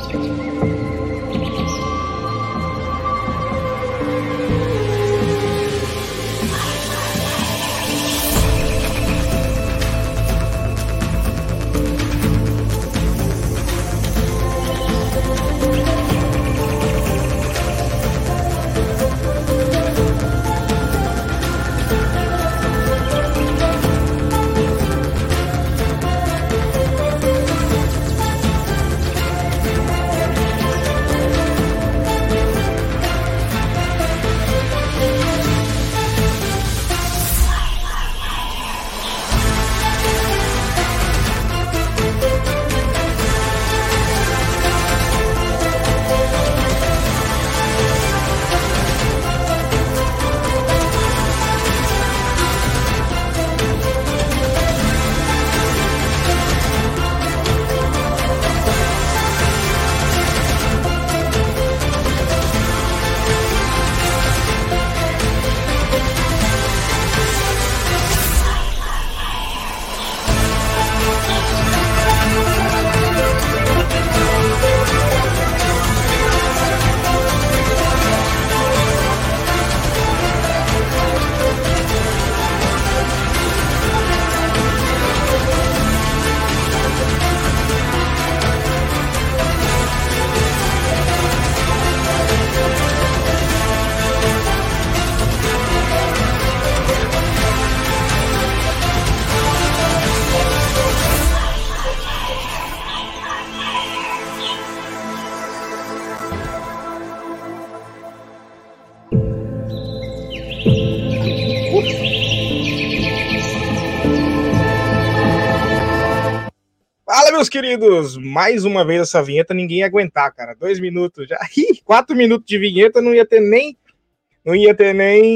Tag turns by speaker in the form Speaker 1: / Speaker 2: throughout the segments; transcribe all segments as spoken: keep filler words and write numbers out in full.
Speaker 1: Fala, meus queridos! Mais uma vez essa vinheta, ninguém ia aguentar, cara. Dois minutos já. Ih, quatro minutos de vinheta, não ia ter nem... Não ia ter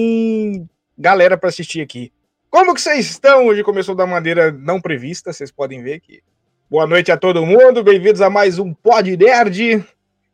Speaker 1: nem galera para assistir aqui. Como que vocês estão? Hoje começou da maneira não prevista, vocês podem ver que... Boa noite a todo mundo, bem-vindos a mais um Pod Nerd.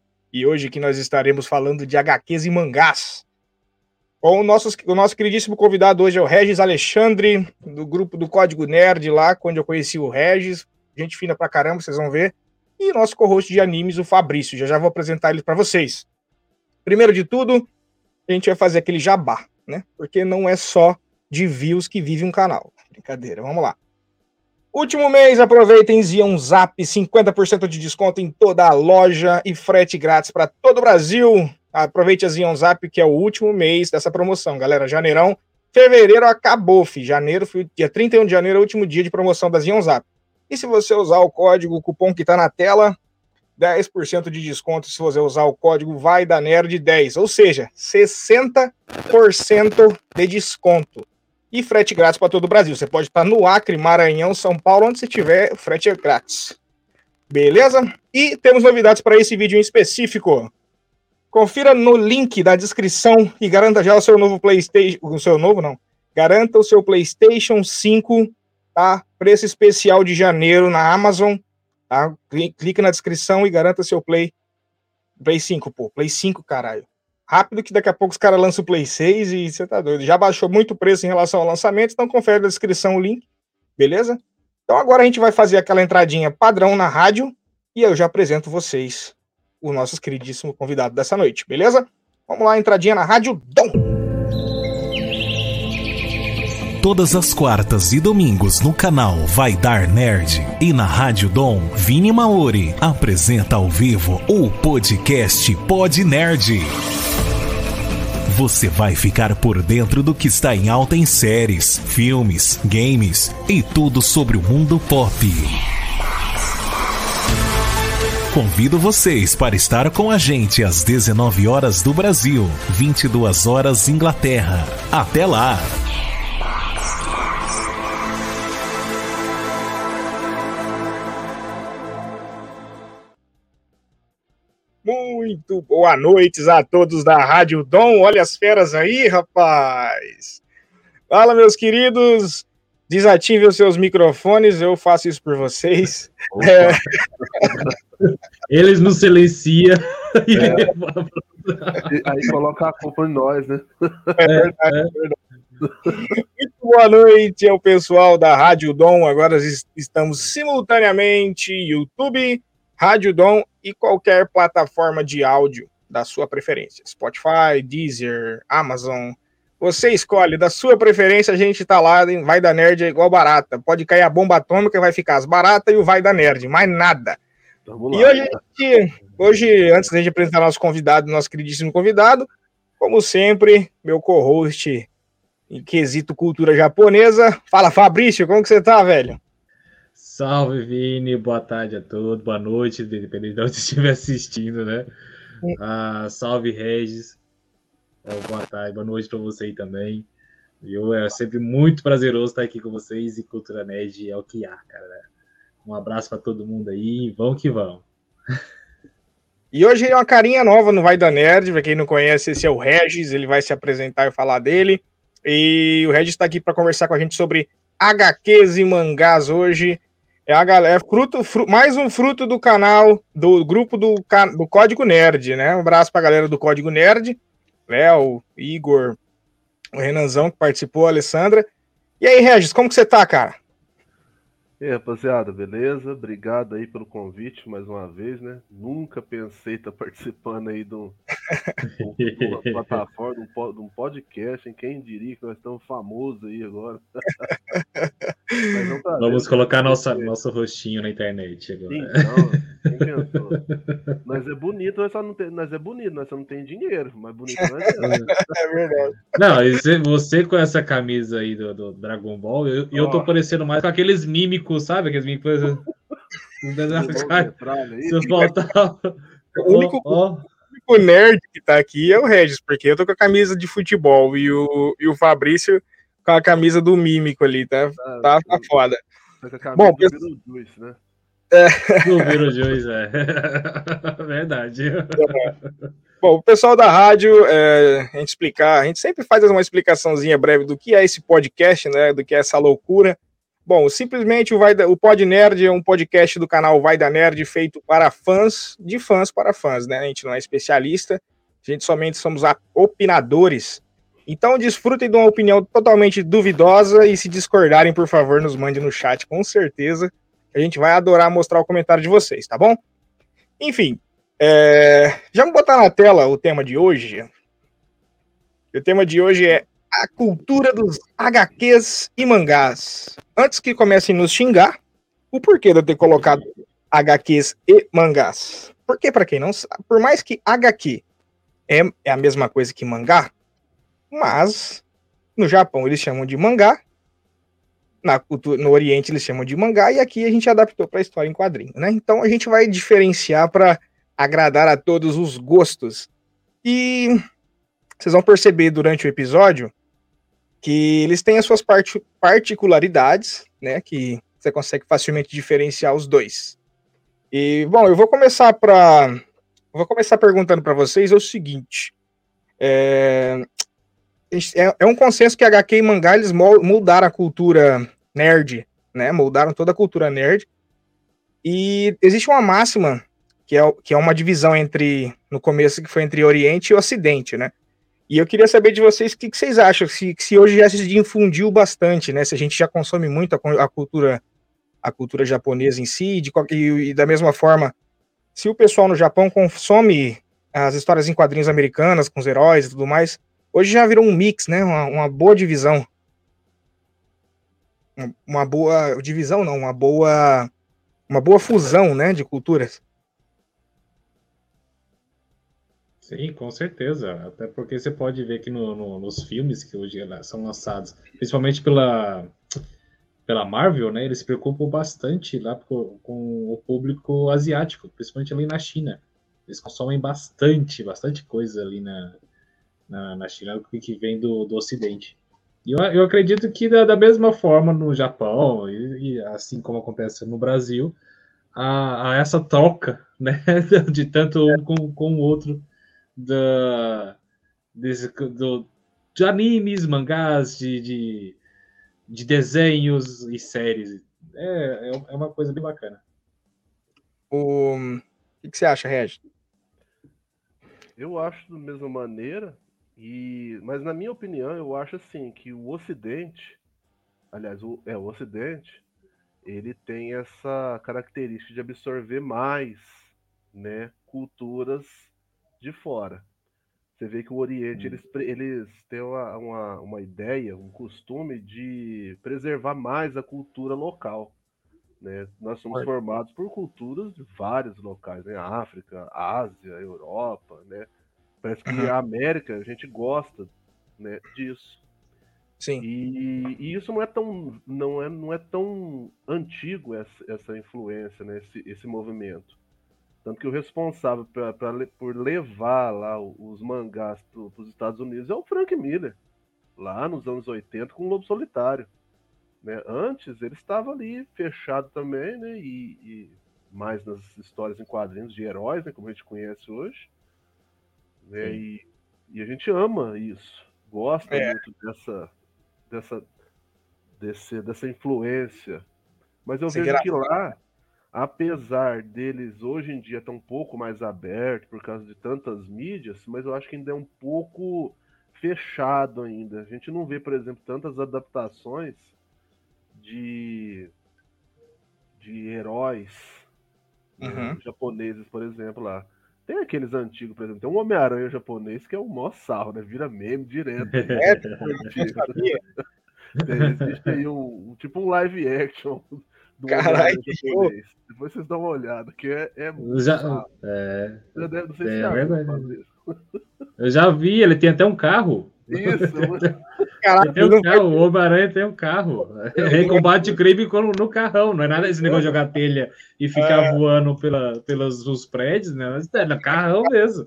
Speaker 1: E hoje que nós estaremos falando de agá quês e mangás. Com o nosso, o nosso queridíssimo convidado hoje é o Regis Alexandre, do grupo do Código Nerd, lá quando eu conheci o Regis. Gente fina pra caramba, vocês vão ver. E nosso co-host de animes, o Fabrício. Já já vou apresentar ele pra vocês. Primeiro de tudo, a gente vai fazer aquele jabá, né? Porque não é só de views que vive um canal. Brincadeira, vamos lá. Último mês, aproveitem Zion Zap, cinquenta por cento de desconto em toda a loja e frete grátis para todo o Brasil. Aproveite a Zion Zap, que é o último mês dessa promoção, galera. Janeirão, fevereiro acabou, fi. Janeiro, dia trinta e um de janeiro, é o último dia de promoção da Zion Zap. E se você usar o código, o cupom que está na tela, dez por cento de desconto. Se você usar o código Vai da Nerd dez, ou seja, sessenta por cento de desconto. E frete grátis para todo o Brasil. Você pode estar no Acre, Maranhão, São Paulo, onde você estiver, frete é grátis. Beleza? E temos novidades para esse vídeo em específico. Confira no link da descrição e garanta já o seu novo PlayStation, o seu novo não, garanta o seu PlayStation cinco, tá? Preço especial de janeiro na Amazon, tá? Clique na descrição e garanta seu Play, Play cinco, pô, Play cinco, caralho. Rápido que daqui a pouco os caras lançam o Play seis e você tá doido. Já baixou muito o preço em relação ao lançamento, então confere na descrição o link, beleza? Então agora a gente vai fazer aquela entradinha padrão na rádio e eu já apresento vocês o nosso queridíssimo convidado dessa noite, beleza? Vamos lá, entradinha na Rádio Dom.
Speaker 2: Todas as quartas e domingos no canal Vai Dar Nerd e na Rádio Dom, Vini Maori apresenta ao vivo o podcast Pod Nerd. Você vai ficar por dentro do que está em alta em séries, filmes, games e tudo sobre o mundo pop. Convido vocês para estar com a gente às dezenove horas do Brasil, vinte e duas horas Inglaterra. Até lá!
Speaker 1: Muito boa noite a todos da Rádio Dom. Olha as feras aí, rapaz. Fala, meus queridos. Desativem os seus microfones, eu faço isso por vocês. É...
Speaker 3: Eles não silenciam.
Speaker 4: É. Aí coloca a culpa em nós, né?
Speaker 1: É verdade, é verdade. Muito boa noite ao pessoal da Rádio Dom. Agora estamos simultaneamente YouTube, Rádio Dom e qualquer plataforma de áudio da sua preferência. Spotify, Deezer, Amazon. Você escolhe, da sua preferência, a gente tá lá, hein? Vai da Nerd é igual barata. Pode cair a bomba atômica, vai ficar as baratas e o Vai da Nerd, mais nada.
Speaker 4: Vamos
Speaker 1: E
Speaker 4: lá.
Speaker 1: hoje, a gente, hoje, antes da gente apresentar nosso convidado, nosso queridíssimo convidado, como sempre, meu co-host em quesito cultura japonesa. Fala, Fabrício, como que você tá, velho?
Speaker 3: Salve, Vini, boa tarde a todos, boa noite, dependendo de onde você estiver assistindo, né? Ah, salve, Regis, oh, boa tarde, boa noite para você aí também. Eu, é sempre muito prazeroso estar aqui com vocês e Cultura Nerd é o que há, cara. Um abraço para todo mundo aí, vamos que vamos.
Speaker 1: E hoje é uma carinha nova no Vai da Nerd, para quem não conhece, esse é o Regis, ele vai se apresentar e falar dele. E o Regis está aqui para conversar com a gente sobre agá quês e mangás hoje. É a galera, fruto, fruto, mais um fruto do canal, do grupo do, do Código Nerd, né? Um abraço pra galera do Código Nerd, Léo, Igor, o Renanzão que participou, a Alessandra. E aí, Regis, como que você tá, cara?
Speaker 4: E aí, rapaziada, beleza? Obrigado aí pelo convite mais uma vez, né? Nunca pensei estar participando aí de, um, de uma plataforma, de um, de um podcast, hein? Quem diria que nós estamos famosos aí agora.
Speaker 3: Mas não tá Vamos vendo, colocar nossa, nosso rostinho na internet agora.
Speaker 4: Então, quem pensou? Nós é bonito, nós só não tem, nós é bonito, nós só não tem dinheiro, mas bonito nós é.
Speaker 1: É verdade.
Speaker 3: Não, você, você com essa camisa aí do, do Dragon Ball, eu, oh. eu tô parecendo mais com aqueles mímicos, sabe? Aqueles mímicos. Se faltar.
Speaker 1: O único, oh, oh. o único nerd que tá aqui é o Regis, porque eu tô com a camisa de futebol e o, e o Fabrício com a camisa do mímico ali, tá? Ah, tá, tá foda.
Speaker 4: Tá Bom, do Beetlejuice, né?
Speaker 3: É. Do Beetlejuice, é. Verdade.
Speaker 1: É. Bom, o pessoal da rádio, é, a gente explicar, a gente sempre faz uma explicaçãozinha breve do que é esse podcast, né? Do que é essa loucura. Bom, simplesmente o, Vai da, o Pod Nerd é um podcast do canal Vai da Nerd feito para fãs, de fãs para fãs, né? A gente não é especialista, a gente somente somos opinadores. Então desfrutem de uma opinião totalmente duvidosa e se discordarem, por favor, nos mande no chat, com certeza. A gente vai adorar mostrar o comentário de vocês, tá bom? Enfim, é... já vamos botar na tela o tema de hoje. O tema de hoje é a cultura dos agá quês e mangás. Antes que comecem a nos xingar, o porquê de eu ter colocado agá quês e mangás? Porque, para quem não sabe, por mais que agá quê é, é a mesma coisa que mangá, mas no Japão eles chamam de mangá, na cultura, no Oriente eles chamam de mangá, e aqui a gente adaptou para a história em quadrinho, né? Então a gente vai diferenciar para agradar a todos os gostos. E vocês vão perceber durante o episódio que eles têm as suas part- particularidades, né? Que você consegue facilmente diferenciar os dois. E bom, eu vou começar para, vou começar perguntando para vocês é o seguinte. É... É um consenso que agá quê e mangá eles moldaram a cultura nerd, né? Moldaram toda a cultura nerd. E existe uma máxima que é, que é uma divisão entre, no começo, que foi entre Oriente e Ocidente, né? E eu queria saber de vocês o que, que vocês acham, se, se hoje já se difundiu bastante, né? Se a gente já consome muito a, a cultura a cultura japonesa em si, de, e, e da mesma forma, se o pessoal no Japão consome as histórias em quadrinhos americanas, com os heróis e tudo mais, hoje já virou um mix, né? Uma, uma boa divisão. Uma boa divisão, não, uma boa uma boa fusão, né, de culturas.
Speaker 3: Sim, com certeza. Até porque você pode ver que no, no, nos filmes que hoje são lançados, principalmente pela, pela Marvel, né, eles se preocupam bastante lá com, com o público asiático, principalmente ali na China. Eles consomem bastante, bastante coisa ali na, na, na China que vem do, do Ocidente. E eu, eu acredito que da, da mesma forma no Japão, e, e assim como acontece no Brasil, a, a essa troca, né, de tanto um com, com o outro, da, desse, do, de animes, mangás, de, de, de desenhos e séries. É, é uma coisa bem bacana.
Speaker 1: O, o que, que você acha, Regis?
Speaker 4: Eu acho da mesma maneira, e, mas na minha opinião, eu acho assim, que o Ocidente, aliás, o, é, o Ocidente, ele tem essa característica de absorver mais, né, culturas de fora. Você vê que o Oriente, eles, eles têm uma, uma, uma ideia, um costume de preservar mais a cultura local, né? Nós somos formados por culturas de vários locais, né? África, Ásia, Europa, né? Parece que
Speaker 1: Uhum.
Speaker 4: a América, a gente gosta, né, disso.
Speaker 1: Sim.
Speaker 4: E, e isso não é tão, não é, não é tão antigo, essa, essa influência, né? esse, esse movimento. Tanto que o responsável pra, pra, por levar lá os mangás para os Estados Unidos é o Frank Miller, lá nos anos oitenta, com o Lobo Solitário. Né? Antes ele estava ali fechado também, né? E, e mais nas histórias em quadrinhos de heróis, né? Como a gente conhece hoje. Né? E, e a gente ama isso, gosta
Speaker 1: É.
Speaker 4: muito dessa, dessa, desse, dessa influência. Mas eu
Speaker 1: Você
Speaker 4: vejo
Speaker 1: quer...
Speaker 4: que lá, apesar deles hoje em dia estar um pouco mais aberto por causa de tantas mídias, mas eu acho que ainda é um pouco fechado ainda. A gente não vê, por exemplo, tantas adaptações de, de heróis, né,
Speaker 1: Uhum.
Speaker 4: japoneses, por exemplo, lá. Tem aqueles antigos, por exemplo, tem um Homem-Aranha japonês que é o maior sarro, né? Vira meme direto aí.
Speaker 1: É, não sabia.
Speaker 4: Tem, existe aí um, um tipo um live action do
Speaker 1: Caralho,
Speaker 4: Homem-Aranha
Speaker 1: que show.
Speaker 4: japonês. Depois vocês dão uma olhada, que é, é
Speaker 3: Eu
Speaker 4: muito
Speaker 3: já,
Speaker 4: sarro.
Speaker 3: é,
Speaker 4: Eu deve- não sei se
Speaker 3: é
Speaker 4: já viu
Speaker 3: verdade.
Speaker 4: fazer.
Speaker 3: Eu já vi, ele tem até um carro.
Speaker 4: Isso,
Speaker 1: Caralho,
Speaker 3: Ele tem
Speaker 1: ele
Speaker 3: um
Speaker 1: não vai
Speaker 3: carro, o Homem-Aranha tem um carro.
Speaker 4: eu
Speaker 3: Ele
Speaker 4: gosto.
Speaker 3: combate crime com- no carrão, não é nada esse negócio de jogar telha e ficar
Speaker 1: É.
Speaker 3: voando pela, pelos os prédios, né? Mas é no carrão mesmo.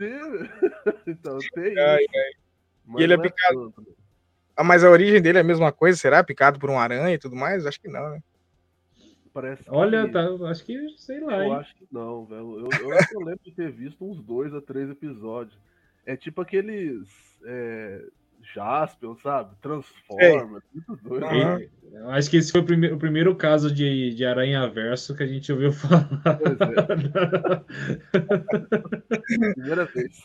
Speaker 4: Então, tem
Speaker 1: Ai,
Speaker 4: isso.
Speaker 1: E
Speaker 4: Mas
Speaker 1: ele é
Speaker 4: não é
Speaker 1: picado.
Speaker 4: tanto. Né?
Speaker 1: Ah, mas a origem dele é a mesma coisa? Será? Picado por um aranha e tudo mais? Acho que não, né?
Speaker 4: Parece
Speaker 3: Olha,
Speaker 4: que.
Speaker 3: tá, acho que, sei lá,
Speaker 4: Eu
Speaker 3: hein?
Speaker 4: acho que não, velho. Eu, eu acho que eu lembro de ter visto uns dois a três episódios. É tipo aqueles. É, Jaspion, sabe?
Speaker 1: Sei.
Speaker 4: Transforma, muito doido.
Speaker 1: Aham.
Speaker 3: E- eu acho que esse foi o primeiro, o primeiro caso de, de aranha-verso que a gente ouviu falar.
Speaker 4: Pois é, primeira vez.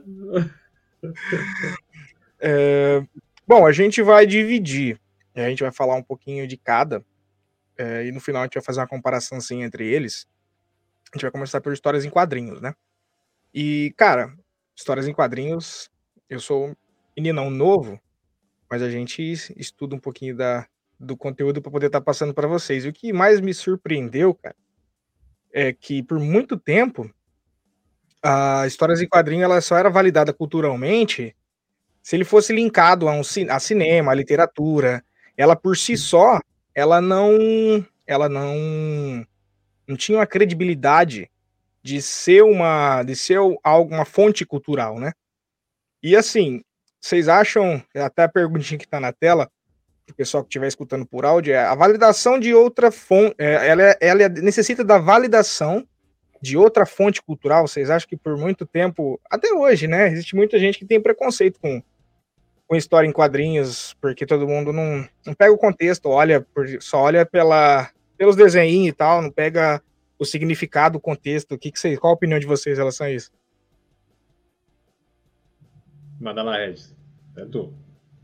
Speaker 1: É, Bom, a gente vai dividir. A gente vai falar um pouquinho de cada. é, E no final a gente vai fazer uma comparação assim, entre eles. A gente vai começar por histórias em quadrinhos, né? E, cara, histórias em quadrinhos. Eu sou um meninão novo, mas a gente es- estuda um pouquinho da, do conteúdo para poder estar passando para vocês. E o que mais me surpreendeu, cara, é que por muito tempo a histórias em quadrinho ela só era validada culturalmente se ele fosse linkado a um ci- a cinema, a literatura. Ela por si só, ela não, ela não, não tinha uma credibilidade de ser uma, de ser algo, uma fonte cultural, né? E assim, vocês acham, até a perguntinha que está na tela, o pessoal que estiver escutando por áudio, é a validação de outra fonte, ela, é- ela é- necessita da validação de outra fonte cultural. Vocês acham que por muito tempo, até hoje, né, existe muita gente que tem preconceito com, com história em quadrinhos, porque todo mundo não, não pega o contexto, olha por- só olha pela, pelos desenhos e tal, não pega o significado, o contexto. O que que vocês, qual a opinião de vocês em relação a isso?
Speaker 3: Manda lá, Regis. É tu.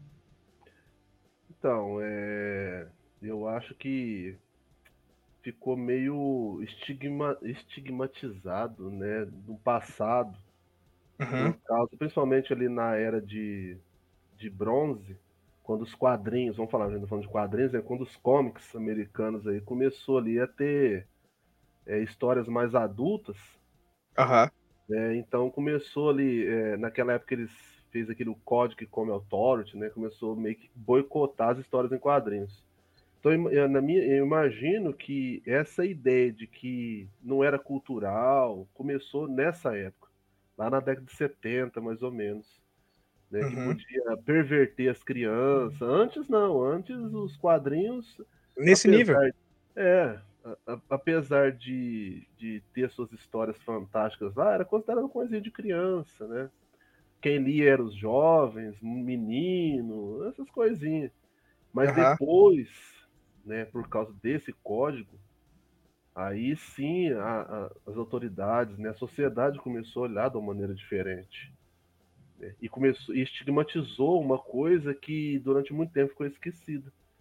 Speaker 4: Então, é... eu acho que ficou meio estigma... estigmatizado, né, no passado,
Speaker 1: Uhum.
Speaker 4: por causa, principalmente ali na era de, de bronze, quando os quadrinhos, vamos falar, a gente tá falando de quadrinhos, é quando os comics americanos aí começou ali a ter é, histórias mais adultas,
Speaker 1: Aham.
Speaker 4: né, então começou ali, é, naquela época eles fez aquele Código Come Authority, né, começou meio que boicotar as histórias em quadrinhos. Então, eu, na minha, eu imagino que essa ideia de que não era cultural começou nessa época, lá na década de setenta, mais ou menos, né, que
Speaker 1: Uhum.
Speaker 4: podia perverter as crianças. Antes não, antes os quadrinhos,
Speaker 1: Nesse nível.
Speaker 4: apesar, é, a- a- apesar de, de ter suas histórias fantásticas lá, era considerado coisinha de criança, né? Quem lia eram os jovens, menino, essas coisinhas. Mas
Speaker 1: Aham.
Speaker 4: depois, né, por causa desse código, aí sim a- a- as autoridades, né, a sociedade começou a olhar de uma maneira diferente, e começou e estigmatizou uma coisa que durante muito tempo ficou esquecida.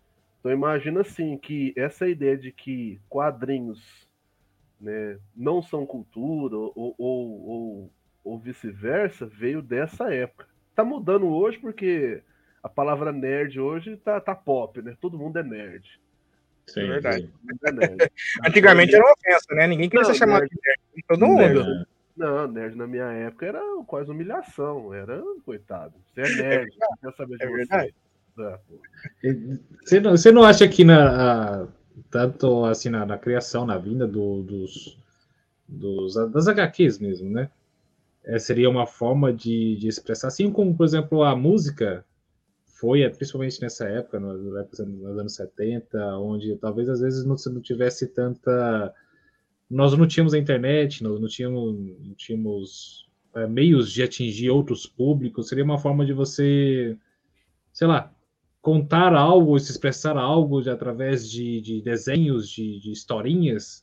Speaker 4: Então imagina assim que essa ideia de que quadrinhos, né, não são cultura ou, ou, ou, ou vice-versa veio dessa época. Tá mudando hoje porque a palavra nerd hoje tá, tá pop, né? Todo mundo é nerd.
Speaker 1: É
Speaker 3: Sim,
Speaker 1: verdade.
Speaker 3: sim.
Speaker 4: Todo mundo é nerd.
Speaker 1: Antigamente era uma ofensa, né? Ninguém queria
Speaker 4: Não,
Speaker 1: ser chamado
Speaker 4: nerd-
Speaker 1: de nerd. Todo
Speaker 4: nerd,
Speaker 1: mundo.
Speaker 4: não, nerd na minha época era quase humilhação. Era, coitado. Você é
Speaker 1: É
Speaker 4: nerd,
Speaker 1: verdade.
Speaker 4: não quer saber de
Speaker 1: É
Speaker 4: você.
Speaker 1: verdade.
Speaker 4: É, pô.
Speaker 3: E Você não, você não acha que na, a- tanto assim na, na criação, na vinda do- dos, dos das H Qs mesmo, né? É, seria uma forma de, de expressar, assim como, por exemplo, a música foi, é, principalmente nessa época, no- nos anos setenta, onde talvez às vezes não, se não tivesse tanta. Nós não tínhamos a internet, nós não tínhamos, não tínhamos é, meios de atingir outros públicos, seria uma forma de você, sei lá, contar algo, se expressar algo de, através de, de desenhos, de, de historinhas.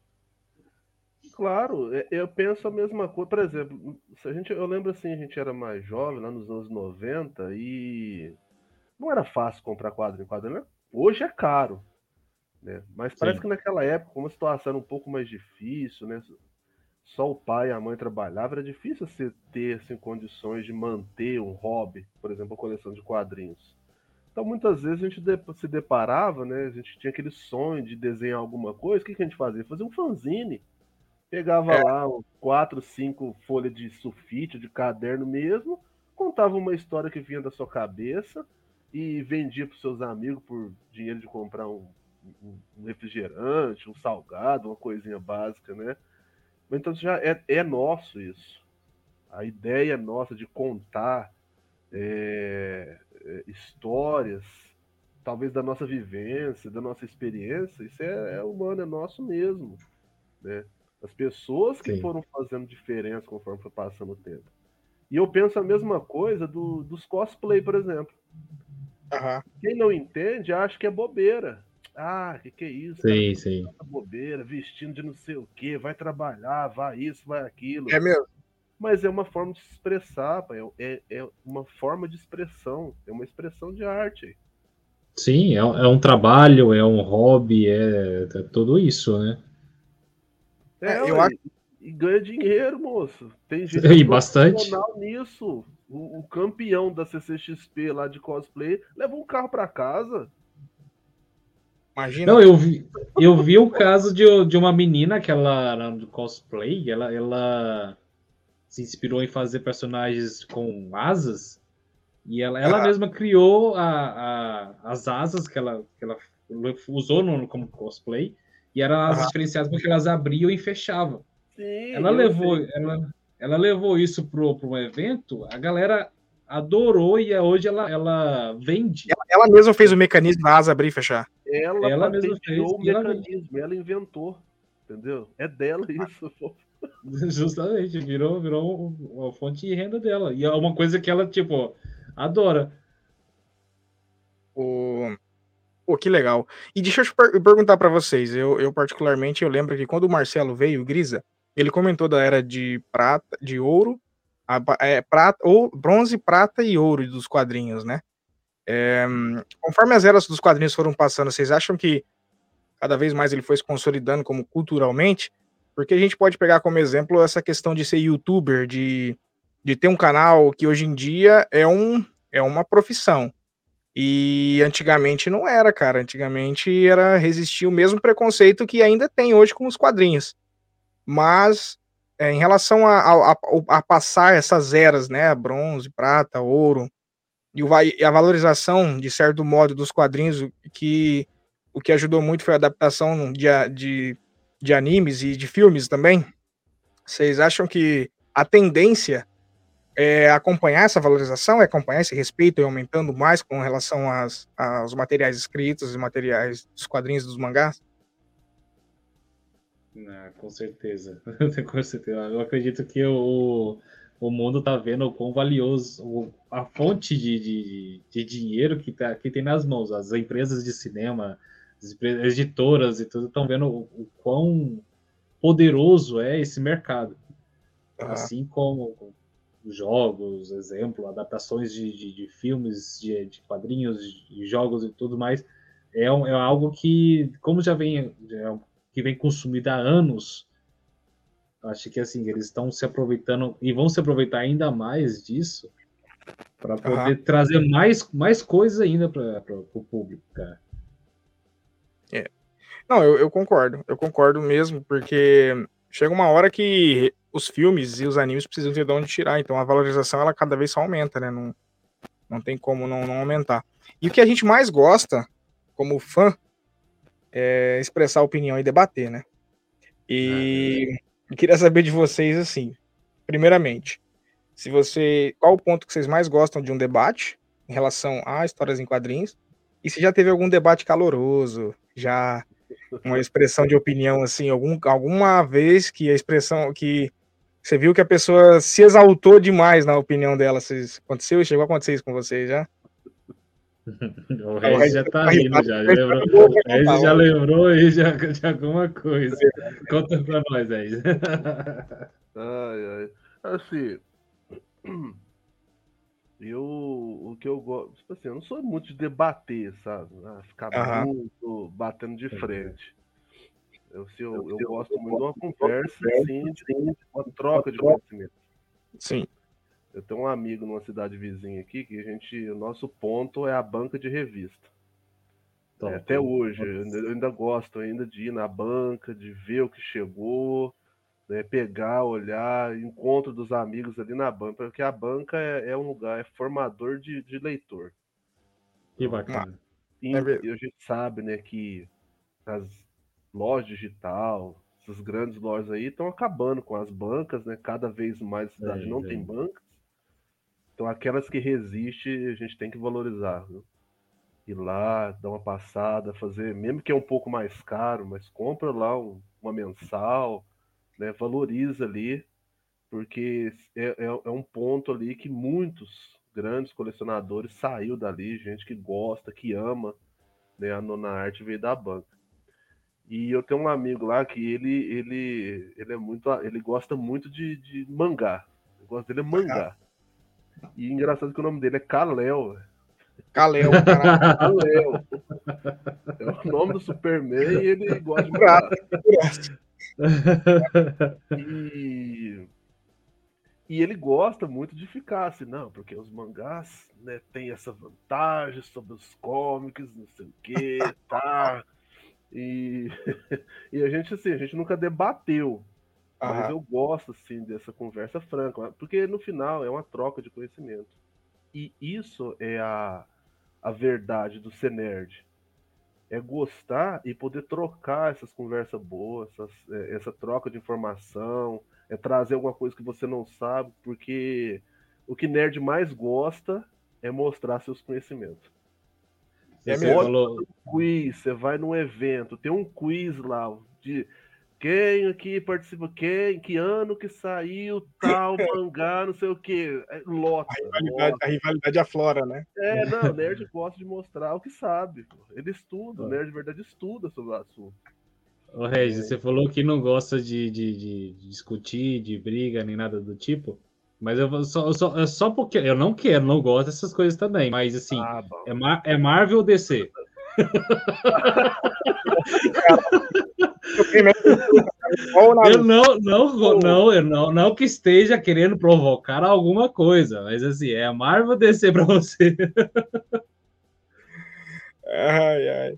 Speaker 4: Claro, é- eu penso a mesma coisa. Por exemplo, se a gente, eu lembro assim, a gente era mais jovem, lá nos anos noventa, e não era fácil comprar quadro em quadro, né? Hoje é caro, né? Mas parece
Speaker 3: Sim,
Speaker 4: que naquela época, como a situação era um pouco mais difícil, né? Só o pai e a mãe trabalhavam, era difícil você ter assim, condições de manter um hobby, por exemplo, a coleção de quadrinhos. Então, muitas vezes a gente de- se deparava, né? A gente tinha aquele sonho de desenhar alguma coisa, o que que a gente fazia? Fazia um fanzine. Pegava
Speaker 1: É,
Speaker 4: lá uns quatro, cinco folhas de sulfite, de caderno mesmo, contava uma história que vinha da sua cabeça e vendia para os seus amigos por dinheiro de comprar um, um- um refrigerante, um salgado, uma coisinha básica, né? Então já é, é nosso isso. A ideia nossa de contar é, é, histórias, talvez da nossa vivência, da nossa experiência, isso é, é humano, é nosso mesmo, né? As pessoas que
Speaker 3: sim.
Speaker 4: foram fazendo diferença conforme foi passando o tempo. E eu penso a mesma coisa do, dos cosplay, por exemplo.
Speaker 1: aham.
Speaker 4: Quem não entende acha que é bobeira. Ah, que que é isso? O cara
Speaker 3: Sim,
Speaker 4: fica
Speaker 3: sim.
Speaker 4: tanta bobeira, vestindo de não sei o que, vai trabalhar, vai isso, vai aquilo.
Speaker 1: É mesmo.
Speaker 4: Mas é uma forma de se expressar, pai. É, é uma forma de expressão, é uma expressão de arte.
Speaker 3: Sim, é, é um trabalho, é um hobby, é, é tudo isso, né?
Speaker 4: É,
Speaker 1: É, eu
Speaker 4: ué,
Speaker 1: acho.
Speaker 4: e ganha dinheiro, moço. Tem gente que é
Speaker 3: E bastante.
Speaker 4: profissional nisso. O, o campeão da C C X P lá de cosplay leva um carro pra casa.
Speaker 3: Não,
Speaker 1: Imagina.
Speaker 3: eu vi, eu vi o caso de, de uma menina que ela, era do cosplay, ela, ela se inspirou em fazer personagens com asas, e ela, ela
Speaker 1: Aham,
Speaker 3: mesma criou a, a- as asas que ela, que ela usou no, como cosplay, e eram asas
Speaker 1: aham.
Speaker 3: diferenciadas porque elas abriam e fechavam.
Speaker 4: Sim,
Speaker 3: Ela
Speaker 4: eu
Speaker 3: levou,
Speaker 4: sei.
Speaker 3: ela, ela levou isso para um evento, a galera adorou e hoje ela, ela vende.
Speaker 1: Ela, ela mesma fez o mecanismo da asa abrir e fechar.
Speaker 4: Ela
Speaker 3: Ela mesma fez
Speaker 4: patenteou o
Speaker 3: e ela vende.
Speaker 4: mecanismo, ela inventou. Entendeu? É dela isso. Pô.
Speaker 3: Justamente, virou, virou uma fonte de renda dela. E é uma coisa que ela, tipo, adora.
Speaker 1: O... Pô, que legal. E deixa eu te per- perguntar pra vocês. Eu, eu, particularmente, eu lembro que quando o Marcelo veio, o Grisa, ele comentou da era de prata, de ouro, a, ba- é, prata, ou, bronze, prata e ouro dos quadrinhos, né? É, hum, conforme as eras dos quadrinhos foram passando, vocês acham que cada vez mais ele foi se consolidando como culturalmente? Porque a gente pode pegar como exemplo essa questão de ser youtuber, de, de ter um canal que hoje em dia é, um, é uma profissão. E antigamente não era, cara. Antigamente era resistir o mesmo preconceito que ainda tem hoje com os quadrinhos. Mas é, em relação a, a, a- a passar essas eras, né? Bronze, prata, ouro, e, o va- e a valorização, de certo modo, dos quadrinhos, o que, o que ajudou muito foi a adaptação de, a- de, de animes e de filmes também. Vocês acham que a tendência é acompanhar essa valorização, é acompanhar esse respeito e aumentando mais com relação às, aos materiais escritos e materiais dos quadrinhos dos mangás?
Speaker 3: Ah, com certeza. Com certeza. Eu acredito que o, o mundo tá vendo o quão valioso, o- a fonte de, de, de dinheiro que, tá, que tem nas mãos. As empresas de cinema, as empre- editoras e tudo estão vendo o, o quão poderoso é esse mercado.
Speaker 1: Aham.
Speaker 3: Assim como jogos, exemplo, adaptações de, de, de filmes, de, de quadrinhos, de jogos e tudo mais. é, um, é algo que, como já vem, já, que vem consumido há anos, acho que assim, eles estão se aproveitando e vão se aproveitar ainda mais disso para poder uhum. trazer mais, mais coisas ainda para o público, cara.
Speaker 1: É. Não, eu, eu concordo, eu concordo mesmo, porque chega uma hora que os filmes e os animes precisam ter de onde tirar, então a valorização ela cada vez só aumenta, né? Não, não tem como não, não aumentar. E o que a gente mais gosta, como fã, é expressar opinião e debater, né? E é. Eu queria saber de vocês, assim, primeiramente, se você, qual o ponto que vocês mais gostam de um debate em relação a histórias em quadrinhos, e se já teve algum debate caloroso, já uma expressão de opinião, assim, algum, alguma vez que a expressão, que você viu que a pessoa se exaltou demais na opinião dela, se aconteceu, chegou a acontecer isso com vocês já?
Speaker 3: O Regis já tá rindo, já, já lembrou, o Regis já lembrou aí já, de alguma coisa. Conta pra nós, Regis.
Speaker 4: Ai, ai. Assim, eu, o que eu gosto, tipo assim, eu não sou muito de debater, sabe? Ah, ficar uhum. muito batendo de frente. Eu, assim, eu, eu, eu gosto eu muito de uma conversa, assim, de uma troca de conhecimento.
Speaker 1: Sim.
Speaker 4: Eu tenho um amigo numa cidade vizinha aqui que a gente, o nosso ponto é a banca de revista. É, até hoje, eu ainda, eu ainda gosto ainda de ir na banca, de ver o que chegou, né, pegar, olhar, encontro dos amigos ali na banca, porque a banca é, é um lugar, é formador de, de leitor.
Speaker 3: Que bacana.
Speaker 4: E, é e a gente sabe, né, que as lojas digital, essas grandes lojas aí estão acabando com as bancas, né? Cada vez mais a cidade é, não é. tem bancas. Então aquelas que resistem, a gente tem que valorizar, viu? Ir lá, dar uma passada, fazer, mesmo que é um pouco mais caro, mas compra lá um, uma mensal, né? Valoriza ali, porque é, é, é um ponto ali que muitos grandes colecionadores saiu dali, gente que gosta, que ama, né? A nona arte veio da banca. E eu tenho um amigo lá que ele, ele, ele é muito, ele gosta muito de, de mangá. O negócio dele é mangá. E engraçado que o nome dele é Kal-El.
Speaker 1: Kal-El, caralho.
Speaker 4: Kal-El. É o nome do Superman e ele gosta de mangá. E, e ele gosta muito de ficar assim, não, porque os mangás, né, tem essa vantagem sobre os cómics, não sei o que, tá... E, e a gente, assim, a gente nunca debateu, mas eu gosto, assim, dessa conversa franca, porque no final é uma troca de conhecimento. E isso é a, a verdade do ser nerd. É gostar e poder trocar essas conversas boas, essas, essa troca de informação, é trazer alguma coisa que você não sabe, porque o que nerd mais gosta é mostrar seus conhecimentos.
Speaker 3: Você
Speaker 4: Você
Speaker 3: falou...
Speaker 4: um quiz, você vai num evento, tem um quiz lá de quem aqui participa, quem, que ano que saiu tal mangá, não sei o que, lota.
Speaker 1: A rivalidade, lota. A rivalidade aflora, né?
Speaker 4: É, não, o nerd gosta de mostrar o que sabe. Ele estuda, o nerd de verdade estuda sobre o assunto.
Speaker 3: Ô, Regis, é. Você falou que não gosta de, de, de discutir, de briga, nem nada do tipo. Mas eu só, só, é só porque eu não quero, não gosto dessas coisas também. Mas assim, ah, é, Mar, é Marvel ou D C? eu não, não, não, eu não, não que esteja querendo provocar alguma coisa, mas assim, é Marvel ou D C pra você?
Speaker 1: Ai, ai.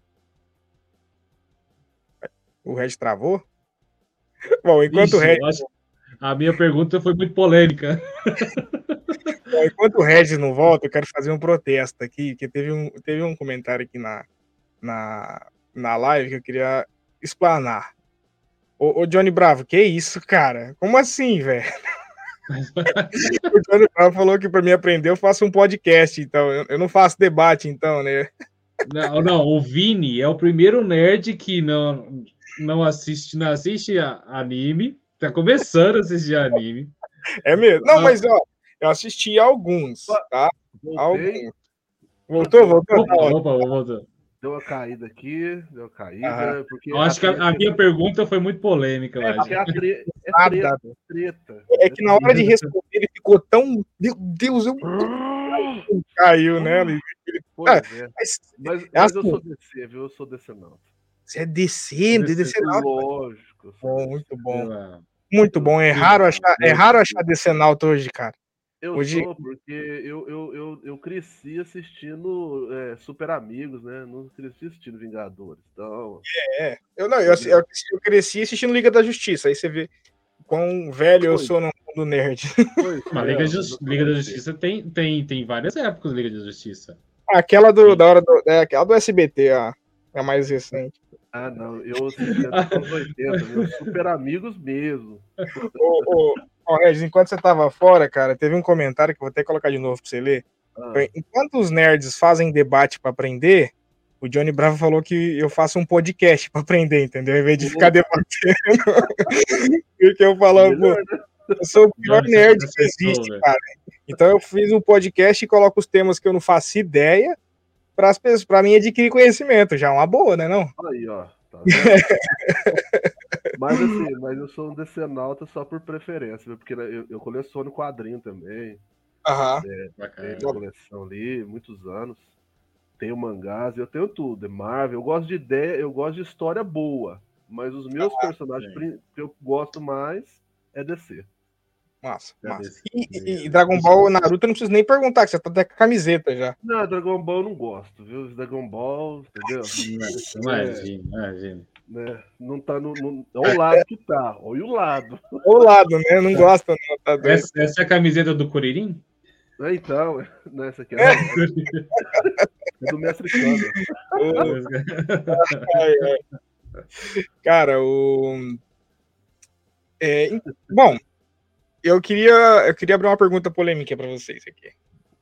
Speaker 1: O Red travou? Bom, enquanto Ixi, o Red...
Speaker 3: A minha pergunta foi muito polêmica.
Speaker 1: Bom, enquanto o Regis não volta, eu quero fazer um protesto aqui, que teve um, teve um comentário aqui na, na, na live que eu queria explanar. Ô, ô Johnny Bravo, que isso, cara? Como assim, velho? O Johnny Bravo falou que para mim aprender eu faço um podcast, então eu, eu não faço debate, então, né?
Speaker 3: Não, não, o Vini é o primeiro nerd que não, não assiste, não assiste anime. Tá começando a assistir anime.
Speaker 1: É mesmo? Não, mas ó, eu assisti alguns, tá? Alguns. Voltou, voltou?
Speaker 3: Opa, opa, voltou.
Speaker 4: Deu uma caída aqui, deu uma caída.
Speaker 3: Ah, porque eu acho que a, a minha pergunta foi muito polêmica,
Speaker 4: é,
Speaker 3: porque
Speaker 4: a tre... é treta, treta.
Speaker 1: É que na hora de responder ele ficou tão. Meu Deus, eu. Caiu, né? Ele, ele
Speaker 4: Pois
Speaker 1: Ah,
Speaker 4: é.
Speaker 1: mas
Speaker 4: Mas,
Speaker 1: é
Speaker 4: mas eu
Speaker 1: assim,
Speaker 4: sou D C, viu? Eu sou D C não.
Speaker 1: você é D C,
Speaker 3: D C,
Speaker 1: D C não.
Speaker 4: Lógico, eu sou
Speaker 1: Bom,
Speaker 4: D C.
Speaker 1: muito bom.
Speaker 3: Pela,
Speaker 1: Muito
Speaker 4: Eu
Speaker 1: bom. É
Speaker 4: sou,
Speaker 1: raro achar, é
Speaker 4: eu
Speaker 1: raro
Speaker 4: sou,
Speaker 1: achar D C Nauta hoje, cara.
Speaker 4: eu
Speaker 1: Hoje,
Speaker 4: sou porque eu, eu, eu, eu cresci assistindo é, Super Amigos, né? Não cresci assistindo Vingadores. Então,
Speaker 1: é. Eu não, eu,
Speaker 4: entendeu?
Speaker 1: eu, eu cresci assistindo Liga da Justiça. Aí você vê quão velho eu
Speaker 4: Pois,
Speaker 1: sou no mundo nerd.
Speaker 4: pois
Speaker 3: mas
Speaker 4: é,
Speaker 3: Liga,
Speaker 4: mas
Speaker 3: Jus-
Speaker 4: eu sou
Speaker 3: Liga da
Speaker 4: D C.
Speaker 3: Justiça tem, tem, tem várias épocas Liga da Justiça.
Speaker 1: Aquela do,
Speaker 3: Sim.
Speaker 1: da hora do, é, aquela do S B T, a, é a mais recente.
Speaker 4: Ah, não, eu assistia dos anos oitenta, viu? Super Amigos mesmo.
Speaker 1: Ô, ô, ô, Regis, enquanto você tava fora, cara, teve um comentário que eu vou até colocar de novo pra você ler.
Speaker 4: Ah,
Speaker 1: Enquanto os nerds fazem debate pra aprender, o Johnny Bravo falou que eu faço um podcast pra aprender, entendeu? Em vez de ficar
Speaker 4: Opa.
Speaker 1: debatendo. Porque eu falava, pô,
Speaker 4: melhor, né?
Speaker 1: eu sou o pior
Speaker 3: Johnny, você
Speaker 1: nerd que
Speaker 3: acertou,
Speaker 1: existe,
Speaker 3: velho.
Speaker 1: cara. Então eu fiz um podcast e coloco os temas que eu não faço ideia para as pessoas, para mim adquirir conhecimento, já é uma boa, né, não?
Speaker 4: Aí, ó, tá vendo? Mas assim, mas eu sou um decenalta só por preferência, viu? Porque eu, eu coleciono quadrinho também.
Speaker 1: Aham.
Speaker 4: Tenho
Speaker 3: Bacana.
Speaker 4: coleção ali, muitos anos. Tenho mangás, eu tenho tudo. É Marvel, eu gosto de ideia, eu gosto de história boa. Mas os meus personagens
Speaker 3: sim.
Speaker 4: prin- que eu gosto mais é D C.
Speaker 1: Massa,
Speaker 3: Já
Speaker 1: massa.
Speaker 3: desse-
Speaker 1: E, e- e Dragon Ball Naruto eu não preciso nem perguntar, que você tá até com a camiseta já.
Speaker 4: Não, Dragon Ball eu não gosto, viu? Dragon Ball, entendeu?
Speaker 3: Imagina, imagina.
Speaker 4: Né? Não tá no, no. Olha o lado que tá, olha o lado.
Speaker 1: Ou lado, né? Não gosta, não, tá doido.
Speaker 3: Essa, essa é a camiseta do Kuririn?
Speaker 4: É, então, né, essa aqui é, da- é do Mestre Kami.
Speaker 1: Ai, ai. Cara, o. É, em- bom, eu queria, eu queria abrir uma pergunta polêmica pra vocês aqui.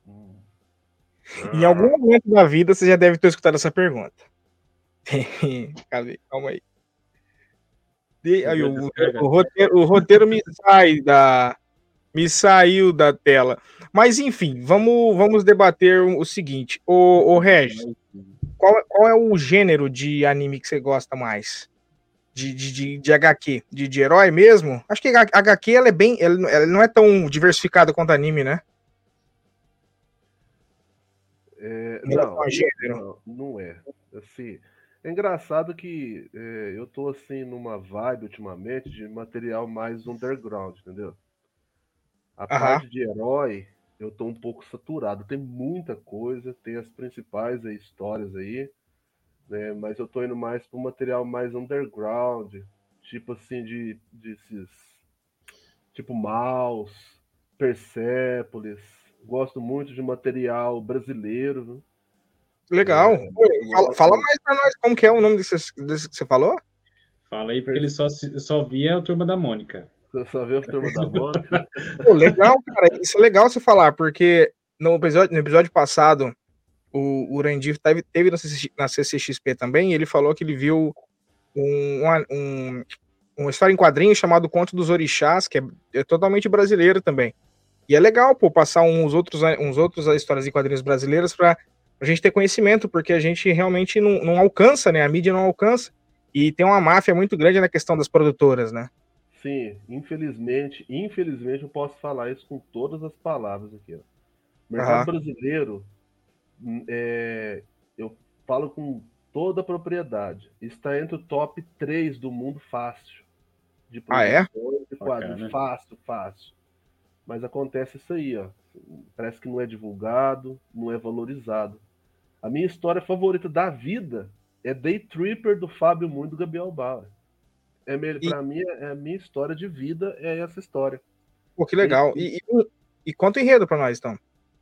Speaker 1: Em algum momento da vida você já deve ter escutado essa pergunta. Cadê? Calma aí. De- aí, o, o roteiro, o roteiro me sai da, me saiu da tela. Mas enfim, vamos, vamos debater o seguinte. O, o Regis, qual, qual é o gênero de anime que você gosta mais? De, de, de, de H Q? De, de herói mesmo? Acho que a H Q ela é bem, ela, ela não é tão diversificada quanto anime, né?
Speaker 4: É,
Speaker 1: Em relação
Speaker 4: não,
Speaker 1: a gênero.
Speaker 4: não, não é. Assim, é engraçado que é, eu tô assim numa vibe ultimamente de material mais underground, entendeu? A
Speaker 1: Aham.
Speaker 4: parte de herói, eu tô um pouco saturado. Tem muita coisa, tem as principais aí, histórias aí, né? Mas eu tô indo mais pro material mais underground, tipo assim, de, de esses, tipo Maus, Persepolis. Gosto muito de material brasileiro, viu?
Speaker 1: Legal. Pô,
Speaker 4: Eu
Speaker 1: fala,
Speaker 4: gosto-
Speaker 1: fala mais pra nós como que é o nome desse, desse que você falou?
Speaker 3: Fala aí, porque ele só, se- só via a Turma da Mônica.
Speaker 4: Você só vê a turma da Mônica?
Speaker 1: Pô, legal, cara. Isso é legal você falar, porque no episódio, no episódio passado, o, o Randir teve, teve na, C C, na C C X P também, e ele falou que ele viu um, uma, um, uma história em quadrinhos chamado Conto dos Orixás, que é, é totalmente brasileiro também. E é legal, pô, passar uns outros, uns outros histórias em quadrinhos brasileiras para a gente ter conhecimento, porque a gente realmente não, não alcança, né? A mídia não alcança. E tem uma máfia muito grande na questão das produtoras, né?
Speaker 4: Sim, infelizmente, infelizmente eu posso falar isso com todas as palavras aqui. Ó. O mercado
Speaker 1: Aham.
Speaker 4: brasileiro, hum, é, eu falo com toda a propriedade, está entre o top três do mundo fácil. De
Speaker 1: Ah, é?
Speaker 4: produções de quadrinhos.
Speaker 3: Bacana.
Speaker 4: Fácil, fácil. Mas acontece isso aí, ó. Parece que não é divulgado, não é valorizado. A minha história favorita da vida é Day Tripper do Fábio Moon e do Gabriel Bauer. É, me-
Speaker 1: E-
Speaker 4: pra mim, é a minha história de vida é essa história.
Speaker 1: Pô, que legal. E, e, e conta o enredo pra nós, então.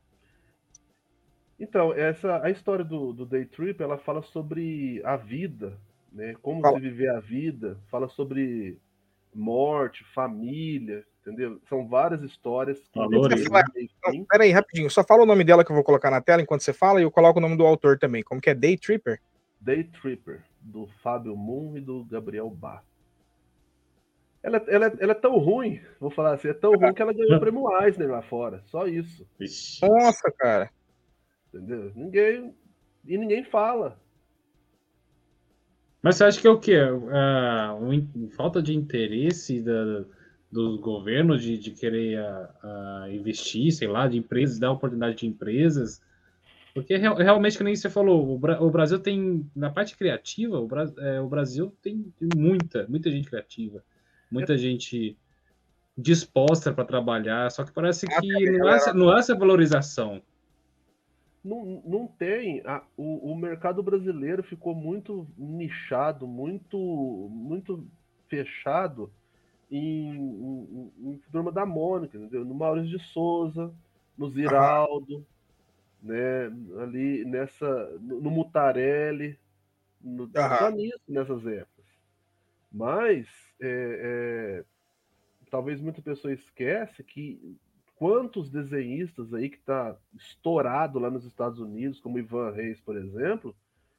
Speaker 4: Então, essa, a história do, do Day Tripper, ela fala sobre a vida, né? Como
Speaker 1: Fala.
Speaker 4: se viver a vida, fala sobre morte, família, entendeu? São várias histórias que
Speaker 3: Valores,
Speaker 4: tem
Speaker 1: né?
Speaker 4: meio e
Speaker 1: Não,
Speaker 4: fim.
Speaker 1: pera aí, rapidinho. Só fala o nome dela que eu vou colocar na tela enquanto você fala e eu coloco o nome do autor também. Como que é? Day Tripper?
Speaker 4: Day Tripper, do Fábio Moon e do Gabriel Bá. Ela, ela, ela é tão ruim, vou falar assim, é tão ruim que ela ganhou o prêmio Eisner lá fora. Só isso,
Speaker 3: Ixi.
Speaker 1: Nossa, cara.
Speaker 4: entendeu? Ninguém. E ninguém fala.
Speaker 3: Mas você acha que é o quê? Ah, um in- falta de interesse da, dos governos de, de querer ah, ah, investir, sei lá, de empresas, dar oportunidade de empresas Porque realmente, que nem você falou, o, Bra- o Brasil tem, na parte criativa, o, Bra- é, o Brasil tem muita, muita gente criativa, muita gente disposta para trabalhar, só que parece
Speaker 1: Ah,
Speaker 3: que
Speaker 1: a
Speaker 3: não há,
Speaker 1: galera-
Speaker 3: essa- não há essa valorização.
Speaker 4: Não, não tem. A- o, o mercado brasileiro ficou muito nichado, muito, muito fechado em, em, em Turma da Mônica, entendeu? No Maurício de Souza, no
Speaker 1: Aham.
Speaker 4: Ziraldo, né? Ali nessa, no, no Mutarelli, no- só
Speaker 1: Aham.
Speaker 4: nisso, nessas épocas. Mas é, é, talvez muita pessoa esquece que quantos desenhistas aí que tá estourado lá nos Estados Unidos, como Ivan Reis, por exemplo,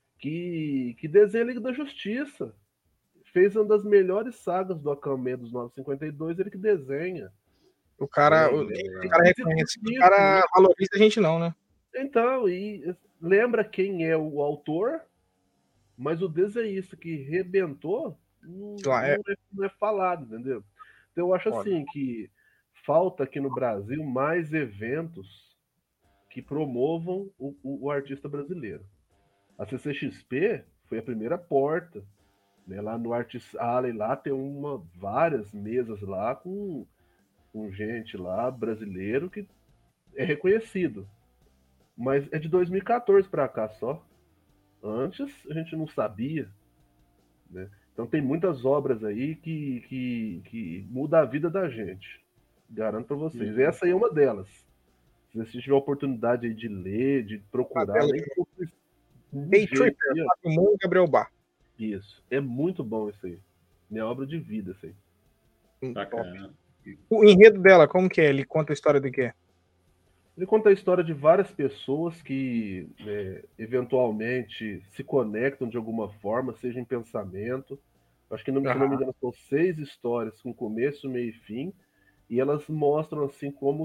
Speaker 4: que, que desenha a Liga da Justiça. Fez uma das melhores sagas do Aquaman dos novecentos e cinquenta e dois, ele que desenha.
Speaker 1: O cara,
Speaker 4: Né?
Speaker 1: o,
Speaker 3: É,
Speaker 1: o cara
Speaker 4: E
Speaker 1: reconhece, o
Speaker 4: isso,
Speaker 1: cara
Speaker 4: né?
Speaker 1: valoriza a gente não, né?
Speaker 4: Então, e lembra quem é o autor, mas o desenhista que rebentou não,
Speaker 1: Lá, é
Speaker 4: não é, não é falado, entendeu? Então eu acho
Speaker 1: foda.
Speaker 4: assim que falta aqui no Brasil mais eventos que promovam o, o, o artista brasileiro. A C C X P foi a primeira porta, né? Lá no Artist Alley lá tem uma, várias mesas lá com, com gente lá brasileiro que é reconhecido. Mas é de dois mil e quatorze para cá só. Antes a gente não sabia, né? Então tem muitas obras aí que, que, que muda a vida da gente. Garanto para vocês.
Speaker 3: Uhum.
Speaker 4: Essa aí é uma delas. Se você tiver a oportunidade aí de ler, de procurar, nem que fosse um
Speaker 1: Day
Speaker 4: jeito
Speaker 1: Tripper,
Speaker 4: aí, ó.
Speaker 1: Fábio Moura e Gabriel Bar.
Speaker 4: Isso. É muito bom isso aí. Minha obra de vida, isso aí.
Speaker 1: Hum, top.
Speaker 3: Bacana.
Speaker 1: O enredo dela, como que é? Ele conta a história do quê?
Speaker 4: Ele conta a história de várias pessoas que é, eventualmente se conectam de alguma forma, seja em pensamento. Acho que, não, se não me
Speaker 1: Aham.
Speaker 4: engano, são seis histórias com começo, meio e fim. E elas mostram assim como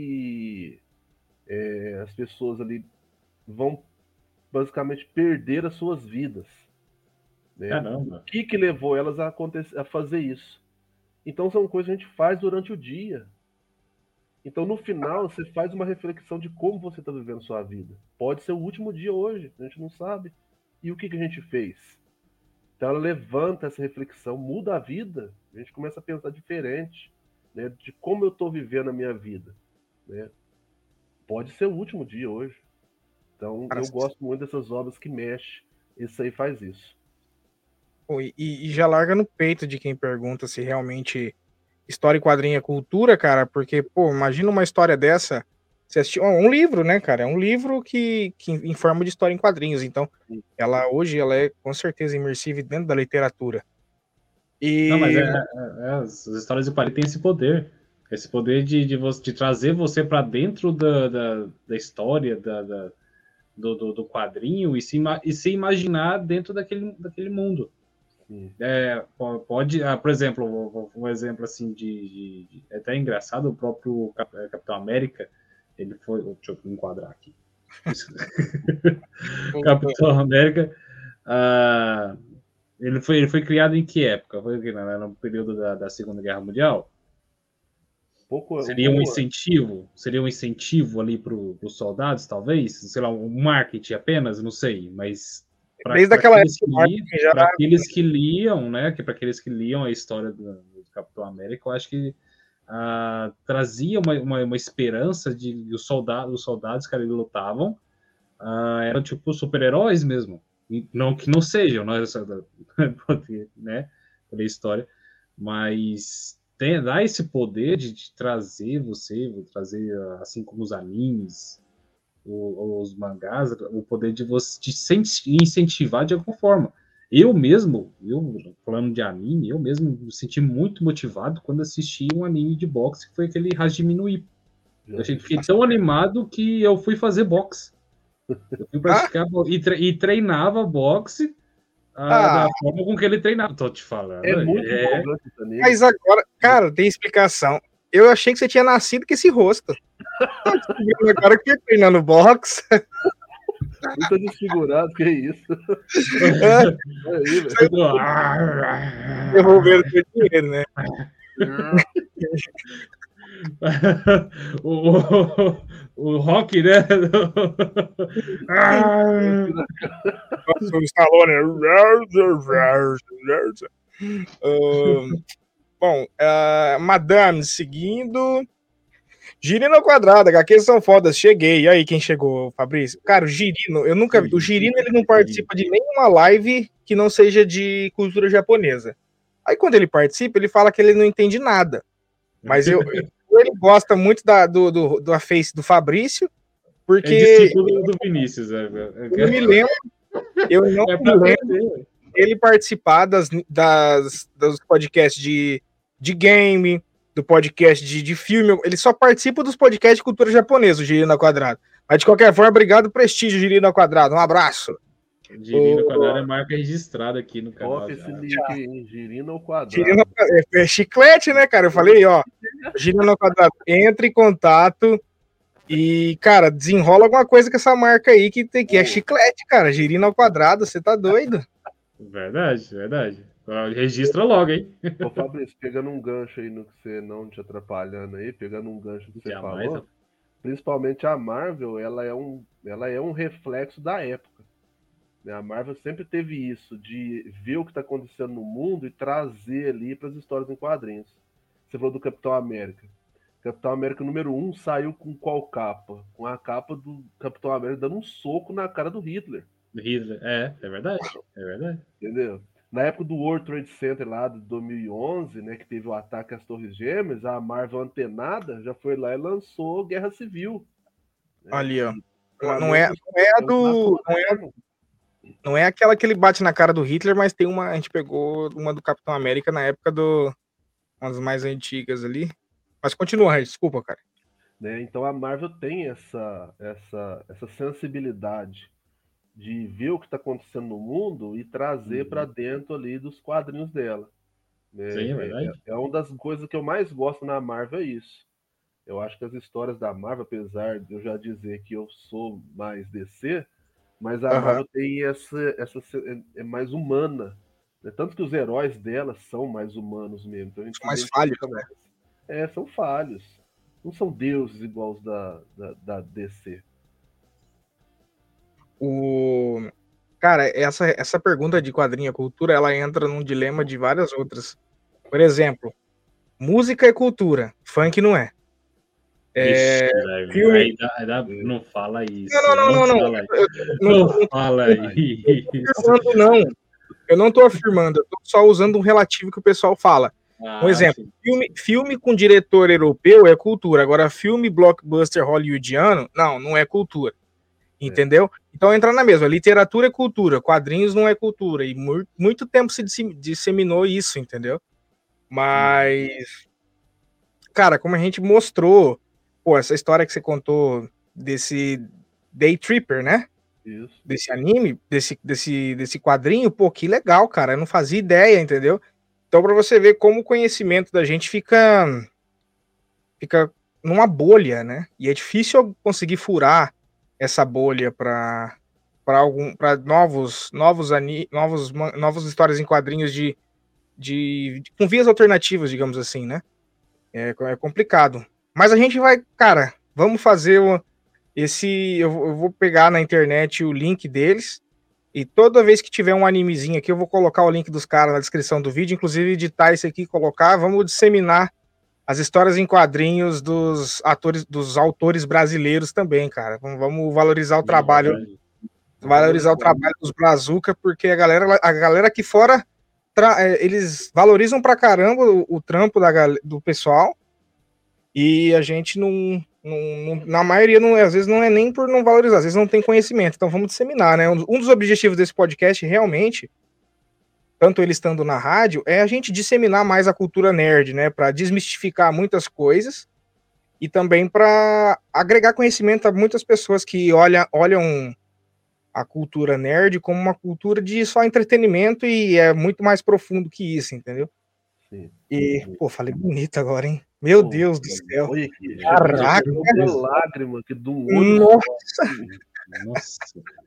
Speaker 4: que é, as pessoas ali vão basicamente perder as suas vidas. Né?
Speaker 3: Caramba.
Speaker 4: O que, que levou elas a, acontecer, a fazer isso? Então são coisas que a gente faz durante o dia. Então, no final, você faz uma reflexão de como você está vivendo sua vida. Pode ser o último dia hoje, a gente não sabe. E o que, que a gente fez? Então, ela levanta essa reflexão, muda a vida, a gente começa a pensar diferente, né, de como eu estou vivendo a minha vida. Né? Pode ser o último dia hoje. Então,
Speaker 1: Cara,
Speaker 4: eu gosto muito dessas obras que mexem. Isso aí faz isso.
Speaker 1: pô, e, e já larga no peito de quem pergunta se realmente história e quadrinho é cultura, cara, porque, pô, imagina uma história dessa. Você assistiu ó, um livro, né, cara? É um livro que, que informa de história em quadrinhos. Então, ela hoje ela é com certeza imersiva dentro da literatura.
Speaker 3: Não, mas
Speaker 1: E
Speaker 3: é, é- é, as histórias de quadrinhos têm esse poder. Esse poder de, de, você, de trazer você para dentro da, da, da história, da, da- do, do, do quadrinho e se, ima- e se imaginar dentro daquele, daquele mundo.
Speaker 4: Sim.
Speaker 3: É, po- pode, ah, por exemplo, vou- vou- um exemplo assim de, de- de- é até engraçado, o próprio Cap- eh, Capitão América, ele foi, deixa eu enquadrar aqui. Capitão América, ah, ele foi, ele foi criado em que época? Foi aqui, né, no período da, da Segunda Guerra Mundial?
Speaker 4: Pouco,
Speaker 3: Seria um
Speaker 4: pouco
Speaker 3: incentivo? Seria um incentivo ali para os soldados, talvez? Sei lá, um marketing apenas, não sei, mas para
Speaker 1: desde aquela
Speaker 3: aqueles,
Speaker 1: época,
Speaker 3: que li,
Speaker 1: já
Speaker 3: pra aqueles que liam, né? Que para aqueles que liam a história do, do Capitão América, eu acho que ah, trazia uma, uma, uma esperança de, de os soldados, os soldados que ali lutavam ah, eram tipo super-heróis mesmo. E não que não sejam, não é né? Pela história, mas tem, dá esse poder de, de trazer você, trazer assim como os animes, o, os mangás, o poder de você de incentivar de alguma forma. Eu mesmo, eu falando de anime, eu mesmo me senti muito motivado quando assisti um anime de boxe que foi aquele Hajime no Ippo. Eu achei que fiquei tão animado que eu fui fazer boxe. Eu fui praticar ah? e, tre e treinava boxe ah, ah. da forma com que ele treinava. Tô te falando.
Speaker 4: É muito
Speaker 3: é...
Speaker 1: Mas agora, cara, tem explicação. Eu achei que você tinha nascido com esse rosto. Agora que ia treinando boxe.
Speaker 4: Muito desfigurado, que é isso? É.
Speaker 1: Aí, devolver o seu dinheiro, né?
Speaker 3: o, o, O rock, né?
Speaker 1: O Stallone. uh, bom, uh, Madame seguindo. Girino ao quadrado, H Qs são fodas, cheguei. E aí, quem chegou, Fabrício? Cara, o Girino, eu nunca vi. O Girino, ele não participa de nenhuma live que não seja de cultura japonesa. Aí, quando ele participa, ele fala que ele não entende nada. Mas eu, ele gosta muito da, do, do, da face do Fabrício, porque.
Speaker 3: É discípulo do Vinícius, é.
Speaker 1: Eu me lembro. Eu não
Speaker 3: é
Speaker 1: me lembro ele participar das, das, dos podcasts de, de game, do podcast de, de filme. Ele só participa dos podcasts de cultura japonesa, o Girino ao Quadrado. Mas, de qualquer forma, obrigado, prestígio, Girino ao Quadrado. Um abraço.
Speaker 3: Girino ao Quadrado é marca registrada aqui no canal.
Speaker 4: Top esse link aí, Girino ao Quadrado.
Speaker 1: Girino, é, é chiclete, né, cara? Eu falei, ó, Girino ao Quadrado, entre em contato e, cara, desenrola alguma coisa com essa marca aí que, tem, que é chiclete, cara. Girino ao Quadrado, você tá doido?
Speaker 3: Verdade, verdade. Registra logo, hein?
Speaker 4: Ô, Fabrício, pegando um gancho aí no que você não te atrapalhando aí, pegando um gancho que você Jamais, falou, não. Principalmente a Marvel, ela é, um, ela é um reflexo da época. A Marvel sempre teve isso, de ver o que está acontecendo no mundo e trazer ali para as histórias em quadrinhos. Você falou do Capitão América. Capitão América número um saiu com qual capa? Com a capa do Capitão América dando um soco na cara do Hitler.
Speaker 3: Hitler, é, é verdade, é verdade.
Speaker 4: Entendeu? Na época do World Trade Center lá de dois mil e onze, né, que teve o ataque às Torres Gêmeas, a Marvel antenada já foi lá e lançou Guerra Civil.
Speaker 1: Né? Ali, ó. Não, não é, não é a do... Não é, não é aquela que ele bate na cara do Hitler, mas tem uma... A gente pegou uma do Capitão América na época do... Uma das mais antigas ali. Mas continua, Regis, desculpa, cara.
Speaker 4: Né, então a Marvel tem essa, essa, essa sensibilidade de ver o que está acontecendo no mundo e trazer uhum. para dentro ali dos quadrinhos dela. Né?
Speaker 3: Sim, é verdade.
Speaker 4: É, é uma das coisas que eu mais gosto na Marvel, é isso. Eu acho que as histórias da Marvel, apesar de eu já dizer que eu sou mais D C, mas a uhum. Marvel tem essa, essa é, é mais humana. Né? Tanto que os heróis dela são mais humanos mesmo. Então a gente
Speaker 1: são mais falhos, né?
Speaker 4: É, são falhos. Não são deuses igual os da, da, da D C.
Speaker 1: O... Cara, essa, essa pergunta de quadrinho cultura, ela entra num dilema de várias outras. Por exemplo, música é cultura, funk não é.
Speaker 3: É, Ixi, filme... aí dá, aí dá, não fala isso.
Speaker 1: Não, não, não, não. Não,
Speaker 3: fala, eu, não, não, não fala isso.
Speaker 1: Afirmando, não. Eu não tô afirmando, eu tô só usando um relativo que o pessoal fala. Ah, um exemplo, filme, filme com diretor europeu é cultura, agora filme blockbuster hollywoodiano, não, não é cultura. Entendeu? É. Então entra na mesma, literatura é cultura, quadrinhos não é cultura, e muito, muito tempo se disseminou isso, entendeu? Mas, cara, como a gente mostrou, pô, essa história que você contou desse Day Tripper, né?
Speaker 4: Isso.
Speaker 1: Desse anime, desse, desse, desse quadrinho, pô, que legal, cara, eu não fazia ideia, entendeu? Então, pra você ver como o conhecimento da gente fica, fica numa bolha, né? E é difícil conseguir furar essa bolha para para algum para novos novos ani, novos novas histórias em quadrinhos de, de, de com vias alternativas, digamos assim, né? É, é complicado. Mas a gente vai, cara, vamos fazer o, esse eu, eu vou pegar na internet o link deles e toda vez que tiver um animezinho aqui eu vou colocar o link dos caras na descrição do vídeo, inclusive editar isso aqui e colocar, vamos disseminar as histórias em quadrinhos dos atores, dos autores brasileiros também, cara. Vamos valorizar o trabalho, valorizar o trabalho dos Brazuca, porque a galera, a galera aqui fora, tra, eles valorizam pra caramba o, o trampo da, do pessoal, e a gente não, não, não na maioria, não, às vezes não é nem por não valorizar, às vezes não tem conhecimento, então vamos disseminar, né? Um, um dos objetivos desse podcast, realmente, tanto ele estando na rádio, é a gente disseminar mais a cultura nerd, né, para desmistificar muitas coisas e também para agregar conhecimento a muitas pessoas que olham, olham a cultura nerd como uma cultura de só entretenimento e é muito mais profundo que isso, entendeu?
Speaker 4: Sim.
Speaker 1: E, pô, falei bonito agora, hein? Meu pô, Deus do céu.
Speaker 4: Olha aqui,
Speaker 1: caraca,
Speaker 4: uma lágrima aqui do olho.
Speaker 1: Nossa.
Speaker 3: Nossa.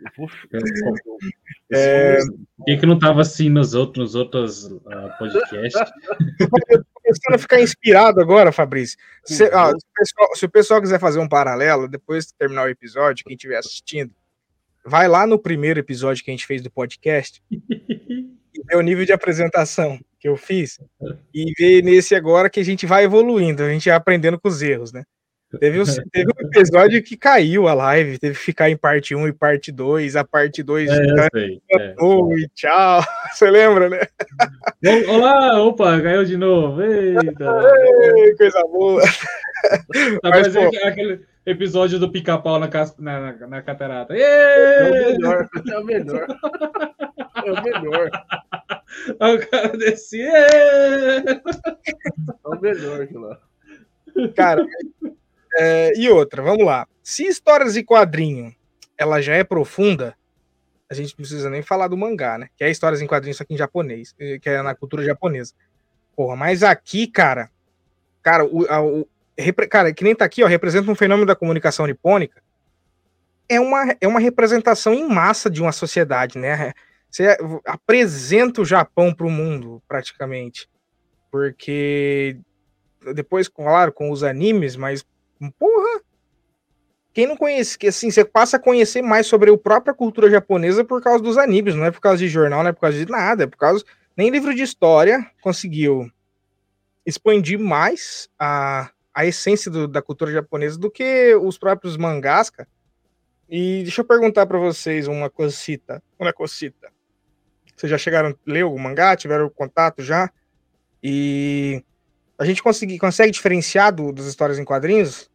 Speaker 1: É...
Speaker 3: Por que, que não tava assim nos outros, nos outros uh, podcasts?
Speaker 1: Eu tô começando a ficar inspirado agora, Fabrício. Se, ó, se, o pessoal, se o pessoal quiser fazer um paralelo, depois de terminar o episódio, quem estiver assistindo, vai lá no primeiro episódio que a gente fez do podcast e vê o nível de apresentação que eu fiz e vê nesse agora que a gente vai evoluindo, a gente vai aprendendo com os erros, né? Teve um, teve um episódio que caiu a live, teve que ficar em parte um e parte dois, a parte dois
Speaker 3: é, eu sei, é.
Speaker 1: e tchau. Você lembra, né?
Speaker 3: Olá, opa, caiu de novo. Eita.
Speaker 1: Ei, coisa boa.
Speaker 3: Tá fazendo aquele episódio do pica-pau na, na, na, na catarata. Ei!
Speaker 4: É o melhor, é o melhor. É o melhor.
Speaker 3: O cara desse. É
Speaker 4: o melhor de lá.
Speaker 1: Cara, é, e outra, vamos lá. Se histórias e quadrinho ela já é profunda, a gente não precisa nem falar do mangá, né? Que é histórias em quadrinhos só que em japonês, que é na cultura japonesa. Porra, mas aqui, cara, cara, o, a, o cara, que nem tá aqui, ó, representa um fenômeno da comunicação nipônica. É uma, é uma representação em massa de uma sociedade, né? Você apresenta o Japão para o mundo, praticamente. Porque depois, claro, com os animes, mas porra, quem não conhece, que assim, você passa a conhecer mais sobre a própria cultura japonesa por causa dos animes, não é por causa de jornal, não é por causa de nada, é por causa, nem livro de história conseguiu expandir mais a, a essência do, da cultura japonesa do que os próprios mangás, cara. E deixa eu perguntar para vocês uma cosita, uma cosita. Vocês já chegaram a ler o mangá, tiveram contato já? E a gente consegue, consegue diferenciar do, das histórias em quadrinhos?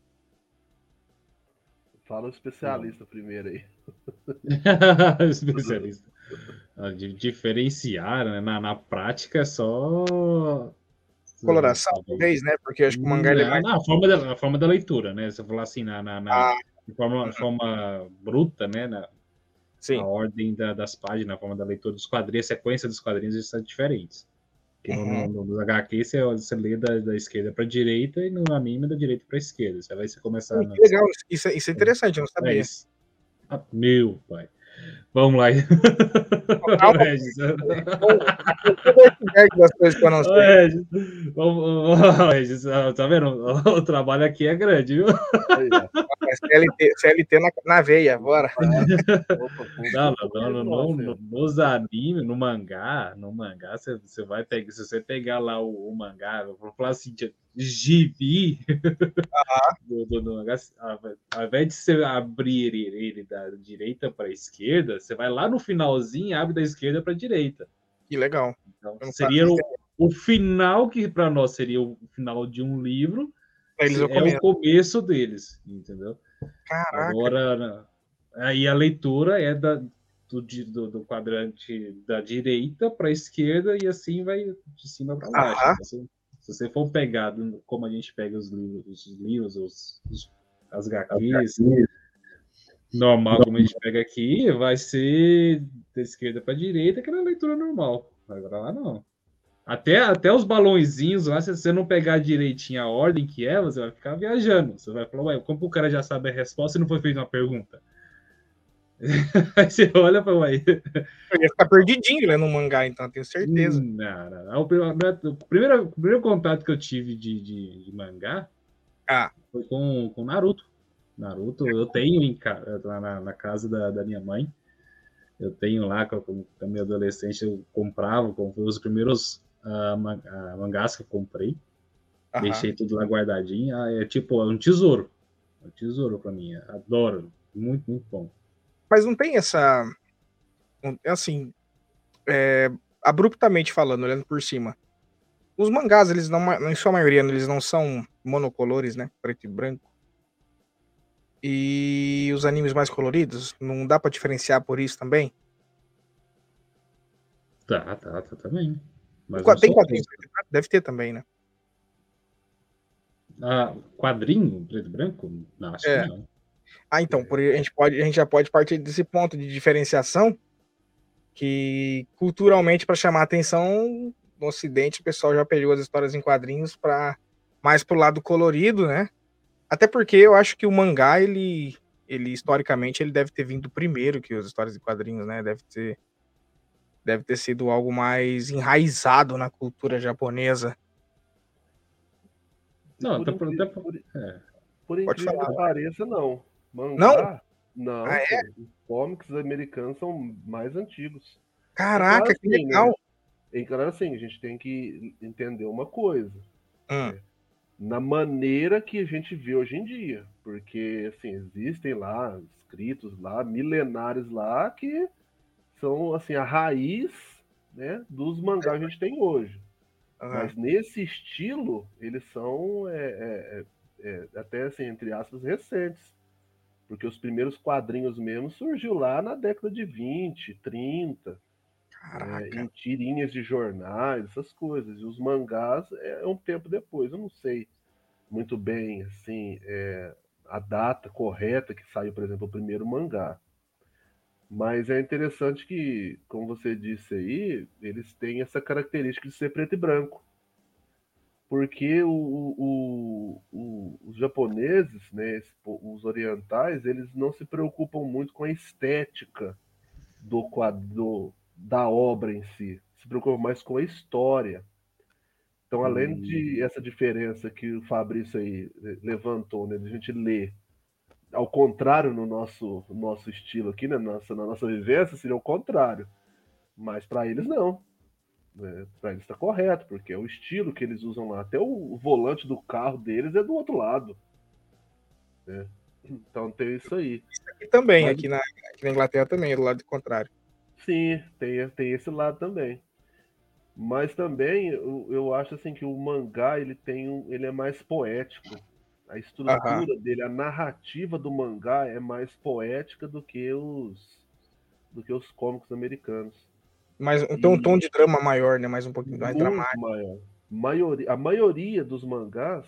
Speaker 4: Fala o especialista primeiro aí.
Speaker 3: Especialista. De diferenciar, né? na, na prática é só
Speaker 1: coloração, talvez, né? Porque eu acho que o mangá ele é mais...
Speaker 3: Não, a forma da, a forma da leitura, né? Se eu falar assim, na, na, na
Speaker 1: ah,
Speaker 3: de forma,
Speaker 1: uhum.
Speaker 3: forma bruta, né? Na,
Speaker 1: Sim.
Speaker 3: A ordem da, das páginas, a forma da leitura dos quadrinhos, a sequência dos quadrinhos estão diferentes. Porque uhum. no, no, no H Q você, você lê da, da esquerda para a direita e no anime da direita para a esquerda. Você vai se começar.
Speaker 1: Sim, que legal, isso, isso é interessante, eu não sabia. É isso.
Speaker 3: Ah, meu pai. Vamos lá. Regis.
Speaker 1: das coisas que eu não sei.
Speaker 3: Regis. Regis, tá vendo? O trabalho aqui é grande, viu?
Speaker 1: C L T, C L T na, na veia, bora.
Speaker 3: Não, não, não, não, no, nos animes, no mangá, no mangá, você, você vai pegar, se você pegar lá o, o mangá, eu vou falar assim, gibi, do, do, do mangá, ao invés de você abrir ele da direita para a esquerda, você vai lá no finalzinho e abre da esquerda para a direita.
Speaker 1: Que legal.
Speaker 3: Então, seria o, o final que para nós seria o final de um livro.
Speaker 1: Eles
Speaker 3: é o começo deles, entendeu?
Speaker 1: Caraca.
Speaker 3: Agora, aí a leitura é da, do, do, do quadrante da direita para a esquerda e assim vai de cima para baixo. Então, se, se você for pegar como a gente pega os livros, os livros os, os, as H Qs, normal como a gente pega aqui, vai ser da esquerda para a direita, que é a leitura normal. Agora lá não. Até, até os balãozinhos lá, se você não pegar direitinho a ordem que é, você vai ficar viajando. Você vai falar, ué, como o cara já sabe a resposta e não foi feita uma pergunta? Aí você olha para ué.
Speaker 1: Eu ia ficar perdidinho, né, no mangá, então, tenho certeza.
Speaker 3: Não, não, não. O, primeiro, o, primeiro, o primeiro contato que eu tive de, de, de mangá
Speaker 1: ah.
Speaker 3: foi com, com Naruto. Naruto, eu tenho em, lá na, na casa da, da minha mãe. Eu tenho lá, com a minha adolescente, eu comprava, comprei os primeiros uh, mangás que eu comprei. Aham. Deixei tudo lá guardadinho. Ah, é tipo, é um tesouro. É um tesouro pra mim. Adoro. Muito, muito bom.
Speaker 1: Mas não tem essa... Assim, é, abruptamente falando, olhando por cima. Os mangás, eles não, em sua maioria, eles não são monocolores, né? Preto e branco. E os animes mais coloridos, não dá pra diferenciar por isso também?
Speaker 3: Tá, tá, tá também.
Speaker 1: Mas tem quadrinho preto e branco? Deve ter também, né?
Speaker 3: Ah, quadrinho preto e branco? Não, acho é. que não.
Speaker 1: Ah, então, por, a, gente pode, a gente já pode partir desse ponto de diferenciação que, culturalmente, para chamar atenção, no Ocidente, o pessoal já pegou as histórias em quadrinhos para mais pro lado colorido, né? Até porque eu acho que o mangá, ele, ele historicamente ele deve ter vindo primeiro que as histórias de quadrinhos, né? Deve ter, deve ter sido algo mais enraizado na cultura japonesa.
Speaker 3: Não,
Speaker 4: por,
Speaker 3: até por,
Speaker 4: incrível,
Speaker 3: até por,
Speaker 4: por,
Speaker 3: é.
Speaker 4: por
Speaker 1: Pode
Speaker 4: incrível
Speaker 1: falar.
Speaker 4: que pareça, não.
Speaker 1: Não?
Speaker 4: Mangá, não,
Speaker 1: Ah, é?
Speaker 4: pô. Os cómics americanos são mais antigos. É claro
Speaker 1: Caraca, que
Speaker 4: assim, né?
Speaker 1: legal!
Speaker 4: É claro assim, a gente tem que entender uma coisa.
Speaker 1: Hum,
Speaker 4: Na maneira que a gente vê hoje em dia. Porque, assim, existem lá escritos lá, milenares lá, que são, assim, a raiz, né, dos mangás que a gente tem hoje.
Speaker 1: aham.
Speaker 4: Mas nesse estilo, eles são é, é, é, é, até, assim, entre aspas, recentes. Porque os primeiros quadrinhos mesmo surgiu lá na década de vinte, trinta, é,
Speaker 1: Caraca.
Speaker 4: em tirinhas de jornais, essas coisas. E os mangás é um tempo depois. Eu não sei muito bem assim é, a data correta que saiu, por exemplo, o primeiro mangá. Mas é interessante que, como você disse aí, eles têm essa característica de ser preto e branco. Porque o, o, o, os japoneses, né, os orientais, eles não se preocupam muito com a estética do quadro, da obra em si. Se preocupam mais com a história. Então, além de essa diferença que o Fabrício aí levantou, né, de a gente ler ao contrário no nosso, nosso estilo aqui, né, nossa, na nossa vivência, seria o contrário. Mas para eles não. Né? Para eles está correto, porque é o estilo que eles usam lá. Até o volante do carro deles é do outro lado. Né? Então tem isso aí.
Speaker 1: Aqui também,
Speaker 4: Mas,
Speaker 1: aqui na, aqui na Inglaterra também, do lado contrário.
Speaker 4: sim, tem, tem esse lado também. Mas também eu, eu acho assim que o mangá ele tem um, ele é mais poético. A
Speaker 1: Aham.
Speaker 4: estrutura dele, a narrativa do mangá é mais poética do que os do que os cômicos americanos.
Speaker 1: Mas então um
Speaker 4: E
Speaker 1: tom de drama maior, né? Mais um pouquinho mais
Speaker 4: muito
Speaker 1: dramático.
Speaker 4: maior. Maioria, a maioria dos mangás,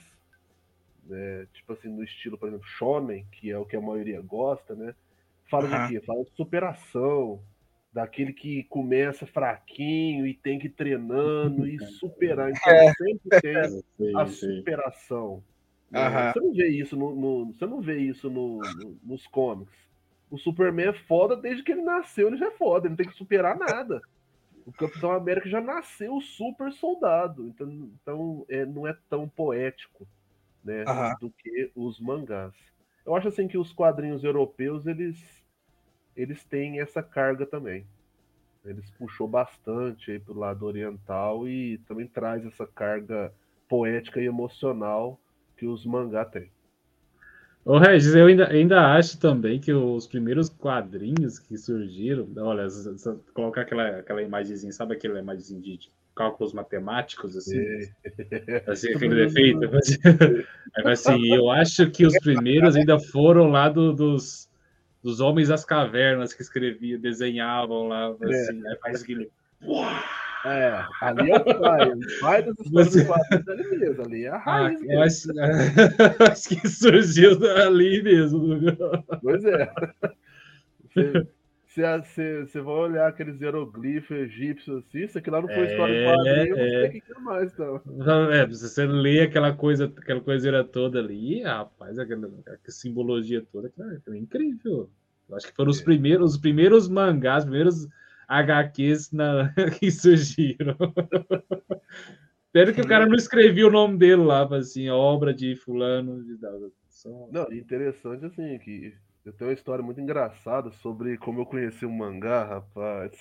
Speaker 4: né, tipo assim, no estilo, por exemplo, shonen, que é o que a maioria gosta, né? Fala de
Speaker 1: Aham.
Speaker 4: quê? Fala de superação, daquele que começa fraquinho e tem que ir treinando e superar. Então
Speaker 1: É.
Speaker 4: sempre tem
Speaker 3: Sei,
Speaker 4: a
Speaker 3: sei.
Speaker 4: superação. Né?
Speaker 1: Aham.
Speaker 4: Você não vê isso no, no- você não vê isso no- no- nos comics. O Superman é foda desde que ele nasceu, ele já é foda, ele não tem que superar nada. O Capitão América já nasceu super soldado, então, então é, não é tão poético, né,
Speaker 1: Aham.
Speaker 4: do que os mangás. Eu acho assim que os quadrinhos europeus eles eles têm essa carga também. Eles puxou bastante aí pro lado oriental e também traz essa carga poética e emocional que os mangá têm.
Speaker 3: Ô, Regis, eu ainda, ainda acho também que os primeiros quadrinhos que surgiram, olha, se- se- colocar aquela, aquela imagenzinha, sabe aquela imagenzinha de de cálculos matemáticos, assim, assim, aquele defeito? Aí vai assim, eu acho que os primeiros ainda foram lá do- dos, dos homens das cavernas que escreviam, desenhavam lá, assim, aí faz aquele...
Speaker 4: É, ali é o pai, o pai das histórias
Speaker 3: Você-
Speaker 4: dos quadrinhos é ele mesmo, ali é a
Speaker 3: Ah,
Speaker 4: raiz
Speaker 3: eu
Speaker 4: mesmo.
Speaker 3: acho, acho que surgiu ali mesmo.
Speaker 4: Pois é. Você, você, você, você vai olhar aqueles hieroglifos egípcios assim, isso aqui lá não foi história em
Speaker 3: É,
Speaker 4: quadrinho, eu não sei o
Speaker 3: é.
Speaker 4: que que é mais, então.
Speaker 3: É, se você lê aquela coisa, aquela coiseira toda ali, rapaz, aquela, aquela simbologia toda, cara, é incrível. Eu acho que foram os
Speaker 4: É.
Speaker 3: primeiros, os primeiros mangás, os primeiros H Qs na, que surgiram. Pena que o cara não escrevia o nome dele lá, assim, obra de fulano. De... Só...
Speaker 4: Não, interessante assim, que eu tenho uma história muito engraçada sobre como eu conheci o mangá, rapaz.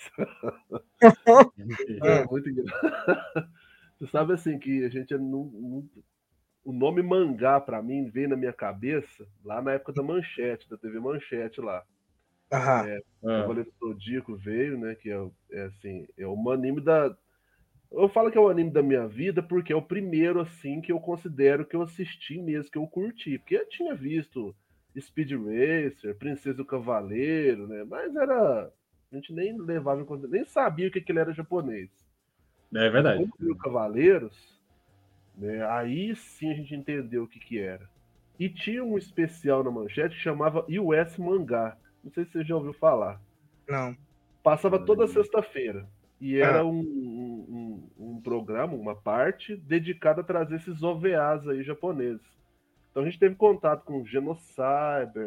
Speaker 4: É
Speaker 1: Ah,
Speaker 4: muito engraçado. Você sabe assim que a gente não, não- o nome mangá pra mim veio na minha cabeça lá na época da Manchete, da T V Manchete lá.
Speaker 1: Aham.
Speaker 3: Ah,
Speaker 4: Cavaleiro do Zodíaco veio, né? Que é, é assim, é um anime da. Eu falo que é o anime da minha vida porque é o primeiro assim que eu considero que eu assisti mesmo, que eu curti. Porque eu tinha visto Speed Racer, Princesa e o Cavaleiro, né? Mas era. A gente nem levava em conta, nem sabia o que que ele era japonês.
Speaker 3: é
Speaker 4: Mas
Speaker 3: verdade.
Speaker 4: quando viu Cavaleiros, né, aí sim a gente entendeu o que que era. E tinha um especial na Manchete que chamava U S Mangá. Não sei se você já ouviu falar.
Speaker 1: Não.
Speaker 4: Passava toda sexta-feira. E era
Speaker 1: Ah,
Speaker 4: um, um, um, um programa, uma parte, dedicada a trazer esses O V As aí japoneses. Então a gente teve contato com Genocyber,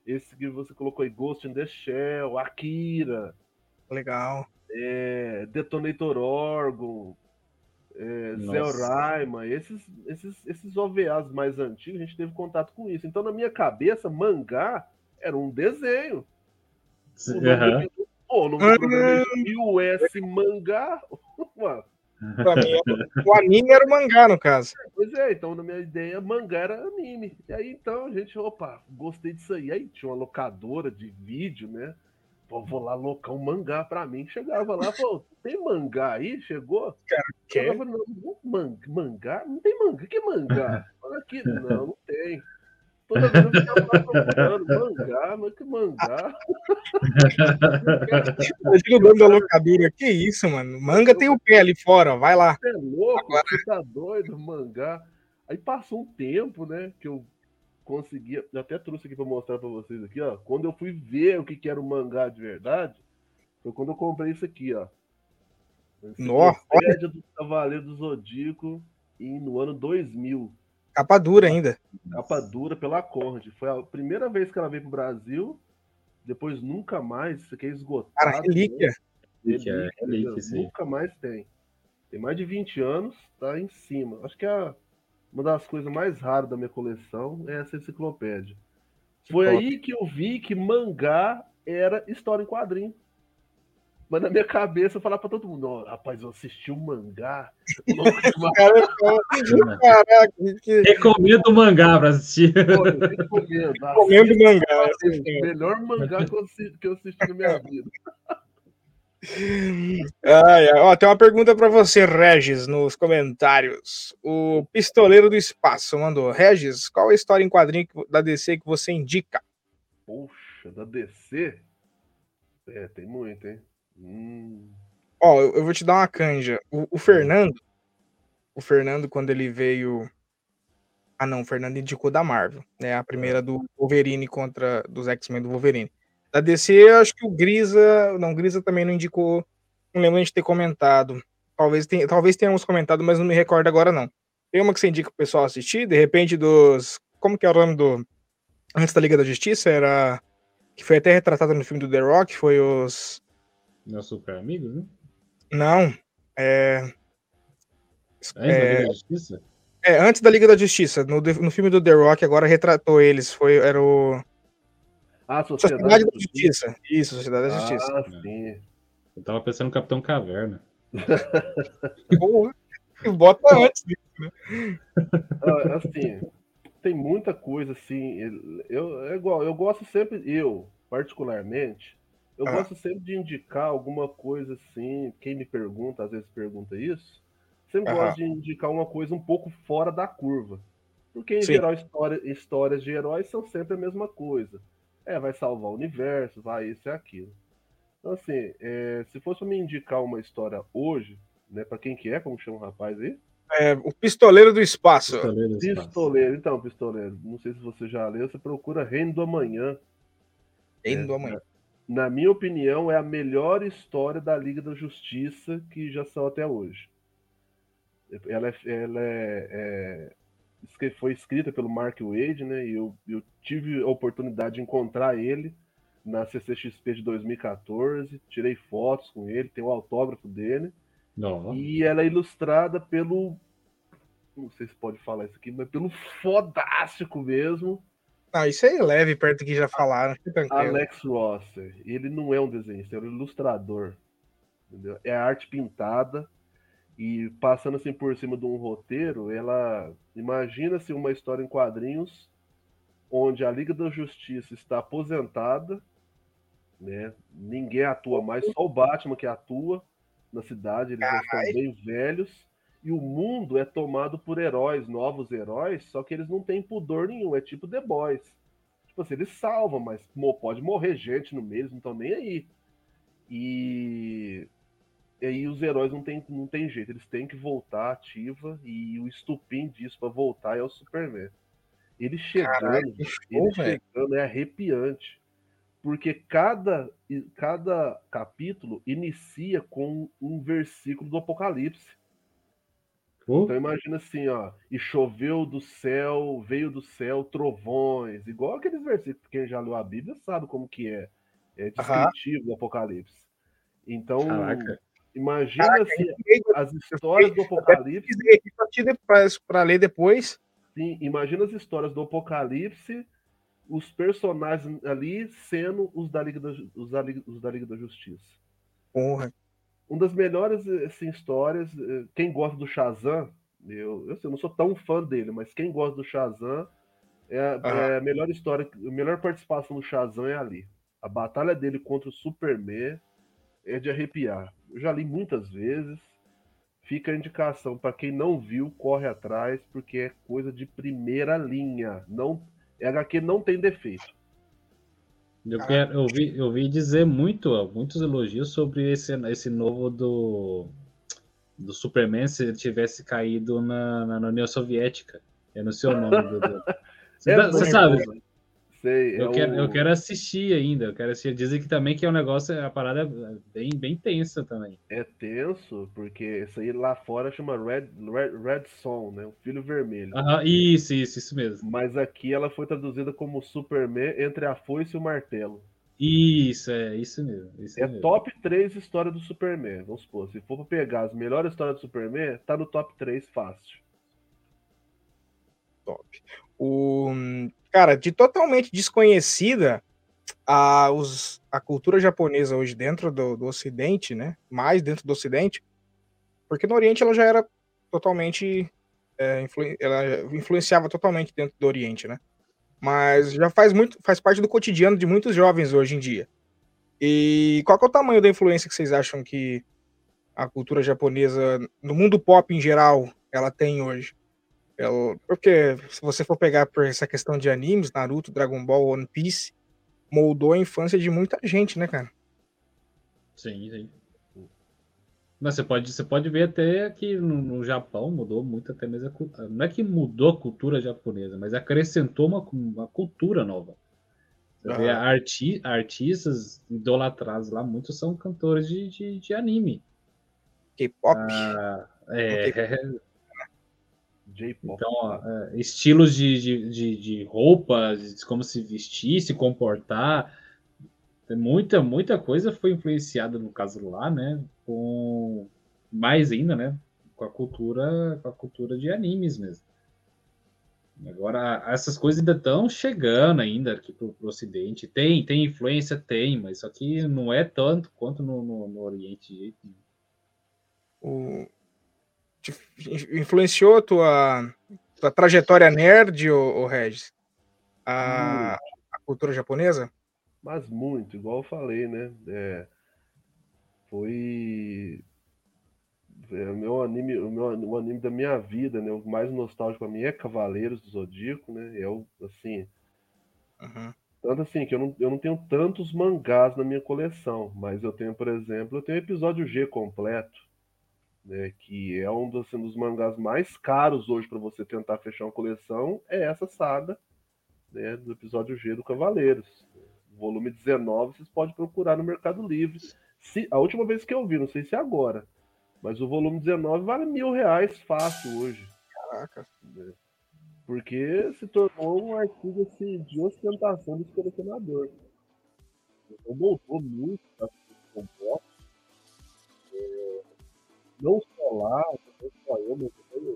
Speaker 4: esse que você colocou aí, Ghost in the Shell, Akira.
Speaker 1: Legal.
Speaker 4: É, Detonator Orgon, é, Zelraima, esses, esses, esses O V As mais antigos, a gente teve contato com isso. Então, na minha cabeça, mangá era um desenho. O nome,
Speaker 3: Uhum.
Speaker 4: do, pô, o nome do programa é U S Mangá. Mano.
Speaker 1: Pra mim, o anime era o mangá, no caso.
Speaker 4: Pois é, então na minha ideia, mangá era anime. E aí então a gente, opa, gostei disso aí. Aí tinha uma locadora de vídeo, né? Pô, vou lá alocar um mangá pra mim. Chegava lá, pô, tem mangá aí? Chegou?
Speaker 1: Que?
Speaker 4: Eu falava, não, não, man- mangá? Não tem mangá. Que mangá? Olha aqui, não, não tem. Toda vez eu ficava lá procurando mangá, mas que mangá?
Speaker 1: Imagina o dono da locadora. Que isso, mano? Manga tem o pé ali fora, ó. Vai lá.
Speaker 4: Você é louco?
Speaker 1: Agora-
Speaker 4: Você tá doido? Mangá. Aí passou um tempo, né? Que eu conseguia. Eu até trouxe aqui pra mostrar pra vocês aqui, ó. Quando eu fui ver o que, que era o mangá de verdade, foi quando eu comprei isso aqui, ó.
Speaker 1: Nossa, olha,
Speaker 4: Enciclopédia do Cavaleiro do Zodíaco e no ano dois mil.
Speaker 1: capa dura ainda.
Speaker 4: Capa dura pela Conrad. Foi a primeira vez que ela veio pro Brasil. Depois nunca mais. Isso aqui é esgotado.
Speaker 1: Cara, relíquia.
Speaker 4: Né?
Speaker 3: Relíquia,
Speaker 4: Relíquia,
Speaker 3: relíquia, isso aí.
Speaker 4: nunca mais tem. Tem mais de vinte anos, tá em cima. Acho que a, uma das coisas mais raras da minha coleção é essa enciclopédia. Foi
Speaker 1: top.
Speaker 4: aí que eu vi que mangá era história em quadrinho. Mas na minha cabeça eu falava pra todo mundo, "Ó, rapaz, eu assisti um mangá.
Speaker 1: Cara, caraca, que...
Speaker 3: Recomendo o mangá pra assistir.
Speaker 4: Pô, eu recomendo.
Speaker 1: Comendo
Speaker 4: Assista
Speaker 1: mangá.
Speaker 4: o melhor mangá que eu assisti, que eu assisti na minha vida.
Speaker 1: Ai, ai. Ó, tem uma pergunta pra você, Regis, nos comentários. O Pistoleiro do Espaço mandou: Regis, qual a história em quadrinho que- da D C que você indica?
Speaker 4: Poxa, da D C? É, tem muito, hein? Hum.
Speaker 1: Ó, eu, eu vou te dar uma canja. O, o Fernando, o Fernando, quando ele veio. Ah, não, o Fernando indicou da Marvel, né? A primeira do Wolverine contra dos X-Men do Wolverine. Da D C, eu acho que o Grisa. Não, o Grisa também não indicou. Não lembro de ter comentado. Talvez, tenha, talvez tenhamos comentado, mas não me recordo agora, não. Tem uma que você indica pro pessoal assistir, de repente, dos. Como que é o nome do. Antes da Liga da Justiça? Era. Que foi até retratado no filme do The Rock, foi os.
Speaker 3: Meus super amigos, né?
Speaker 1: Não. É.
Speaker 3: Antes da Liga da Justiça?
Speaker 1: É, antes da Liga da Justiça. No, no filme do The Rock, agora retratou eles. Foi, era o.
Speaker 4: Ah,
Speaker 1: Sociedade,
Speaker 4: Sociedade
Speaker 1: da Justiça. Isso, Sociedade da Justiça.
Speaker 4: Ah, sim.
Speaker 3: Eu tava pensando no Capitão Caverna.
Speaker 1: Porra, bota antes.
Speaker 4: Ah, assim, tem muita coisa assim. Eu, é igual, eu gosto sempre, eu, particularmente, eu
Speaker 1: Ah.
Speaker 4: gosto sempre de indicar alguma coisa assim. Quem me pergunta, às vezes pergunta isso, sempre
Speaker 1: Aham.
Speaker 4: gosto de indicar uma coisa um pouco fora da curva. Porque, em
Speaker 1: Sim.
Speaker 4: geral, história, histórias de heróis são sempre a mesma coisa. É, vai salvar o universo, vai isso e aquilo. Então, assim, é, se fosse me indicar uma história hoje, né, para quem que é, como chama o rapaz aí?
Speaker 1: É, o Pistoleiro do Espaço.
Speaker 3: Pistoleiro do Espaço.
Speaker 4: Pistoleiro, então, Pistoleiro, não sei se você já leu, você procura Reino do Amanhã.
Speaker 1: Reino
Speaker 4: É,
Speaker 1: do Amanhã.
Speaker 4: Na minha opinião, é a melhor história da Liga da Justiça que já saiu até hoje. Ela, é, ela é, é, foi escrita pelo Mark Waid, né? E eu, eu tive a oportunidade de encontrar ele na C C X P de dois mil e quatorze, tirei fotos com ele, tem o autógrafo dele.
Speaker 3: Não.
Speaker 4: E ela é ilustrada pelo. Não sei se pode falar isso aqui, mas pelo fodástico mesmo.
Speaker 1: Ah, isso aí é leve perto do que já falaram. Fica tranquilo.
Speaker 4: Alex Rosser. Ele não é um desenhista, é um ilustrador. Entendeu? É arte pintada. E passando assim por cima de um roteiro, ela. Imagina-se uma história em quadrinhos onde a Liga da Justiça está aposentada, né? Ninguém atua mais, só o Batman que atua na cidade, eles já estão bem velhos. E o mundo é tomado por heróis, novos heróis, só que eles não têm pudor nenhum, é tipo The Boys. Tipo assim, eles salvam, mas pode morrer gente no meio, eles não estão nem aí. E... e aí os heróis não tem, não tem jeito, eles têm que voltar ativa, e o estupim disso para voltar é o Superman. Ele chegando,
Speaker 1: Caralho, que show,
Speaker 4: ele
Speaker 1: velho.
Speaker 4: chegando é arrepiante. Porque cada, cada capítulo inicia com um versículo do Apocalipse.
Speaker 3: Uh,
Speaker 4: Então imagina assim, ó, e choveu do céu, veio do céu trovões, igual aqueles versículos, quem já leu a Bíblia sabe como que é, é
Speaker 1: Aham.
Speaker 4: descritivo do Apocalipse. Então,
Speaker 3: caraca.
Speaker 4: imagina assim,
Speaker 1: Eu fiquei-
Speaker 4: as
Speaker 1: eu
Speaker 4: histórias do
Speaker 1: fiquei- até
Speaker 4: Apocalipse,
Speaker 1: pesquisei aqui pra te de- pra- pra ler depois.
Speaker 4: sim, imagina as histórias do Apocalipse, os personagens ali sendo os da Liga da, Ju- os da Liga, os da Liga da Justiça.
Speaker 1: Porra.
Speaker 4: Uma das melhores assim, histórias, eh, quem gosta do Shazam, eu, eu, sei, eu não sou tão fã dele, mas quem gosta do Shazam, é, a-
Speaker 1: Aham.
Speaker 4: é a melhor história, a melhor participação do Shazam é ali. A batalha dele contra o Superman é de arrepiar. Eu já li muitas vezes. Fica a indicação para quem não viu, corre atrás, porque é coisa de primeira linha. Não, H Q não tem defeito.
Speaker 3: Eu,
Speaker 1: Caraca.
Speaker 3: quero, eu, vi, eu vi dizer muito, ó, muitos elogios sobre esse, esse novo do, do Superman se ele tivesse caído na, na, na União Soviética. Eu não sei o nome do. do... Você,
Speaker 4: É
Speaker 3: dá- você
Speaker 4: muito
Speaker 3: sabe?
Speaker 4: bom, né? Sei, é
Speaker 3: Eu quero, eu
Speaker 4: o.
Speaker 3: quero assistir ainda. Eu quero assistir. Dizem que também que é um negócio, a parada é bem, bem tensa também.
Speaker 4: É tenso, porque isso aí lá fora chama Red, Red, Red Son, né? O Filho Vermelho.
Speaker 3: Aham, isso, isso, isso mesmo.
Speaker 4: Mas aqui ela foi traduzida como Superman entre a foice e o martelo.
Speaker 3: Isso, é isso mesmo. Isso
Speaker 4: É
Speaker 3: aí mesmo.
Speaker 4: top três história do Superman. Vamos supor, se for pra pegar as melhores histórias do Superman, tá no top três fácil.
Speaker 1: Top. O, cara, de totalmente desconhecida a, os, a cultura japonesa hoje dentro do, do Ocidente, né? Mais dentro do Ocidente, porque no Oriente ela já era totalmente. É, influ, ela influenciava totalmente dentro do Oriente, né? Mas já faz muito, faz parte do cotidiano de muitos jovens hoje em dia. E qual que é o tamanho da influência que vocês acham que a cultura japonesa, no mundo pop em geral, ela tem hoje? Ela, porque se você for pegar por essa questão de animes, Naruto, Dragon Ball, One Piece, moldou a infância de muita gente, né, cara?
Speaker 3: Sim, sim. Mas você pode, você pode ver até que no, no Japão mudou muito até mesmo a cultura. Não é que mudou a cultura japonesa, mas acrescentou uma, uma cultura nova. Você vê
Speaker 1: Aham.
Speaker 3: arti, artistas idolatrados lá, muitos são cantores de, de, de anime.
Speaker 1: K-pop.
Speaker 3: Ah,
Speaker 1: Não
Speaker 3: é,
Speaker 1: tem-
Speaker 4: J-pop.
Speaker 3: então, ó, é, estilos de, de, de, de roupas, de como se vestir, se comportar. Tem Muita, muita coisa foi influenciada, no caso lá, né? Com mais ainda, né? Com a cultura, com a cultura de animes mesmo. Agora, essas coisas ainda estão chegando ainda aqui pro, pro Ocidente. Tem, tem influência, tem, mas só que não é tanto quanto no, no, no Oriente. de jeito nenhum.
Speaker 1: o, te influenciou a tua, tua trajetória nerd, ô, ô Regis? A,
Speaker 4: Muito,
Speaker 1: a cultura japonesa?
Speaker 4: mas muito, igual eu falei, né? É, foi é, o meu anime, o meu o anime da minha vida, né? O mais nostálgico pra mim é Cavaleiros do Zodíaco, né? É o, assim,
Speaker 1: Uhum.
Speaker 4: tanto assim que eu não, eu não tenho tantos mangás na minha coleção, mas eu tenho, por exemplo, eu tenho o episódio G completo, né? Que é um dos, assim, dos mangás mais caros hoje para você tentar fechar uma coleção, é essa saga, né? Do episódio G do Cavaleiros. Volume dezenove, vocês podem procurar no Mercado Livre. Se, a última vez que eu vi, não sei se é agora, mas o volume dezenove vale mil reais fácil hoje.
Speaker 1: Caraca.
Speaker 4: Né? Porque se tornou um artigo assim, de ostentação dos colecionadores. Então voltou muito a composta. É, não só lá, não só eu, mas também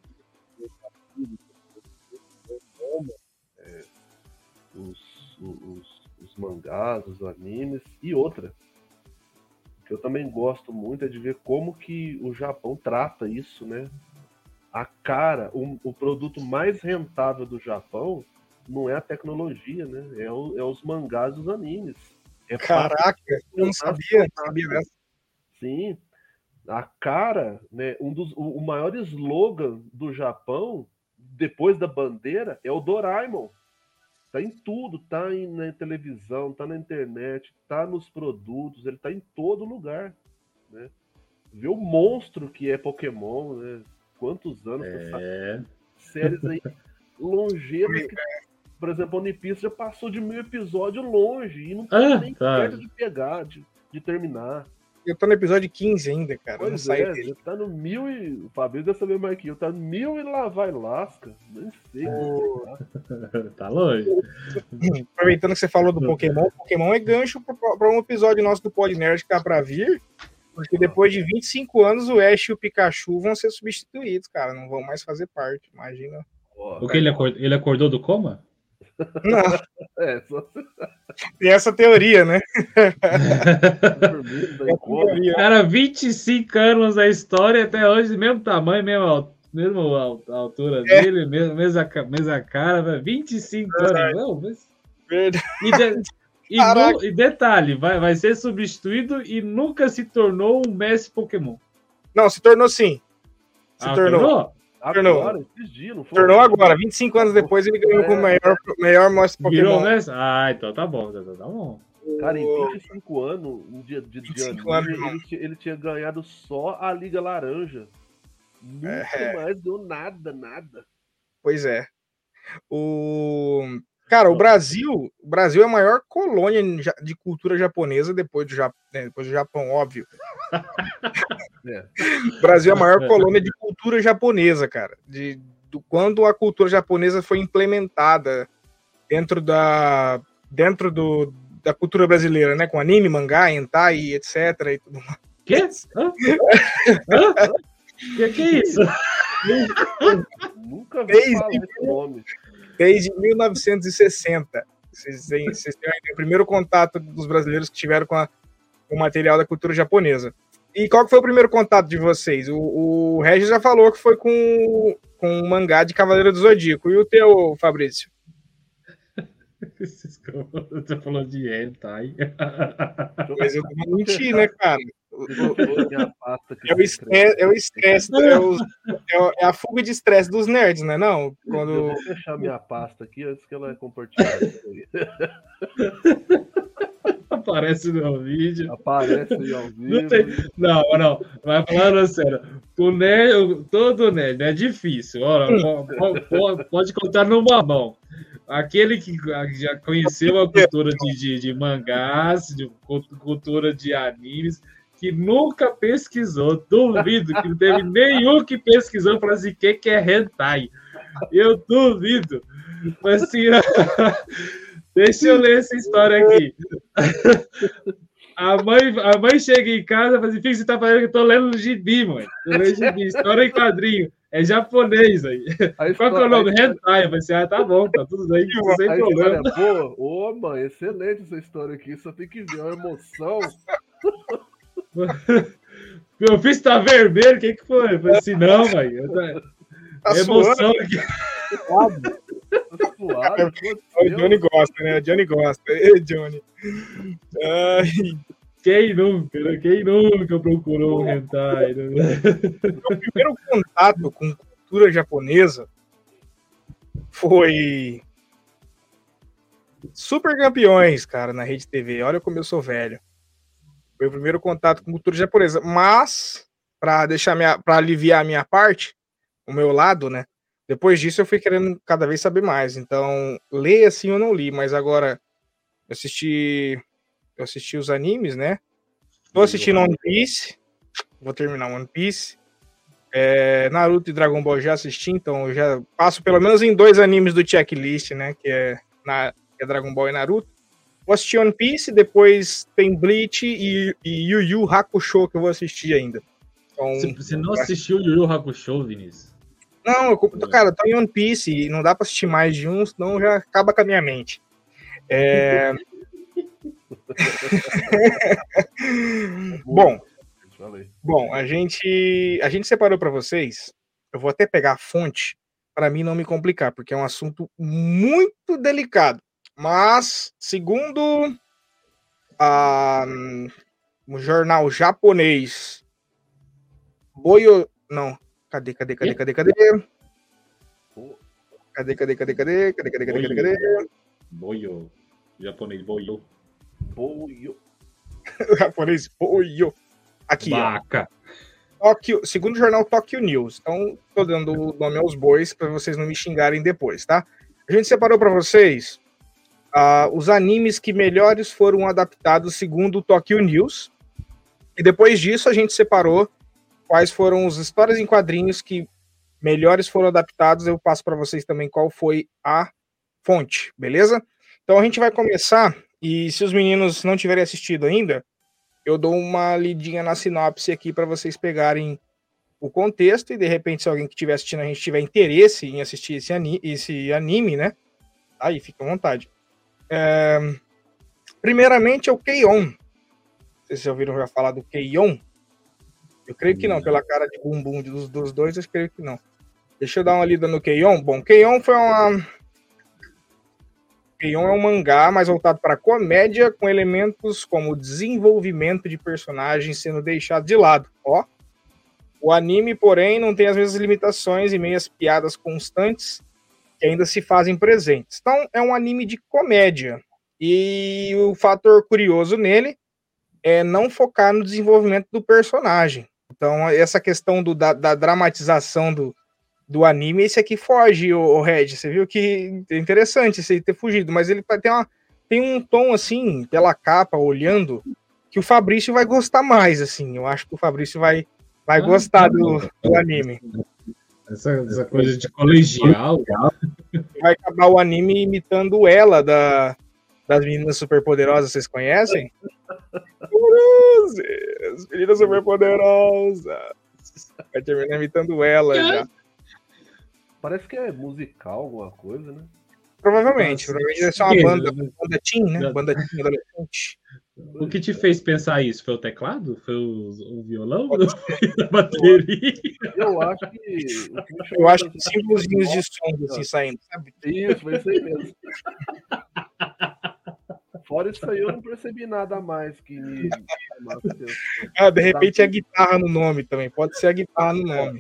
Speaker 4: eu, é, os, os, os mangás, os animes e outra. Que eu também gosto muito é de ver como que o Japão trata isso, né? A cara, o, o produto mais rentável do Japão não é a tecnologia, né? É, o, é os mangás e os animes. É
Speaker 1: Caraca, eu não sabia, não sabia dessa.
Speaker 4: Sim, a cara, né? Um dos, o, o maior slogan do Japão, depois da bandeira, é o Doraemon. Tá em tudo, tá em, na televisão, tá na internet, tá nos produtos, ele tá em todo lugar, né? Vê o monstro que é Pokémon, né? Quantos anos essa
Speaker 3: É,
Speaker 4: séries aí longevas que, por exemplo, One Piece já passou de mil episódios longe e não tá
Speaker 3: Ah,
Speaker 4: nem
Speaker 3: tá.
Speaker 4: perto de pegar, de, de terminar.
Speaker 1: eu tô no episódio quinze ainda, cara.
Speaker 4: Pois
Speaker 1: não saí
Speaker 4: é,
Speaker 1: dele.
Speaker 4: ele tá no mil e... O Fabrício deve saber mais que eu. Tá no mil e lá vai lasca. Nem sei.
Speaker 1: O...
Speaker 3: Tá longe.
Speaker 1: Aproveitando que você falou do Pokémon, Pokémon é gancho para um episódio nosso do Pod Nerd que tá pra vir, porque depois de vinte e cinco anos o Ash e o Pikachu vão ser substituídos, cara, não vão mais fazer parte, imagina.
Speaker 3: O que ele acordou, ele acordou do coma?
Speaker 1: Não,
Speaker 4: É, só
Speaker 1: tem essa teoria, né?
Speaker 4: dormindo, daí come.
Speaker 3: Cara, vinte e cinco anos da história até hoje, mesmo tamanho, mesmo, al- mesmo al- altura
Speaker 1: É.
Speaker 3: dele, mesmo, mesma, ca- mesma cara, velho, vinte e cinco anos. Não, mas...
Speaker 1: Verdade.
Speaker 3: E, de- e,
Speaker 1: Caraca.
Speaker 3: nu- e detalhe, vai, vai ser substituído e nunca se tornou um mestre Pokémon.
Speaker 1: Não, se tornou sim. Se
Speaker 3: Ah,
Speaker 1: tornou.
Speaker 4: Agora, esses dias, não foi?
Speaker 1: Tornou agora, vinte e cinco anos depois ele ganhou como melhor, melhor mestre
Speaker 3: Virou
Speaker 1: Pokémon.
Speaker 3: mestre? Ah, então tá bom, então tá bom.
Speaker 4: Cara, em vinte e cinco anos, um dia de, de
Speaker 1: vinte e cinco
Speaker 4: anime,
Speaker 1: anos, irmão.
Speaker 4: ele, tinha- ele tinha ganhado só a Liga Laranja. Nunca
Speaker 1: É.
Speaker 4: mais deu nada, nada.
Speaker 1: Pois é. O cara, o Brasil, o Brasil é a maior colônia ja- de cultura japonesa depois do, Ja- né, depois do Japão, óbvio.
Speaker 4: É.
Speaker 1: O Brasil é a maior colônia de cultura japonesa, cara. De, do quando a cultura japonesa foi implementada dentro da dentro do, da cultura brasileira, né, com anime, mangá, hentai, etc e tudo mais.
Speaker 3: Quê? Hã? Hã? Que que é isso?
Speaker 4: Nunca vi
Speaker 1: Desde-
Speaker 4: falar esse nome.
Speaker 1: Desde mil novecentos e sessenta. Vocês têm, vocês têm o primeiro contato dos brasileiros que tiveram com, a- com o material da cultura japonesa. E qual que foi o primeiro contato de vocês? O, o Regis já falou que foi com, com o mangá de Cavaleiro do Zodíaco. E o teu, Fabrício?
Speaker 3: Esses caras- Você falou de hentai.
Speaker 1: Mas eu não menti, né, cara?
Speaker 4: Deixa eu fechar minha pasta aqui.
Speaker 1: É o estresse, é o estresse, é, o- é o- é a fuga de estresse dos nerds, né? Não,
Speaker 4: Eu
Speaker 1: quando
Speaker 4: vou fechar minha pasta aqui antes que ela é compartilhada.
Speaker 3: Aparece no vídeo.
Speaker 4: Aparece aí ao vivo.
Speaker 3: Não, tem... não, não, vai falando sério. O nerd, o- todo nerd é difícil. Ora, po- po- po- pode contar numa mão. Aquele que já conheceu a cultura de, de, de mangás, de cu- cultura de animes, que nunca pesquisou, duvido que não teve nenhum que pesquisou para assim, o que, que é hentai. Eu duvido. Mas assim, deixa eu ler essa história aqui. A mãe, a mãe chega em casa e fala assim: Filho, você tá falando que eu tô lendo gibi, mãe. Tô lendo gibi, história em quadrinho. É japonês aí.
Speaker 4: A
Speaker 3: Qual que é o nome? Hentai. Eu falei assim: ah, tá bom, tá tudo bem, sem
Speaker 4: A
Speaker 3: problema.
Speaker 4: história é boa? Ô, mãe, excelente essa história aqui. Só tem que ver a emoção.
Speaker 3: Meu filho tá vermelho, o que que foi? Eu falei assim: não, mãe. Eu tô...
Speaker 1: tá
Speaker 3: emoção aqui.
Speaker 4: Tá suave.
Speaker 1: o Johnny gosta, né? O Johnny gosta. Ei, Johnny. Ai,
Speaker 3: Quem nunca, né? Quem nunca procurou um hentai? Né?
Speaker 1: meu primeiro contato com cultura japonesa foi Super Campeões, cara, na Rede T V. Olha como eu sou velho. Foi o primeiro contato com cultura japonesa. Mas, para deixar minha, para aliviar a minha parte, o meu lado, né? Depois disso eu fui querendo cada vez saber mais. Então, ler assim eu não li, mas agora eu assisti, eu assisti os animes, né? Tô assistindo One Piece. Vou terminar One Piece. É, Naruto e Dragon Ball já assisti, então eu já passo pelo menos em dois animes do checklist, né? Que é, na, que é Dragon Ball e Naruto. Vou assistir One Piece, depois tem Bleach e, e Yu Yu Hakusho que eu vou assistir ainda. Então,
Speaker 3: Você, você não assistiu o Yu Yu Hakusho, Vinícius?
Speaker 1: não, eu, cara, eu tô em One Piece e não dá pra assistir mais de um, senão já acaba com a minha mente. É... Bom, bom, a gente, a gente separou para vocês. Eu vou até pegar a fonte para mim não me complicar, porque é um assunto muito delicado. Mas, segundo a, um jornal japonês, Boyo, não, cadê, cadê, cadê, cadê, cadê? Cadê, cadê, cadê, cadê, cadê, cadê, cadê, cadê, cadê?
Speaker 3: Boyo. Japonês, boyo.
Speaker 4: Boio.
Speaker 1: Japonês, Boyo. Aqui, ó.
Speaker 3: Baca.
Speaker 1: Tóquio, segundo o jornal Tokyo News. Então, tô dando o nome aos bois para vocês não me xingarem depois, tá? A gente separou para vocês uh, os animes que melhores foram adaptados segundo o Tokyo News. E depois disso a gente separou quais foram as histórias em quadrinhos que melhores foram adaptados. Eu passo para vocês também qual foi a fonte, beleza? Então a gente vai começar, e se os meninos não tiverem assistido ainda, eu dou uma lidinha na sinopse aqui para vocês pegarem o contexto, e de repente se alguém que estiver assistindo a gente tiver interesse em assistir esse, ani esse anime, né? Aí, fica à vontade. É... Primeiramente é o Keion. Vocês já ouviram já falar do Keion? Eu creio que não, pela cara de bumbum dos, dos dois, eu creio que não. Deixa eu dar uma lida no Keion. Bom, Keion foi uma... Keion é um mangá mais voltado para comédia, com elementos como desenvolvimento de personagens sendo deixado de lado. Ó. O anime, porém, não tem as mesmas limitações e meias piadas constantes que ainda se fazem presentes. Então, é um anime de comédia. E o fator curioso nele é não focar no desenvolvimento do personagem. Então, essa questão do, da, da dramatização do, do anime, esse aqui foge, o, o Red. Você viu que é interessante esse aí ter fugido, mas ele tem, uma, tem um tom, assim, pela capa, olhando, que o Fabrício vai gostar mais, assim. Eu acho que o Fabrício vai, vai ah, gostar do, do anime.
Speaker 3: Essa, essa coisa de colegial.
Speaker 1: Vai acabar o anime imitando ela da, das meninas superpoderosas, vocês conhecem? As meninas superpoderosas. Vai terminar imitando ela já.
Speaker 4: Parece que é musical, alguma coisa, né?
Speaker 1: Provavelmente. Provavelmente deve ser uma banda, banda teen, né? Banda teen adolescente.
Speaker 3: O que te fez pensar isso? Foi o teclado? Foi o, o violão? A bateria?
Speaker 4: Eu acho que...
Speaker 1: Eu acho que símbolozinhos de som assim saindo, sabe?
Speaker 4: Isso, foi isso aí mesmo. Fora isso aí, eu não percebi nada a mais que me...
Speaker 1: Ah, de repente é a guitarra no nome também. Pode ser a guitarra no nome.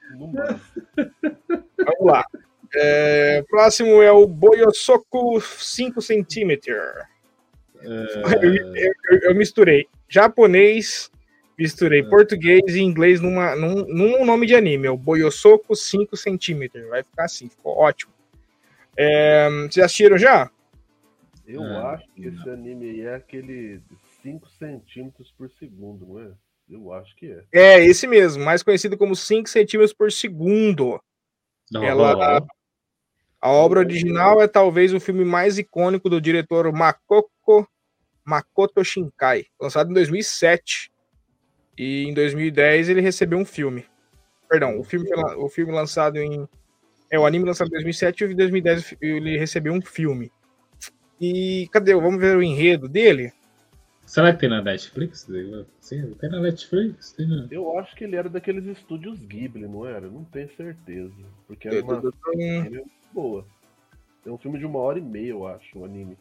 Speaker 1: Vamos lá. É, próximo é o Boyosoku cinco centímetros. Uh... Eu, eu, eu misturei japonês, misturei uh... português e inglês numa, num, num nome de anime. É o Boyosoku cinco centímetros. Vai ficar assim, ficou ótimo. É, vocês assistiram já?
Speaker 4: Eu uh... acho que esse anime é aquele cinco centímetros por segundo, não é? Eu acho que é.
Speaker 1: É, esse mesmo, mais conhecido como cinco centímetros por segundo. Não, Ela... A obra original é talvez o filme mais icônico do diretor Makoto, Makoto Shinkai, lançado em dois mil e sete. E em dois mil e dez ele recebeu um filme. Perdão, o filme, o filme lançado em... É, o anime lançado em dois mil e sete e em dois mil e dez ele recebeu um filme. E cadê? Vamos ver o enredo dele?
Speaker 3: Será que tem na Netflix? Sim, tem na Netflix. Tem na...
Speaker 4: Eu acho que ele era daqueles estúdios Ghibli, não era? Não tenho certeza. Porque era uma série boa. É um filme de uma hora e meia, eu acho, o um anime.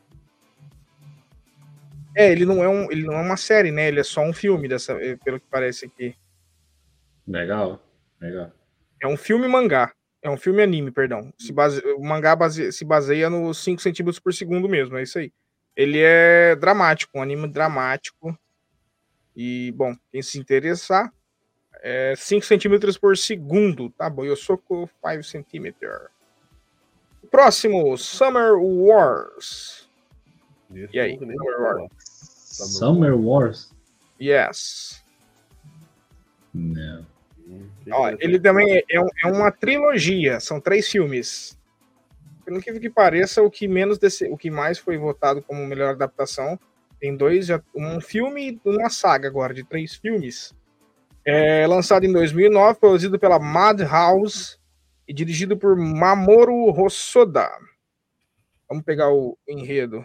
Speaker 1: É, ele não é, um, ele não é uma série, né? Ele é só um filme, dessa, pelo que parece aqui.
Speaker 3: Legal, legal.
Speaker 1: É um filme mangá. É um filme anime, perdão. Se base... O mangá base... se baseia nos cinco centímetros por segundo mesmo, é isso aí. Ele é dramático, um anime dramático. E, bom, quem se interessar, é cinco centímetros por segundo, tá bom? Boyosoku cinco centímetros. Próximo, Summer Wars.
Speaker 4: Esse
Speaker 1: e aí?
Speaker 3: Summer Wars. Summer Wars?
Speaker 1: Yes.
Speaker 3: Não.
Speaker 1: Ó, ele também é, é uma trilogia, são três filmes. Pelo incrível que pareça, o que menos desse, o que mais foi votado como melhor adaptação, tem dois, um filme e uma saga agora, de três filmes. É lançado em dois mil e nove, produzido pela Madhouse e dirigido por Mamoru Hosoda. Vamos pegar o enredo.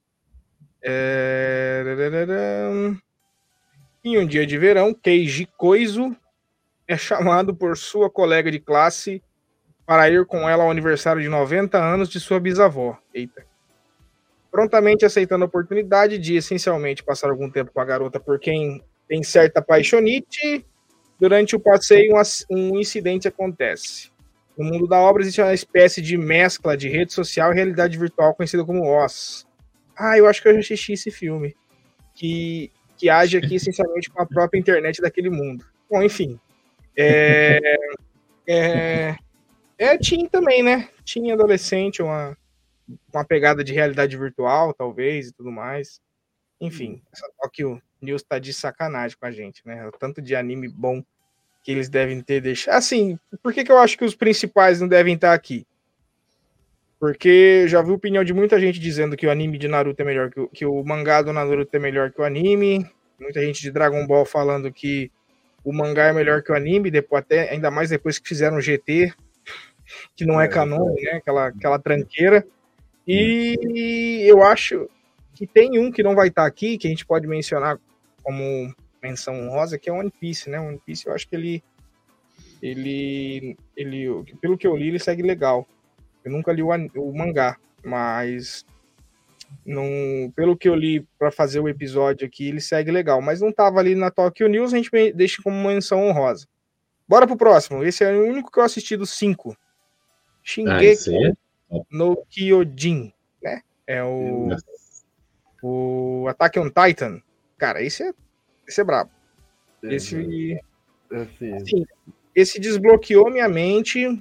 Speaker 1: É... Em um dia de verão, Keiji Koizu é chamado por sua colega de classe para ir com ela ao aniversário de noventa anos de sua bisavó. Eita. Prontamente aceitando a oportunidade de essencialmente passar algum tempo com a garota por quem tem certa paixonite, durante o passeio um, um incidente acontece. No mundo da obra existe uma espécie de mescla de rede social e realidade virtual conhecida como Oz. Ah, eu acho que eu já assisti esse filme. Que, que age aqui essencialmente com a própria internet daquele mundo. Bom, enfim. É... É, é teen também, né? Teen adolescente, uma, uma pegada de realidade virtual, talvez, e tudo mais. Enfim, essa Tokyo News tá de sacanagem com a gente, né? O tanto de anime bom que eles devem ter deixado. Assim, por que, que eu acho que os principais não devem estar aqui? Porque eu já vi opinião de muita gente dizendo que o anime de Naruto é melhor que o, que o mangá do Naruto é melhor que o anime. Muita gente de Dragon Ball falando que o mangá é melhor que o anime, depois até, ainda mais depois que fizeram o G T, que não é, é canon, né? Aquela, aquela tranqueira. E eu acho que tem um que não vai estar aqui, que a gente pode mencionar como menção honrosa, que é o One Piece, né? O One Piece eu acho que ele, ele, ele, pelo que eu li, ele segue legal. Eu nunca li o, o mangá, mas não, pelo que eu li para fazer o episódio aqui, ele segue legal. Mas não tava ali na Tokyo News, a gente deixa como menção honrosa. Bora pro próximo. Esse é o único que eu assisti dos cinco. Shingeki ah, no Kyojin, né? É o, o Attack on Titan. Cara, esse é, esse é brabo. É, esse, é assim. Assim, esse desbloqueou minha mente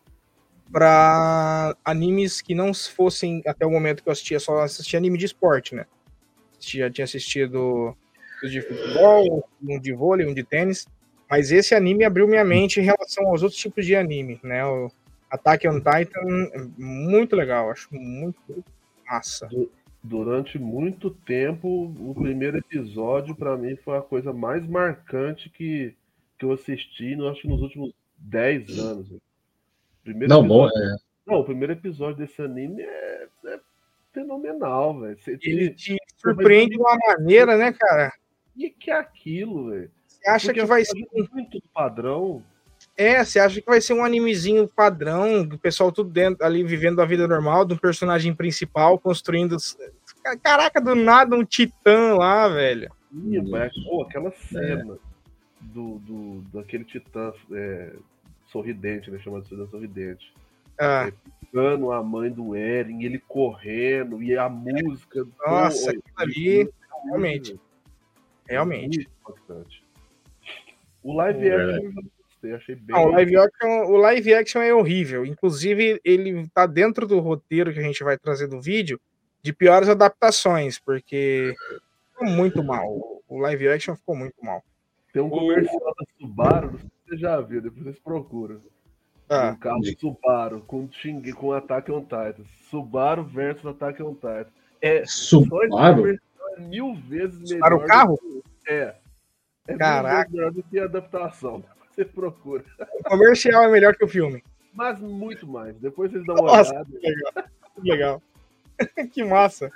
Speaker 1: para animes que não fossem, até o momento que eu assistia, só assistia anime de esporte, né? Já tinha assistido os de futebol, um de vôlei, um de tênis, mas esse anime abriu minha mente em relação aos outros tipos de anime, né? O Attack on Titan é muito legal, acho muito massa.
Speaker 4: Durante muito tempo, o primeiro episódio, para mim, foi a coisa mais marcante que, que eu assisti, acho que nos últimos dez anos. Primeiro
Speaker 3: não,
Speaker 4: episódio...
Speaker 3: bom, é...
Speaker 4: não, o primeiro episódio desse anime é, é fenomenal, velho.
Speaker 1: Ele te surpreende de uma maneira, né, cara?
Speaker 4: E que é aquilo, velho?
Speaker 1: Você acha
Speaker 4: Porque
Speaker 1: que vai ser
Speaker 4: muito padrão?
Speaker 1: É, você acha que vai ser um animezinho padrão, do pessoal tudo dentro ali vivendo a vida normal, do personagem principal construindo. Caraca, do nada um titã lá, velho.
Speaker 4: Ih, mas, pô, aquela cena é. do, do daquele titã é, sorridente, né? Chamado de titã sorridente.
Speaker 1: Ah.
Speaker 4: É, pegando a mãe do Eren, ele correndo, e a música.
Speaker 1: Nossa, aquilo ali, realmente. Realmente.
Speaker 4: Muito impactante. O live action eu gostei, achei bem.
Speaker 1: Não, o, live action, o live action é horrível. Inclusive, ele tá dentro do roteiro que a gente vai trazer do vídeo de piores adaptações, porque ficou muito mal. O live action ficou muito mal.
Speaker 4: Tem um comercial da Subaru, não sei se você já viu, depois vocês procuram. Ah, um carro de Subaru com Xing, com Attack on Titan. Subaru versus Attack on Titan. É,
Speaker 3: Subaru?
Speaker 4: É mil vezes melhor.
Speaker 1: Para o carro?
Speaker 4: Que... É. É
Speaker 1: Caraca.
Speaker 4: melhor do que a adaptação. Você procura.
Speaker 1: O comercial é melhor que o filme.
Speaker 4: Mas muito mais. Depois vocês dão uma
Speaker 1: Nossa,
Speaker 4: olhada.
Speaker 1: Que legal. Que legal. Que massa.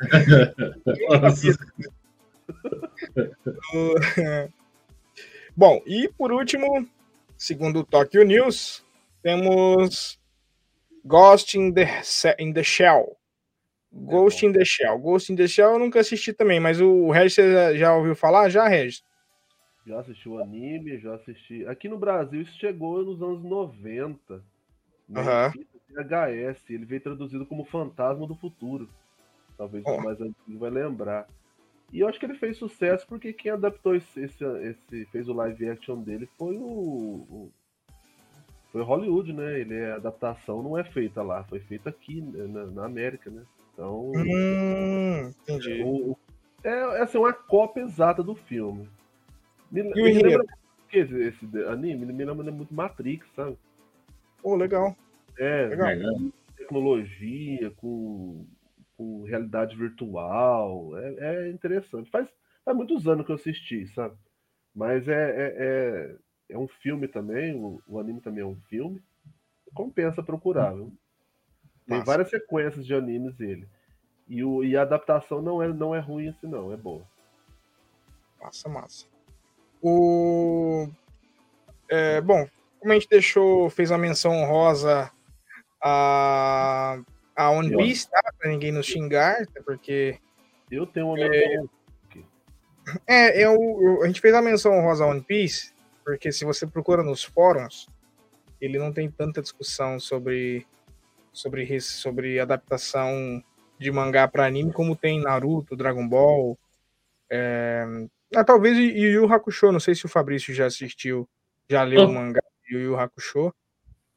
Speaker 1: Bom, e por último, segundo o Tokyo News, temos Ghost in the, in the Shell. Ghost é in the Shell. Ghost in the Shell eu nunca assisti também, mas o Regis já, já ouviu falar? Já, Regis?
Speaker 4: Já assisti o anime, já assisti. Aqui no Brasil isso chegou nos anos noventa.
Speaker 1: Aham.
Speaker 4: Uhum. H S, ele veio traduzido como Fantasma do Futuro. Talvez oh. o mais antigo vai lembrar. E eu acho que ele fez sucesso porque quem adaptou esse, esse, esse fez o live action dele foi o, o foi Hollywood, né? Ele é adaptação, não é feita lá, foi feita aqui na, na América, né? Então,
Speaker 1: hum, entendi.
Speaker 4: O, é, é assim, uma cópia exata do filme. Me,
Speaker 1: e
Speaker 4: me lembra que esse, esse anime me lembra muito Matrix, sabe?
Speaker 1: Oh, legal.
Speaker 4: É,
Speaker 1: legal.
Speaker 4: Com tecnologia, com, com realidade virtual. É, é interessante. Faz, faz muitos anos que eu assisti, sabe? Mas é, é, é, é um filme também, o, o anime também é um filme. Compensa procurar, viu? Tem Massa. várias sequências de animes ele. E, o, e a adaptação não é, não é ruim assim, não. É boa.
Speaker 1: Massa, massa. O... É, bom, como a gente deixou, fez uma menção honrosa a, a One Piece, tá? Pra ninguém nos xingar, até porque...
Speaker 4: Eu tenho uma menção
Speaker 1: É, eu, a gente fez a menção honrosa a One Piece, porque se você procura nos fóruns, ele não tem tanta discussão sobre, sobre, sobre adaptação de mangá para anime como tem Naruto, Dragon Ball, é, ah, talvez Yu Yu Hakusho, não sei se o Fabrício já assistiu, já leu oh. o mangá de Yu Yu Hakusho,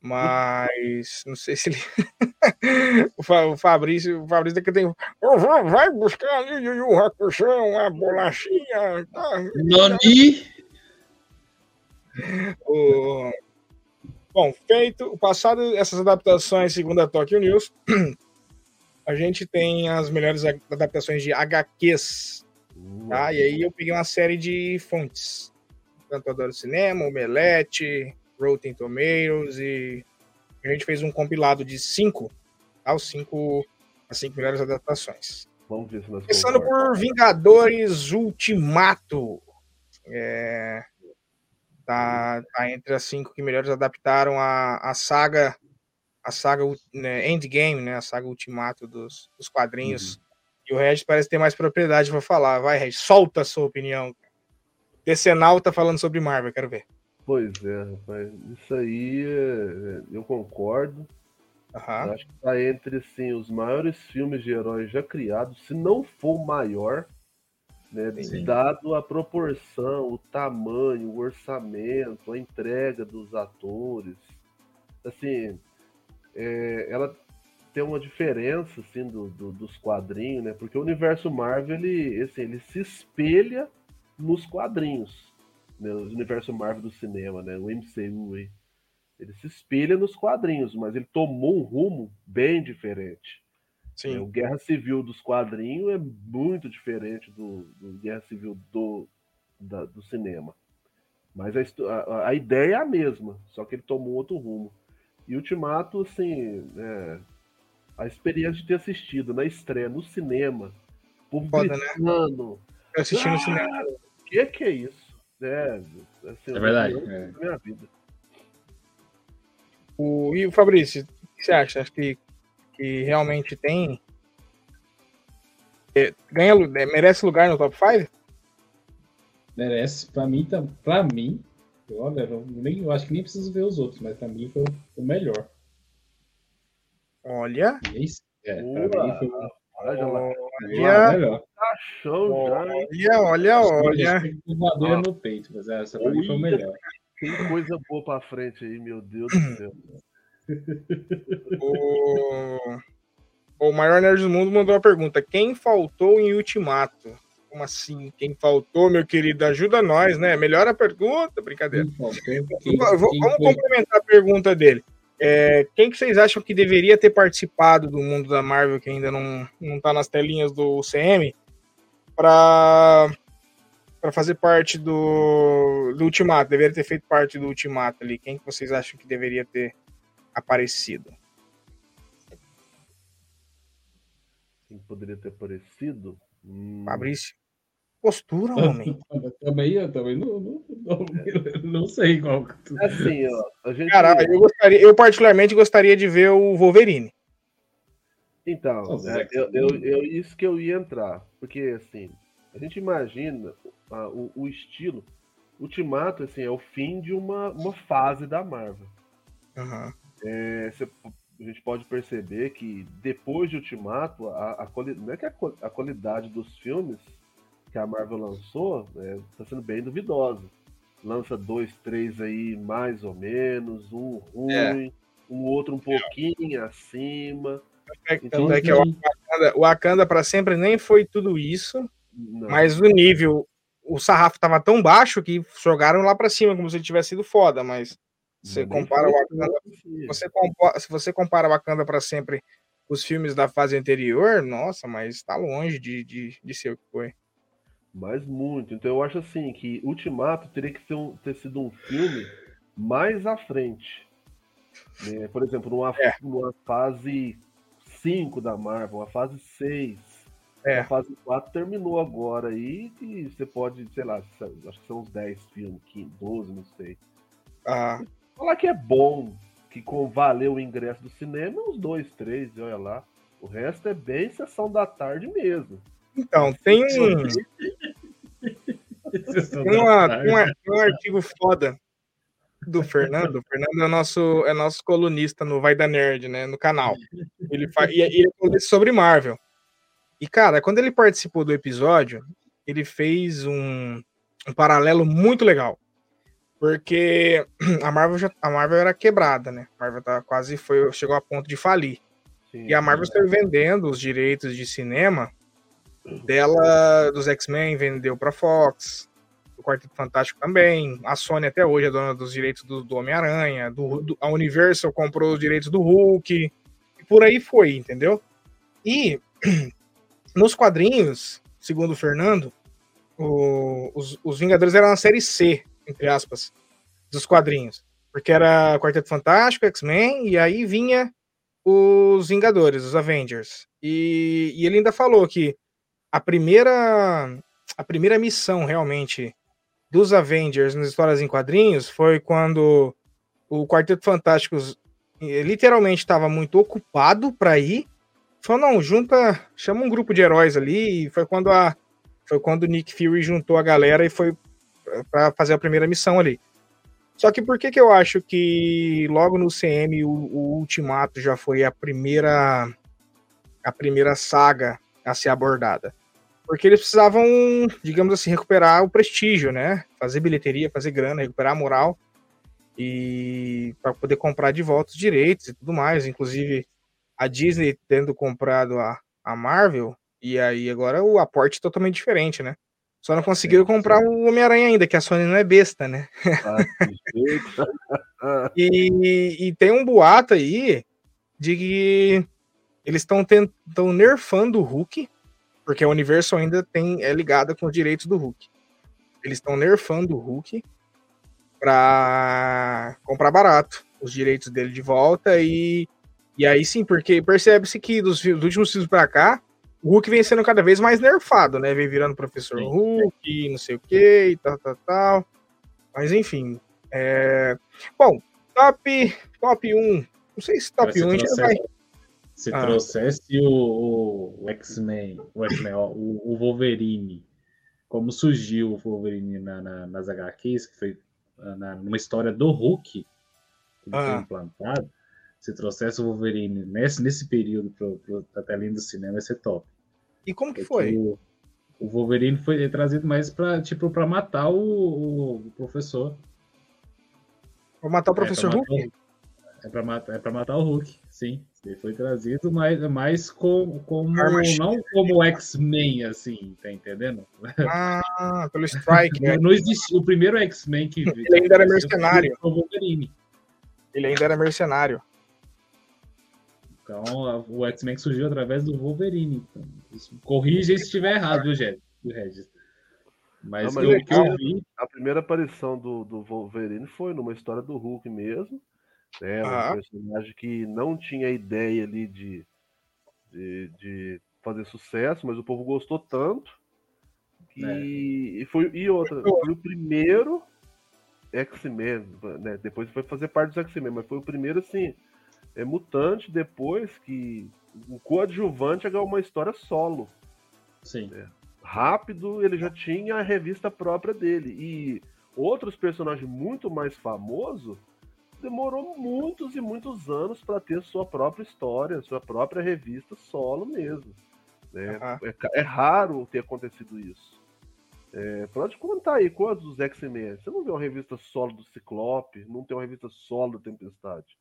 Speaker 1: Mas não sei se ele. o, Fa- o Fabrício, o Fabrício daqui tem. "Ô, vai vai buscar ali Yu Yu Hakusho, uma bolachinha. Tá?
Speaker 5: Nani?
Speaker 1: O... Bom, feito o passado, essas adaptações, segundo a Tokyo News, a gente tem as melhores a- adaptações de H Qs. Tá? E aí eu peguei uma série de fontes. Tanto Adoro Cinema, Omelete, Rotten Tomatoes, e a gente fez um compilado de cinco, tá? Os cinco, as cinco melhores adaptações.
Speaker 4: Vamos ver se nós
Speaker 1: Começando
Speaker 4: concordamos.
Speaker 1: por Vingadores Ultimato. É, tá, tá entre as cinco que melhores adaptaram a, a saga, a saga né, Endgame, né? A saga Ultimato dos, dos quadrinhos. Uhum. E o Regis parece ter mais propriedade para falar. Vai, Regis, solta a sua opinião. Decenal tá falando sobre Marvel, quero ver.
Speaker 4: Pois é, rapaz. Isso aí é, eu concordo.
Speaker 1: Uhum.
Speaker 4: Eu acho que tá entre assim, os maiores filmes de heróis já criados, se não for o maior, né, dado a proporção, o tamanho, o orçamento, a entrega dos atores. Assim, é, ela tem uma diferença assim, do, do, dos quadrinhos, né? Porque o universo Marvel ele, assim, ele se espelha nos quadrinhos, né? O universo Marvel do cinema, né? O M C U aí. Ele se espelha nos quadrinhos, mas ele tomou um rumo bem diferente.
Speaker 1: Sim.
Speaker 4: É, o Guerra Civil dos quadrinhos é muito diferente do, do Guerra Civil do, da, do cinema. Mas a, a, a ideia é a mesma, só que ele tomou outro rumo. E Ultimato, assim, é, a experiência de ter assistido na estreia, no cinema, povo
Speaker 1: Foda,
Speaker 4: gritando.
Speaker 1: Né? Eu assisti no
Speaker 4: ah,
Speaker 1: cinema.
Speaker 4: O que, que é isso? É, assim,
Speaker 3: é verdade. É.
Speaker 4: Da minha vida.
Speaker 1: O, e o Fabrício, o que você acha? Acho que, que realmente tem. É, ganha, é, merece lugar no top cinco?
Speaker 3: Merece. Pra mim, tá, pra mim eu, olha, eu, nem, eu acho que nem preciso ver os outros, mas pra mim foi o melhor.
Speaker 1: Olha.
Speaker 3: É,
Speaker 4: Boa.
Speaker 3: pra mim foi
Speaker 4: Olha lá.
Speaker 1: Olha,
Speaker 3: melhor.
Speaker 1: olha, olha, olha.
Speaker 3: Madeira no peito, mas essa pra mim foi o melhor.
Speaker 4: Tem coisa boa pra frente aí, meu Deus do céu.
Speaker 1: O... o maior nerd do mundo mandou uma pergunta. Quem faltou em Ultimato? Como assim? Quem faltou, meu querido? Ajuda nós, né? Melhora a pergunta, brincadeira.
Speaker 3: Quem faltou? Quem,
Speaker 1: Vou,
Speaker 3: quem
Speaker 1: vamos
Speaker 3: foi?
Speaker 1: complementar a pergunta dele. É, quem que vocês acham que deveria ter participado do mundo da Marvel, que ainda não, não tá nas telinhas do C M, para para fazer parte do, do Ultimato? Deveria ter feito parte do Ultimato ali. Quem que vocês acham que deveria ter aparecido?
Speaker 4: Quem poderia ter aparecido? Hum...
Speaker 1: Fabrício. Postura, homem.
Speaker 3: Também, eu também não, não, não, não sei qual.
Speaker 4: Assim, ó, a gente...
Speaker 1: Cara, eu, gostaria, eu particularmente gostaria de ver o Wolverine.
Speaker 4: Então, é, eu, eu, eu, isso que eu ia entrar. Porque, assim, a gente imagina uh, o, o estilo. Ultimato, assim, é o fim de uma, uma fase da Marvel.
Speaker 1: Uhum.
Speaker 4: É, cê, a gente pode perceber que depois de Ultimato, a, a, não é que a, a qualidade dos filmes que a Marvel lançou está é, sendo bem duvidosa. Lança dois, três aí mais ou menos, um ruim, é. um outro um pouquinho é. acima.
Speaker 1: É, então, é que o Wakanda, o Wakanda para sempre nem foi tudo isso, não. Mas o nível, o sarrafo estava tão baixo que jogaram lá para cima como se ele tivesse sido foda, mas você compara o Wakanda, você compara, se você compara o Wakanda para sempre com os filmes da fase anterior, nossa, mas está longe de, de, de ser o que foi.
Speaker 4: Mas muito. Então eu acho assim que Ultimato teria que ter, um, ter sido um filme mais à frente. Né? Por exemplo, numa, é. numa fase cinco da Marvel, uma fase seis. É. A fase quatro terminou agora aí e você pode, sei lá, acho que são uns dez filmes, quinze, doze, não sei.
Speaker 1: Ah.
Speaker 4: Falar que é bom, que com valeu o ingresso do cinema, uns dois, três, olha lá. O resto é bem sessão da tarde mesmo.
Speaker 1: Então, tem um, tem, uma, uma, um artigo foda do Fernando. O Fernando é nosso, é nosso colunista no Vai da Nerd, né, no canal. Ele faz, e ele é sobre Marvel. E, cara, quando ele participou do episódio, ele fez um, um paralelo muito legal. Porque a Marvel, já, a Marvel era quebrada, né? A Marvel tá quase foi, chegou a ponto de falir. Sim, e a Marvel saiu vendendo os direitos de cinema dela, dos X-Men, vendeu pra Fox, o Quarteto Fantástico também. A Sony até hoje é dona dos direitos do, do Homem-Aranha, do, do, a Universal comprou os direitos do Hulk, e por aí foi, entendeu? E nos quadrinhos, segundo o Fernando, o, os, os Vingadores eram a série C, entre aspas, dos quadrinhos. Porque era Quarteto Fantástico, X-Men, e aí vinha os Vingadores, os Avengers. E, e ele ainda falou que a primeira, a primeira missão, realmente, dos Avengers nas histórias em quadrinhos foi quando o Quarteto Fantástico literalmente estava muito ocupado para ir. Falou, não, junta, chama um grupo de heróis ali, e foi quando a foi quando o Nick Fury juntou a galera e foi para fazer a primeira missão ali. Só que por que que eu acho que logo no C M o, o Ultimato já foi a primeira a primeira saga a ser abordada? Porque eles precisavam, digamos assim, recuperar o prestígio, né? Fazer bilheteria, fazer grana, recuperar a moral e para poder comprar de volta os direitos e tudo mais. Inclusive a Disney tendo comprado a, a Marvel, e aí agora o aporte é totalmente diferente, né? Só não conseguiram comprar o Homem-Aranha ainda, que a Sony não é besta, né? Ah, e, e tem um boato aí de que eles estão tentando nerfando o Hulk, porque a Universal ainda tem, é ligada com os direitos do Hulk. Eles estão nerfando o Hulk para comprar barato os direitos dele de volta, e, e aí sim, porque percebe-se que dos, dos últimos filmes para cá, o Hulk vem sendo cada vez mais nerfado, né? Vem virando Professor Sim. Hulk, não sei o que, e tal, tal, tal. Mas enfim. É... Bom, top, top um. Não sei se top um a gente vai.
Speaker 3: Se ah. trouxesse o, o, o X-Men, o, X-Men ó, o, o Wolverine, como surgiu o Wolverine na, na, nas H Qs, que foi na, numa história do Hulk, que ah. foi implantado. Se trouxesse o Wolverine nesse, nesse período para a telinha do cinema, ia ser top.
Speaker 1: E como que foi?
Speaker 3: O, o Wolverine foi trazido mais para tipo, para matar o, o professor.
Speaker 1: Para matar o professor é Hulk?
Speaker 3: É para matar, é para matar o Hulk, sim. Ele foi trazido mais, mais como, como não como X-Men, assim, tá entendendo?
Speaker 1: Ah, pelo Strike.
Speaker 3: Não, não existiu. O primeiro X-Men que
Speaker 1: ele que ainda era mercenário.
Speaker 3: Foi o Wolverine.
Speaker 1: Ele ainda era mercenário.
Speaker 3: Então, o X-Men surgiu através do Wolverine. Então, corrija se estiver errado, viu, Regis? Mas,
Speaker 4: Não, mas eu, que eu vi... A primeira aparição do, do Wolverine foi numa história do Hulk mesmo. Né? Ah. Um personagem que não tinha ideia ali de, de, de fazer sucesso, mas o povo gostou tanto. Que... É. E, foi, e outra, foi o primeiro X-Men, né? Depois foi fazer parte dos X-Men, mas foi o primeiro, assim... É mutante depois que o coadjuvante ganhou uma história solo.
Speaker 3: Sim.
Speaker 4: É. Rápido, ele já tinha a revista própria dele. E outros personagens muito mais famosos demorou muitos e muitos anos para ter sua própria história, sua própria revista solo mesmo. Né? Uhum. É, é raro ter acontecido isso. É, pode contar aí, quantos dos X-Men? Você não vê uma revista solo do Ciclope, não tem uma revista solo da Tempestade.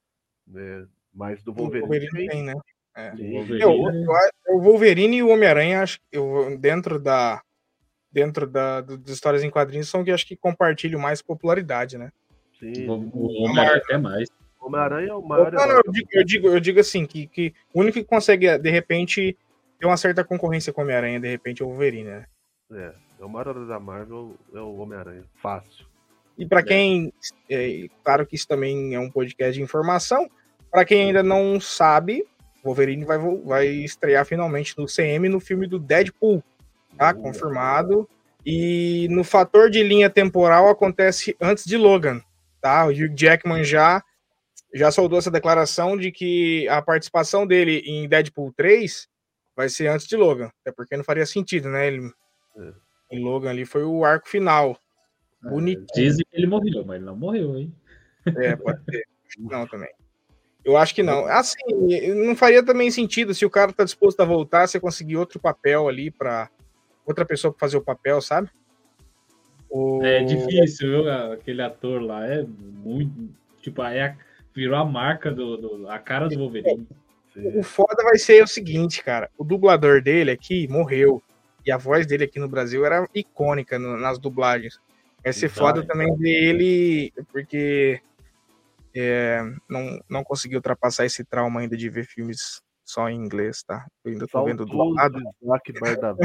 Speaker 4: Né? Mas do Wolverine,
Speaker 1: o Wolverine tem, né? É. Wolverine... Eu, eu, o Wolverine e o Homem-Aranha, acho que eu, dentro da dentro da, do, das histórias em quadrinhos, são que acho que compartilham mais popularidade, né?
Speaker 3: Sim. O, o Homem-Aranha até mais.
Speaker 4: O Homem-Aranha é o maior.
Speaker 1: Não, não, eu, digo, eu, digo, eu digo assim, que, que o único que consegue, de repente, ter uma certa concorrência com o Homem-Aranha, de repente, é o Wolverine, né?
Speaker 4: É, é o maior da Marvel, é o Homem-Aranha. Fácil.
Speaker 1: E para quem, é, claro que isso também é um podcast de informação, para quem ainda não sabe, Wolverine vai, vai estrear finalmente no C M no filme do Deadpool, tá? Boa. Confirmado. E no fator de linha temporal acontece antes de Logan, tá? O Hugh Jackman já, já soldou essa declaração de que a participação dele em Deadpool três vai ser antes de Logan, até porque não faria sentido, né? Ele, é. Em Logan ali foi o arco final. Bonito.
Speaker 3: Dizem que ele morreu, mas ele não morreu, hein?
Speaker 1: É, pode ser. Não, também. Eu acho que não. Assim, não faria também sentido se o cara tá disposto a voltar, você conseguir outro papel ali para outra pessoa pra fazer o papel, sabe? O...
Speaker 3: É difícil, viu? Aquele ator lá é muito. Tipo, é a, virou a marca do, do. a cara do Wolverine.
Speaker 1: O foda vai ser o seguinte, cara. O dublador dele aqui morreu. E a voz dele aqui no Brasil era icônica no, nas dublagens. Vai ser
Speaker 3: Então,
Speaker 1: foda
Speaker 3: é.
Speaker 1: também ver ele, porque é, não, não consegui ultrapassar esse trauma ainda de ver filmes só em inglês, tá? Eu ainda tô vendo dublado.
Speaker 4: Isaac Bardavi.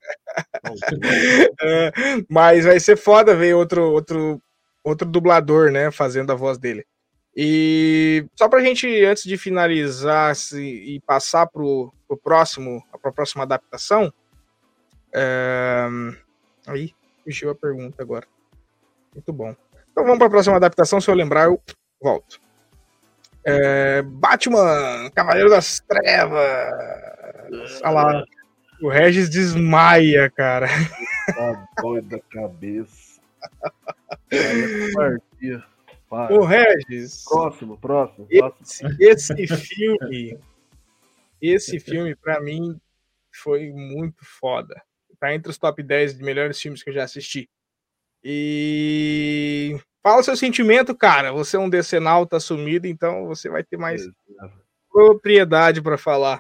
Speaker 1: É, mas vai ser foda ver outro, outro, outro dublador, né, fazendo a voz dele. E só pra gente, antes de finalizar se, e passar pro, pro próximo, pra próxima adaptação, é... aí, fugiu a pergunta agora. Muito bom. Então vamos pra próxima adaptação, se eu lembrar eu volto. É... Batman, Cavaleiro das Trevas. Olha lá, o Regis desmaia, cara.
Speaker 4: Tá doido da cabeça. Aí, partia.
Speaker 1: Ô, Regis.
Speaker 4: Próximo, próximo.
Speaker 1: Esse, esse filme, esse filme, pra mim, foi muito foda. Tá entre os top dez de melhores filmes que eu já assisti. E fala o seu sentimento, cara. Você é um decenalta assumido, então você vai ter mais propriedade pra falar.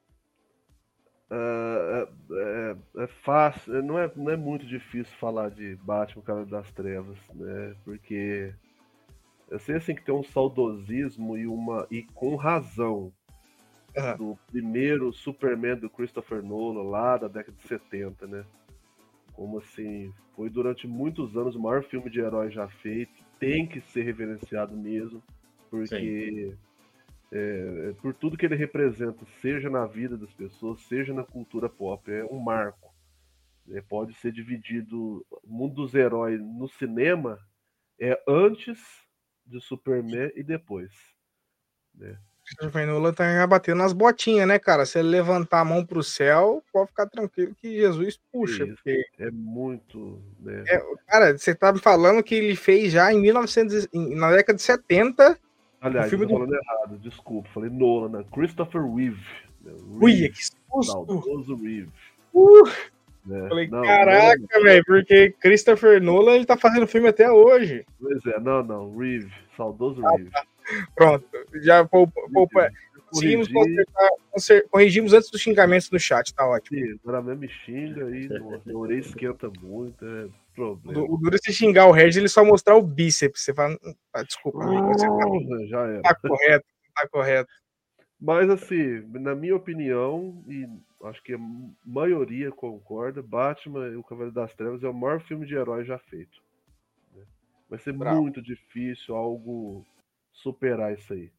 Speaker 4: É, é, é fácil, não é, não é muito difícil falar de Batman, Cavaleiro das Trevas, né? Porque eu sei assim que tem um saudosismo e uma e com razão uhum. do primeiro Superman do Christopher Nolan lá da década de setenta, né? Como assim, foi durante muitos anos o maior filme de herói já feito, tem que ser reverenciado mesmo, porque é, por tudo que ele representa, seja na vida das pessoas, seja na cultura pop, é um marco. É, pode ser dividido, o mundo dos heróis no cinema é antes de Superman e depois, né?
Speaker 1: Christopher Nolan tá batendo nas botinhas, né, cara? Se ele levantar a mão pro céu, pode ficar tranquilo que Jesus puxa.
Speaker 4: Isso,
Speaker 1: porque...
Speaker 4: É muito, né?
Speaker 1: É, cara, você tá me falando que ele fez já em mil e novecentos, na década de setenta.
Speaker 4: Aliás,
Speaker 1: o filme
Speaker 4: eu tô
Speaker 1: do...
Speaker 4: falando errado, desculpa, falei Nolan, né? Christopher Reeve. Né?
Speaker 1: Ui, que susto!
Speaker 4: Saudoso Reeve.
Speaker 1: Uh,
Speaker 4: né?
Speaker 1: Falei,
Speaker 4: não,
Speaker 1: caraca, velho, porque Christopher Nolan, ele tá fazendo filme até hoje.
Speaker 4: Pois é, não, não, Reeve, saudoso
Speaker 1: ah,
Speaker 4: Reeve.
Speaker 1: Tá. Pronto, já poupa, poupa. Conseguimos consertar, corrigimos antes dos xingamentos no chat, tá ótimo.
Speaker 4: Sim, agora mesmo me xinga e a orelha esquenta muito, é problema.
Speaker 1: O duro é se xingar o Regis, ele só mostrar o bíceps. Você fala, ah, desculpa, amigo, você tá,
Speaker 4: já era.
Speaker 1: Tá correto, tá correto.
Speaker 4: Mas assim, na minha opinião, e acho que a maioria concorda, Batman e o Cavaleiro das Trevas é o maior filme de herói já feito. Né? Vai ser Bravo. muito difícil algo superar isso aí.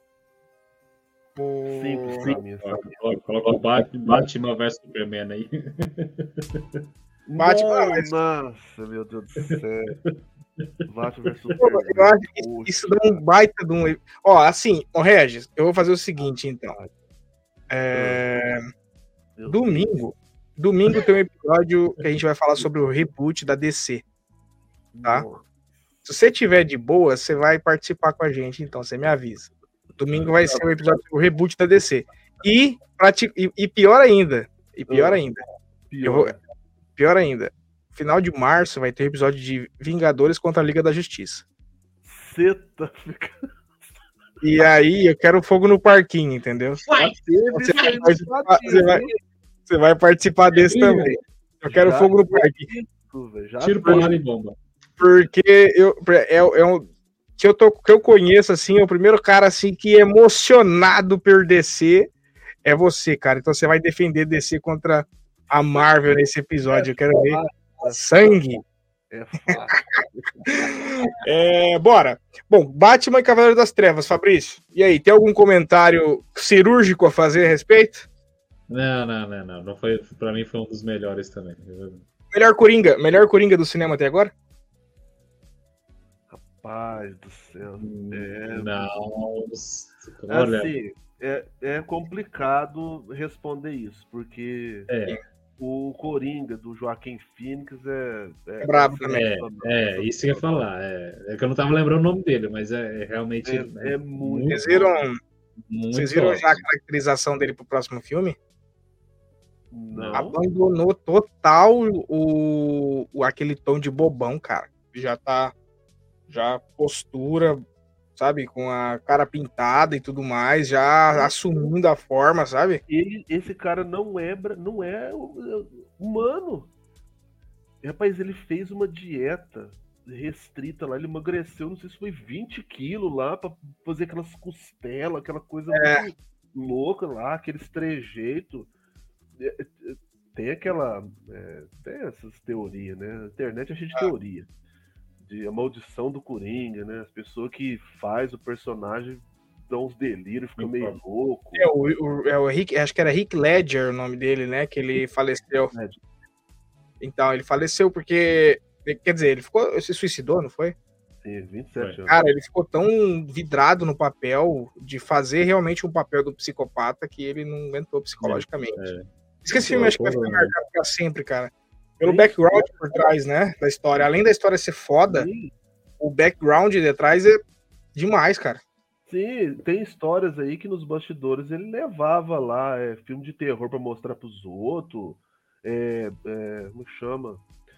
Speaker 1: O...
Speaker 4: Simples pra mim.
Speaker 3: Coloca o Batman versus Superman aí.
Speaker 1: Batman,
Speaker 4: nossa, meu Deus do céu. Batman versus
Speaker 1: Superman. Eu acho que isso, isso dá um baita de um... Ó, assim, ó, Regis, eu vou fazer o seguinte, então. É... Domingo, domingo tem um episódio que a gente vai falar sobre o reboot da D C. Tá? Se você tiver de boa, você vai participar com a gente, então você me avisa. Domingo vai ser o episódio do reboot da D C. E, e, e pior ainda, e pior ainda, eu vou, pior ainda, final de março vai ter episódio de Vingadores contra a Liga da Justiça.
Speaker 4: Ceta.
Speaker 1: E aí eu quero fogo no parquinho, entendeu?
Speaker 3: Vai,
Speaker 1: você, vai participar, você, vai, você vai participar desse também. Eu quero fogo no parquinho.
Speaker 3: Tiro porrada e bomba.
Speaker 1: Porque eu, é, é um, que, eu tô, que eu conheço, assim, é o primeiro cara assim, que é emocionado por D C é você, cara. Então você vai defender D C contra a Marvel nesse episódio. Eu quero ver sangue.
Speaker 4: É fácil.
Speaker 1: é, bora. Bom, Batman e Cavaleiro das Trevas, Fabrício. E aí, tem algum comentário cirúrgico a fazer a respeito?
Speaker 3: Não, não, não, não. não foi, pra mim foi um dos melhores também.
Speaker 1: Melhor Coringa, melhor Coringa do cinema até agora?
Speaker 4: Rapaz do céu. É...
Speaker 3: Não. Olha.
Speaker 4: Assim, é, é complicado responder isso, porque
Speaker 3: é.
Speaker 4: o Coringa do Joaquim Phoenix é...
Speaker 1: É, é brabo também.
Speaker 3: É, é, isso que eu ia falar. É, é que eu não tava lembrando o nome dele, mas é, é realmente...
Speaker 4: É, é, é muito...
Speaker 1: Vocês viram,
Speaker 3: muito
Speaker 1: vocês viram já a caracterização dele pro próximo filme?
Speaker 4: Não.
Speaker 1: Abandonou total o, o aquele tom de bobão, cara. Já tá, já postura, sabe, com a cara pintada e tudo mais, já assumindo a forma, sabe?
Speaker 4: Ele, esse cara não é, não é humano. Rapaz, ele fez uma dieta restrita lá, ele emagreceu, não sei se foi vinte quilos lá, pra fazer aquelas costelas, aquela coisa
Speaker 1: É.
Speaker 4: muito louca lá, aqueles trejeitos. Tem aquela. É, tem essas teorias, né? A internet é cheia de
Speaker 1: Ah.
Speaker 4: teoria. De a maldição do Coringa, né? As pessoas que faz o personagem dão uns delírios, ficam meio louco.
Speaker 1: É o, o, é o Rick, acho que era Rick Ledger o nome dele, né? Que ele faleceu. Então, ele faleceu porque. Quer dizer, ele ficou. Se suicidou, não foi?
Speaker 4: Sim, vinte e sete anos.
Speaker 1: Cara, ele ficou tão vidrado no papel de fazer realmente um papel do psicopata que ele não aguentou psicologicamente. É. Esse filme acho que vai ficar marcado pra sempre, cara. Pelo Sim. background por trás, né? Da história. Além da história ser foda, Sim. o background de trás é demais, cara.
Speaker 4: Sim, tem histórias aí que nos bastidores ele levava lá é, filme de terror pra mostrar pros outros. É, é, como chama?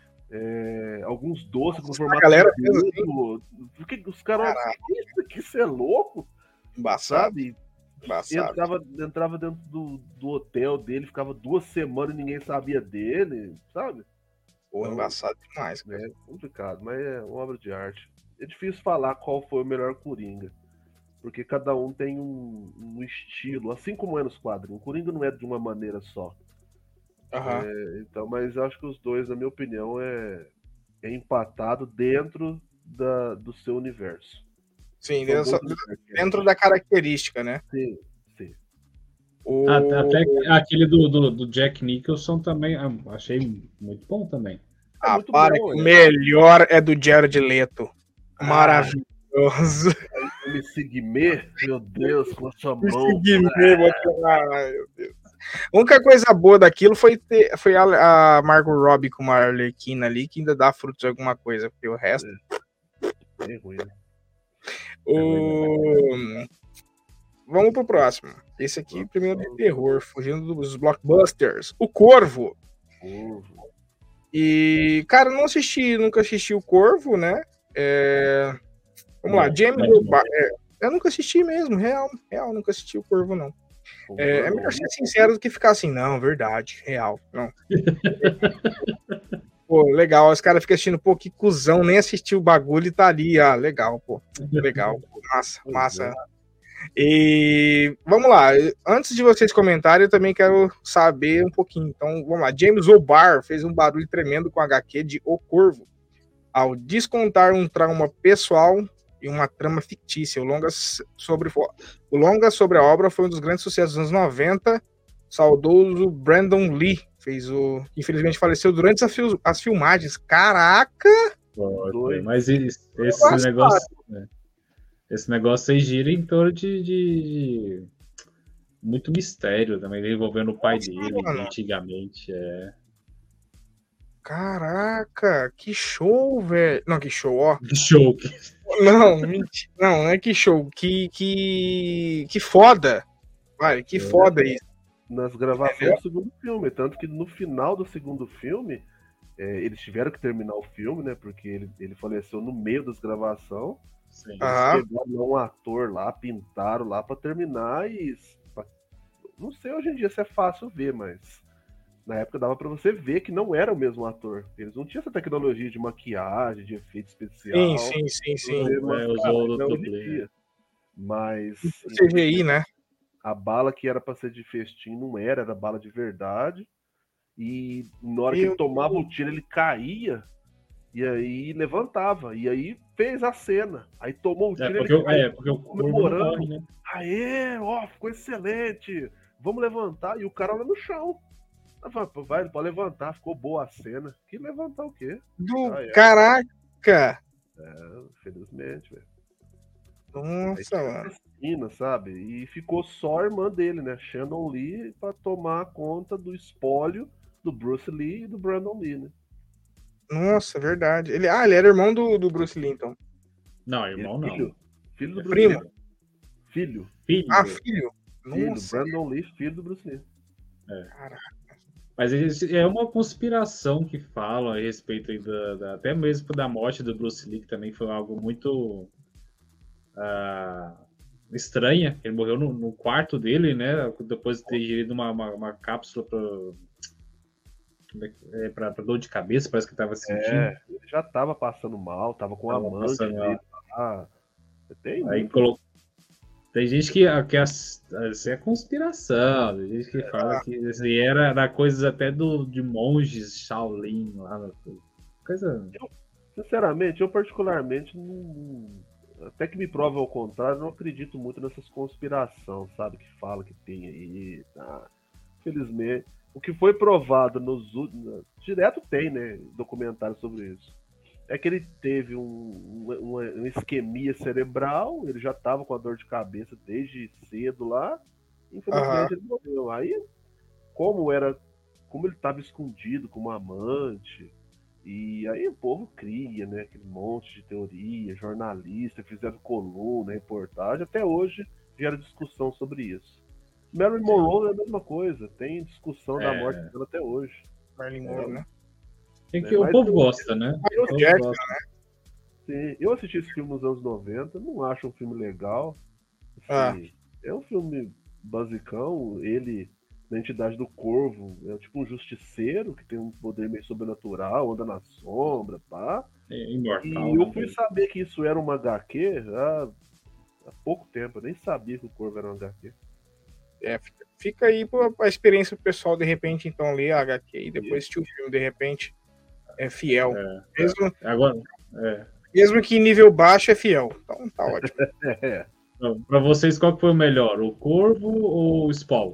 Speaker 4: É, alguns doces com formato
Speaker 1: galera
Speaker 4: de assim. Porque os caras, isso aqui, isso é louco?
Speaker 1: Embaçado.
Speaker 4: Sabe?
Speaker 1: Embaçado.
Speaker 4: Entrava, entrava dentro do, do hotel dele, ficava duas semanas e ninguém sabia dele, sabe?
Speaker 1: Pô, embaçado demais, cara.
Speaker 4: É complicado, mas é uma obra de arte. É difícil falar qual foi o melhor Coringa, porque cada um tem um, um estilo, assim como é nos quadrinhos. O Coringa não é de uma maneira só.
Speaker 1: Uhum.
Speaker 4: É, então, mas acho que os dois, na minha opinião, é, é empatado dentro da, do seu universo.
Speaker 1: Sim, dentro, dentro da característica, né?
Speaker 4: Sim, sim.
Speaker 3: O... Até aquele do, do, do Jack Nicholson também, achei muito bom também.
Speaker 1: É ah, para bom, que o melhor é do Jared Leto. Ah. Maravilhoso.
Speaker 4: O M C Guimê, meu Deus, com a sua mão.
Speaker 1: M C Guimê, ai, meu Deus. A única coisa boa daquilo foi, ter, foi a, a Margot Robbie com uma Arlequina ali, que ainda dá frutos de alguma coisa, porque o resto...
Speaker 4: É, é ruim, né?
Speaker 1: O... Vamos pro próximo. Esse aqui, primeiro de terror, fugindo dos blockbusters. O Corvo.
Speaker 4: Corvo.
Speaker 1: E, cara, não assisti, nunca assisti o Corvo, né? É... Vamos lá, James O'Barr. É, eu nunca assisti mesmo, real, real, nunca assisti o Corvo, não. É, é melhor ser sincero do que ficar assim, não, verdade, real, não. Pô, legal, os caras ficam assistindo, pô, que cuzão, nem assistiu o bagulho e tá ali, ah, legal, pô, legal, pô, massa, massa. E vamos lá, antes de vocês comentarem, eu também quero saber um pouquinho, então vamos lá. James O'Barr fez um barulho tremendo com a H Q de O Corvo, ao descontar um trauma pessoal e uma trama fictícia. O longa sobre, o longa sobre a obra foi um dos grandes sucessos dos anos noventa. Saudoso Brandon Lee fez o... Infelizmente faleceu durante as, fil... as filmagens. Caraca!
Speaker 3: Pô, mas esse, esse negócio... Né? Esse negócio aí gira em torno de, de... muito mistério também, envolvendo o pai Nossa, dele, mano. antigamente. É...
Speaker 1: Caraca, que show, velho. Não, que show, ó.
Speaker 3: Que show.
Speaker 1: Não, mentira. Não, não é que show. Que, que, que foda. Vai, que é. foda isso.
Speaker 4: Nas gravações é. do segundo filme. Tanto que no final do segundo filme, é, eles tiveram que terminar o filme, né? Porque ele, ele faleceu no meio das gravações. Sim. Eles ah. pegaram um ator lá, pintaram lá pra terminar e... Pra... Não sei hoje em dia se é fácil ver, mas... Na época dava pra você ver que não era o mesmo ator. Eles não tinham essa tecnologia de maquiagem, de efeito especial.
Speaker 1: Sim, sim, sim, sim.
Speaker 3: É, usou do dublê.
Speaker 4: Mas...
Speaker 1: C G I, né?
Speaker 4: A bala que era pra ser de festim não era, era bala de verdade. E na hora que ele tomava o tiro, ele caía. E aí levantava. E aí fez a cena. Aí tomou o tiro,
Speaker 3: é, porque
Speaker 4: ele
Speaker 3: eu, é, porque
Speaker 4: comemorando.
Speaker 3: Morre, né?
Speaker 4: Aê, ó, ficou excelente. Vamos levantar. E o cara lá no chão. Vai, pode levantar, ficou boa a cena. Que levantar o quê?
Speaker 1: Do ah, é. Caraca!
Speaker 4: É, felizmente, velho.
Speaker 1: Nossa, mano.
Speaker 4: Assassina, sabe? E ficou só a irmã dele, né? Shannon Lee, pra tomar conta do espólio do Bruce Lee e do Brandon Lee, né?
Speaker 1: Nossa, verdade. Ele, ah, ele era irmão do, do Bruce Lee, então.
Speaker 3: Não, irmão não.
Speaker 4: Filho, filho do
Speaker 1: é
Speaker 4: Bruce
Speaker 1: primo.
Speaker 4: Lee. Filho.
Speaker 3: Filho.
Speaker 1: Ah, filho.
Speaker 4: Filho,
Speaker 1: Nossa.
Speaker 4: Brandon Lee, filho do Bruce Lee.
Speaker 3: É.
Speaker 1: Caraca.
Speaker 3: Mas é uma conspiração que falam a respeito aí da, da, até mesmo da morte do Bruce Lee, que também foi algo muito uh, estranha. Ele morreu no, no quarto dele, né? Depois de ter ingerido uma, uma, uma cápsula para é, dor de cabeça, parece que estava sentindo.
Speaker 4: É, ele já estava passando mal, estava com
Speaker 3: tava
Speaker 4: a amante dele lá.
Speaker 3: Tem aí colocou. Tem gente que, que as, isso é conspiração, tem gente que é. fala que assim, era, era coisas até do, de monges Shaolin lá. Coisa...
Speaker 4: Eu, sinceramente, eu particularmente, não, até que me prova ao contrário, não acredito muito nessas conspirações, sabe? Que fala que tem aí. Tá? Felizmente, o que foi provado nos últimos. Direto tem, né? Documentário sobre isso. É que ele teve um, um, um isquemia cerebral, ele já estava com a dor de cabeça desde cedo lá, infelizmente uhum. ele morreu. Aí, como era, como ele estava escondido com uma amante, e aí o povo cria, né, aquele monte de teoria, jornalista, fizeram coluna, reportagem, até hoje gera discussão sobre isso. Marilyn Monroe é a mesma coisa, tem discussão é. da morte dela até hoje.
Speaker 1: Marilyn Monroe, é. né?
Speaker 3: É que né? o povo eu, gosta, né?
Speaker 1: Eu,
Speaker 3: o
Speaker 1: Jackson, gosta.
Speaker 4: Né? Sim, eu assisti esse filme nos anos noventa, não acho um filme legal. Assim, ah. É um filme basicão, ele, na Entidade do Corvo, é tipo um justiceiro que tem um poder meio sobrenatural, anda na sombra, pá.
Speaker 3: É imortal.
Speaker 4: E eu fui saber que isso era uma H Q há, há pouco tempo, eu nem sabia que o Corvo era uma H Q.
Speaker 1: É, fica aí a experiência do pessoal, de repente, então, ler a H Q e depois assistir o filme, de repente. É fiel.
Speaker 3: É,
Speaker 1: mesmo,
Speaker 3: agora, é.
Speaker 1: mesmo que em nível baixo é fiel. Então tá ótimo.
Speaker 4: é.
Speaker 3: Para vocês, qual que foi o melhor? O Corvo ou o Spawn?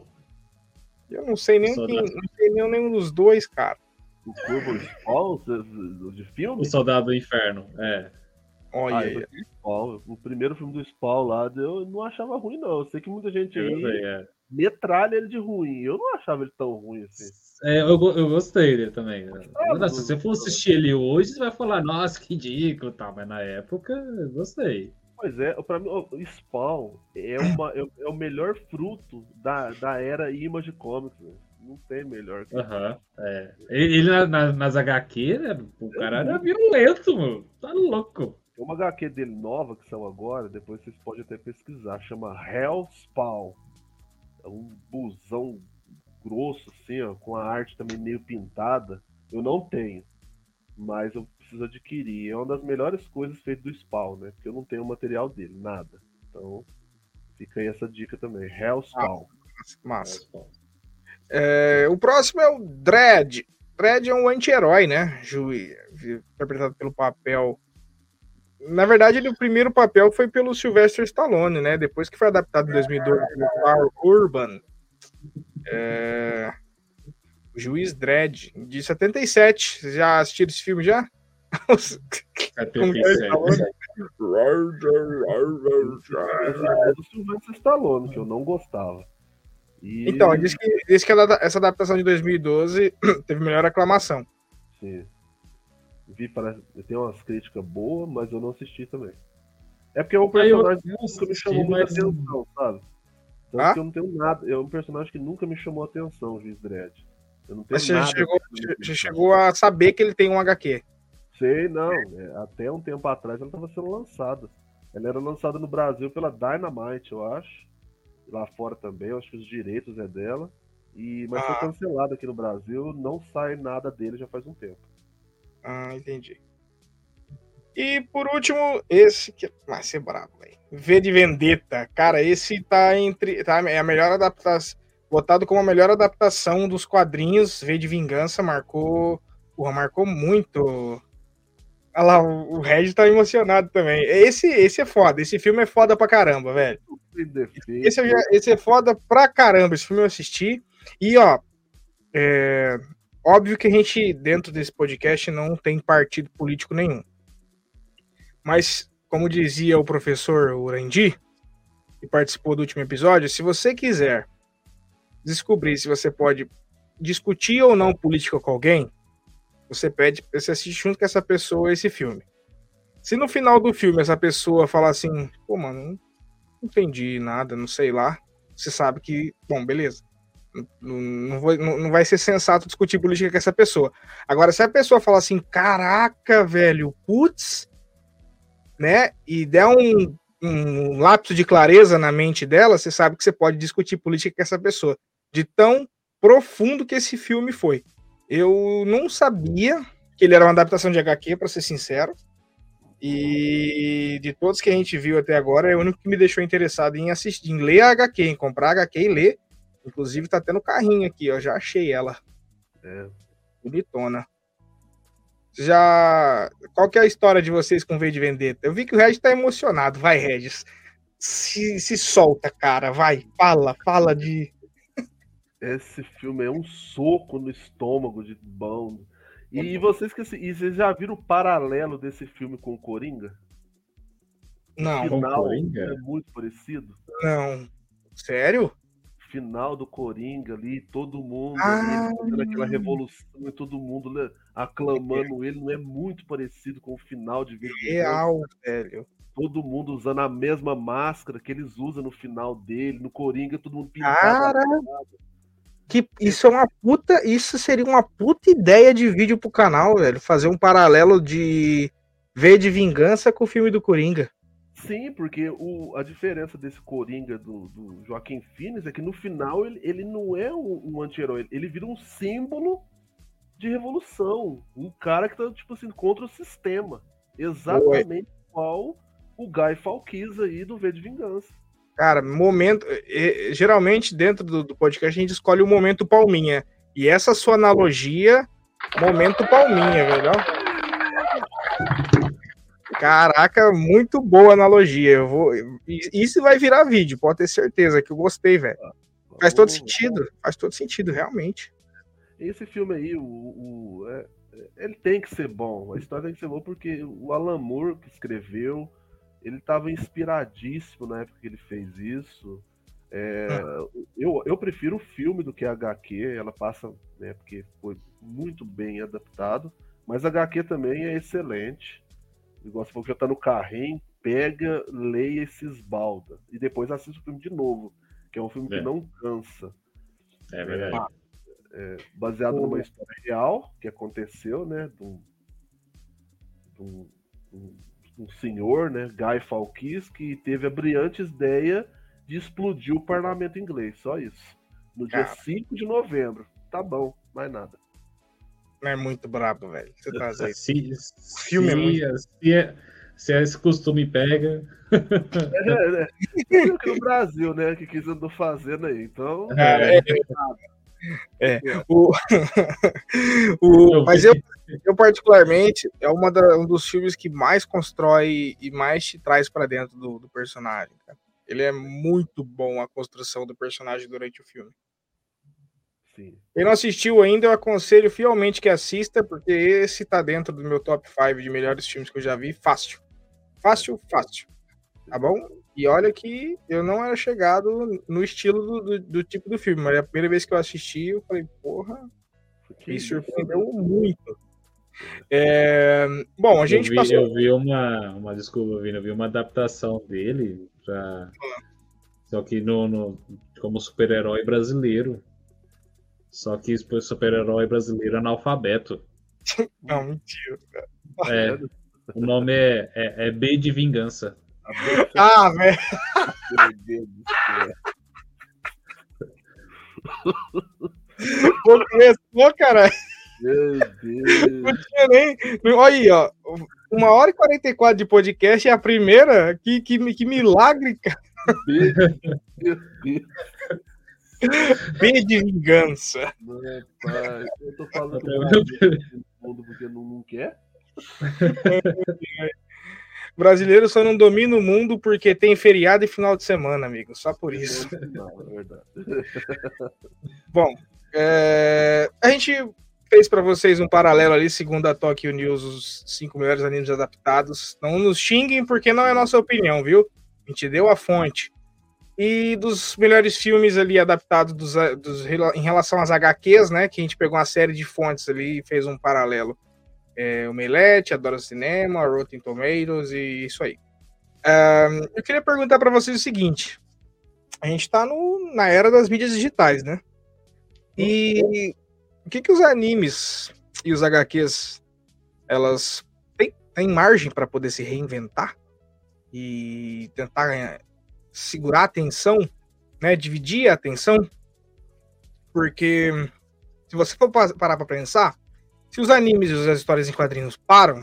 Speaker 1: Eu não sei nem quem, não sei nem nenhum dos dois, cara.
Speaker 4: O Corvo ou o Spawn de filme?
Speaker 3: O Soldado do Inferno, é.
Speaker 1: Olha
Speaker 4: ah,
Speaker 1: aí.
Speaker 4: Spawn. O primeiro filme do Spawn lá, eu não achava ruim, não. Eu sei que muita gente aí
Speaker 3: sei, é.
Speaker 4: metralha ele de ruim. Eu não achava ele tão ruim assim.
Speaker 3: É, eu, eu gostei dele também. Ah, se você for assistir ele hoje, você vai falar, nossa, que ridículo, tá? Mas na época, eu gostei.
Speaker 4: Pois é, pra mim, o Spawn é, uma, é, é o melhor fruto da, da era Image Comics, né? Não tem melhor que
Speaker 3: uhum, é. Ele, ele na, na, nas H Q, né? O cara era violento, mano. Tá louco.
Speaker 4: Tem uma H Q dele nova que saiu agora, depois vocês podem até pesquisar, chama Hell Spawn. É um busão grosso, assim, ó, com a arte também meio pintada. Eu não tenho, mas eu preciso adquirir. É uma das melhores coisas feitas do Spawn, né? Porque eu não tenho o material dele, nada. Então, fica aí essa dica também. Hell Spawn.
Speaker 1: Ah, massa. É, o próximo é o Dredd. Dredd é um anti-herói, né? Ju... Interpretado pelo papel... Na verdade, ele, o primeiro papel foi pelo Sylvester Stallone, né? Depois que foi adaptado em dois mil e dois pelo Carl Urban. É... O Juiz Dredd, de setenta e sete. Vocês já assistiram esse filme já?
Speaker 3: setenta e sete.
Speaker 4: É do Sylvester Stallone, que eu não gostava. E...
Speaker 1: Então, diz que, diz que essa adaptação de dois mil e doze teve melhor aclamação.
Speaker 4: Sim. Vi, parece, tem umas críticas boas, mas eu não assisti também. É porque é um personagem que nunca me chamou muita mas... atenção, sabe? Tanto ah? que eu não tenho nada. É um personagem que nunca me chamou a atenção, o Juiz Dredd. Eu não tenho
Speaker 1: mas você
Speaker 4: nada.
Speaker 1: Chegou, você chegou a saber que ele tem um H Q?
Speaker 4: Sei, não. É, até um tempo atrás ela estava sendo lançada. Ela era lançada no Brasil pela Dynamite, eu acho. Lá fora também, eu acho que os direitos é dela. E, mas ah. foi cancelado aqui no Brasil, não sai nada dele já faz um tempo.
Speaker 1: Ah, entendi. E por último, esse que vai ser brabo, velho. V de Vendetta. Cara, esse tá entre. Tá, é a melhor adaptação. Votado como a melhor adaptação dos quadrinhos. V de Vingança marcou. Porra, marcou muito. Olha lá, o Red tá emocionado também. Esse, esse é foda. Esse filme é foda pra caramba, velho. Esse, esse é foda pra caramba. Esse filme eu assisti. E, ó. É. Óbvio que a gente, dentro desse podcast, não tem partido político nenhum. Mas, como dizia o professor Urandi, que participou do último episódio, se você quiser descobrir se você pode discutir ou não política com alguém, você pede, você assiste junto com essa pessoa esse filme. Se no final do filme essa pessoa falar assim, pô, mano, não entendi nada, não sei lá, você sabe que, bom, beleza. Não, não, vou, não, não vai ser sensato discutir política com essa pessoa. Agora, se a pessoa falar assim, caraca, velho, putz, né, e der um, um lapso de clareza na mente dela, você sabe que você pode discutir política com essa pessoa. De tão profundo que esse filme foi. Eu não sabia que ele era uma adaptação de H Q, para ser sincero. E de todos que a gente viu até agora, é o único que me deixou interessado em assistir, em ler a H Q, em comprar a H Q e ler. Inclusive tá tendo carrinho aqui, ó. Já achei ela. É. Bonitona. Já. Qual que é a história de vocês com V de Vendetta? Eu vi que o Regis tá emocionado. Vai, Regis. Se, se solta, cara. Vai. Fala, fala de.
Speaker 4: Esse filme é um soco no estômago de bom. E vocês, que, e vocês já viram o paralelo desse filme com o Coringa?
Speaker 1: Não.
Speaker 4: O final Coringa? É muito parecido.
Speaker 1: Não. Sério?
Speaker 4: Final do Coringa ali, todo mundo
Speaker 1: ah,
Speaker 4: ali, fazendo aquela revolução e todo mundo, né, aclamando é. ele, não é muito parecido com o final de V de
Speaker 1: Real, velho.
Speaker 4: Todo mundo usando a mesma máscara que eles usam no final dele, no Coringa, todo mundo pintado.
Speaker 1: Cara, que isso é uma puta, isso seria uma puta ideia de vídeo pro canal, velho, fazer um paralelo de V de Vingança com o filme do Coringa.
Speaker 4: Sim, porque o, a diferença desse Coringa do, do Joaquin Phoenix é que no final ele, ele não é um, um anti-herói, ele vira um símbolo de revolução. Um cara que tá, tipo assim, contra o sistema. Exatamente igual o Guy Fawkes aí do V de Vingança.
Speaker 1: Cara, momento... Geralmente dentro do, do podcast a gente escolhe o momento palminha. E essa sua analogia, momento palminha, velho. Caraca, muito boa analogia. Eu vou... Isso vai virar vídeo, pode ter certeza que eu gostei, velho. Faz todo sentido, faz todo sentido, realmente.
Speaker 4: Esse filme aí, o, o, é, ele tem que ser bom. A história tem que ser boa porque o Alan Moore que escreveu, ele estava inspiradíssimo na época que ele fez isso. É, hum. eu, eu prefiro o filme do que a H Q. Ela passa, né, porque foi muito bem adaptado. Mas a H Q também é excelente. Igual você falou que já tá no carrinho, pega, leia e se esbalda. E depois assiste o filme de novo, que é um filme é. que não cansa.
Speaker 3: É verdade.
Speaker 4: É, baseado numa história real que aconteceu, né? De um, de um, de um senhor, né? Guy Fawkes, que teve a brilhante ideia de explodir o parlamento inglês. Só isso. No dia Cara. cinco de novembro. Tá bom, mais nada.
Speaker 1: É muito brabo, velho. Você tá
Speaker 3: se, se, o filme se, é muito... se, é, se esse costume pega.
Speaker 4: É, é. É aqui no Brasil, né? Que quis andar fazendo aí. Então.
Speaker 1: É, é, é. O, o, mas eu, eu, particularmente, é uma da, um dos filmes que mais constrói e mais te traz pra dentro do, do personagem. Cara. Ele é muito bom a construção do personagem durante o filme. Quem não assistiu ainda, eu aconselho fielmente que assista, porque esse tá dentro do meu top cinco de melhores filmes que eu já vi, fácil. Fácil, fácil. Tá bom? E olha que eu não era chegado no estilo do, do, do tipo do filme, mas a primeira vez que eu assisti, eu falei, porra, me surpreendeu muito. É... Bom, a gente
Speaker 3: eu vi,
Speaker 1: passou...
Speaker 3: Eu vi uma, uma desculpa, Vini, eu vi uma adaptação dele, pra... só que no, no, como super-herói brasileiro. Só que foi super-herói brasileiro analfabeto.
Speaker 1: Não, mentira, cara.
Speaker 3: É, o nome é, é, é B de Vingança.
Speaker 1: Ah, velho. Pô, começou, cara.
Speaker 4: Meu Deus.
Speaker 1: Não tinha nem... Olha aí, ó. Uma hora e quarenta e quatro de podcast é a primeira. Que, que, que milagre, cara. Meu Deus. B de Vingança.
Speaker 4: Não, pai, eu tô falando que o mundo porque não, não quer.
Speaker 1: Brasileiro só não domina o mundo porque tem feriado e final de semana, amigo. Só por isso.
Speaker 4: Não, é verdade.
Speaker 1: Bom, é... a gente fez para vocês um paralelo ali, segundo a Tokyo News, os cinco melhores animes adaptados. Não nos xinguem porque não é nossa opinião, viu? A gente deu a fonte. E dos melhores filmes ali adaptados dos, dos, em relação às H Qs, né? Que a gente pegou uma série de fontes ali e fez um paralelo. É, o Melete, Adora Cinema, Rotten Tomatoes e isso aí. Um, eu queria perguntar para vocês o seguinte. A gente tá no, na era das mídias digitais, né? E o que que os animes e os H Qs, elas têm, têm margem para poder se reinventar e tentar é, segurar a atenção, né, dividir a atenção? Porque se você for pa- parar para pensar, se os animes e as histórias em quadrinhos param,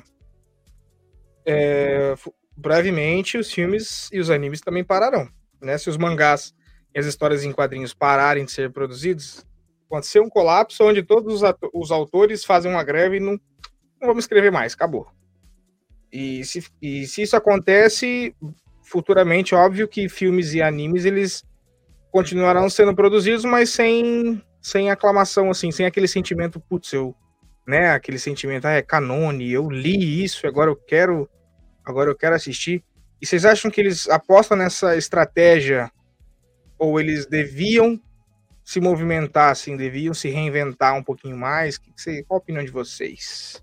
Speaker 1: é, fu- brevemente os filmes e os animes também pararão, né? Se os mangás e as histórias em quadrinhos pararem de ser produzidos, acontecer um colapso onde todos os, ato- os autores fazem uma greve e não, não vamos escrever mais, acabou. E se, e se isso acontece, futuramente, óbvio que filmes e animes, eles continuarão sendo produzidos, mas sem, sem aclamação, assim, sem aquele sentimento, putz, eu, né, aquele sentimento, ah, é canone, eu li isso, agora eu quero, agora eu quero assistir. E vocês acham que eles apostam nessa estratégia, ou eles deviam se movimentar, assim, deviam se reinventar um pouquinho mais? Que que você, qual a opinião de vocês?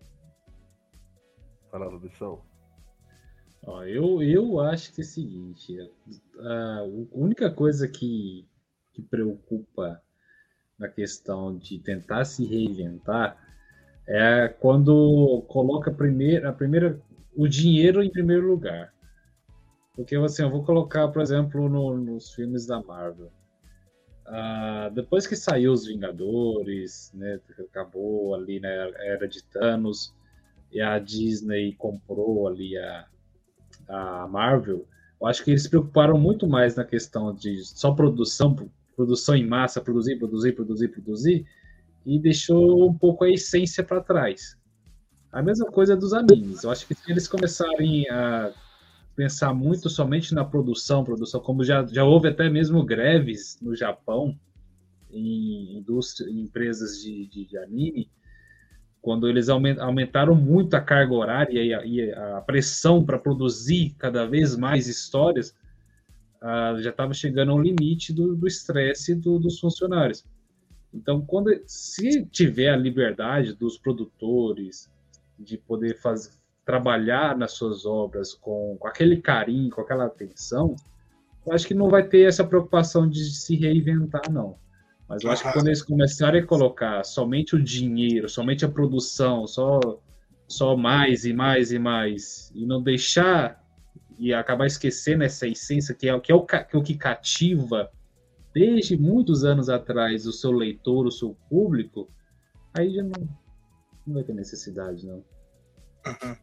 Speaker 4: Fala, Lubição.
Speaker 3: Ó, eu, eu acho que é o seguinte, a única coisa que, que preocupa na questão de tentar se reinventar é quando coloca primeiro, a primeira, o dinheiro em primeiro lugar. Porque assim, eu vou colocar, por exemplo, no, nos filmes da Marvel. Ah, depois que saiu os Vingadores, né, acabou ali na era de Thanos, e a Disney comprou ali a, a Marvel, eu acho que eles se preocuparam muito mais na questão de só produção, produção em massa, produzir, produzir, produzir, produzir, e deixou um pouco a essência para trás. A mesma coisa dos animes. Eu acho que se eles começarem a pensar muito somente na produção, produção, como já, já houve até mesmo greves no Japão, em, indústria, em empresas de, de, de anime, quando eles aumentaram muito a carga horária e a, e a pressão para produzir cada vez mais histórias, uh, já estava chegando ao limite do estresse do, dos funcionários. Então, quando, se tiver a liberdade dos produtores de poder fazer, trabalhar nas suas obras com, com aquele carinho, com aquela atenção, eu acho que não vai ter essa preocupação de se reinventar, não. Mas eu acho que quando eles começarem a colocar somente o dinheiro, somente a produção, só, só mais e mais e mais, e não deixar e acabar esquecendo essa essência que é, que é, o, que é o que cativa desde muitos anos atrás o seu leitor, o seu público, aí já não, não vai ter necessidade, não.
Speaker 1: Uhum.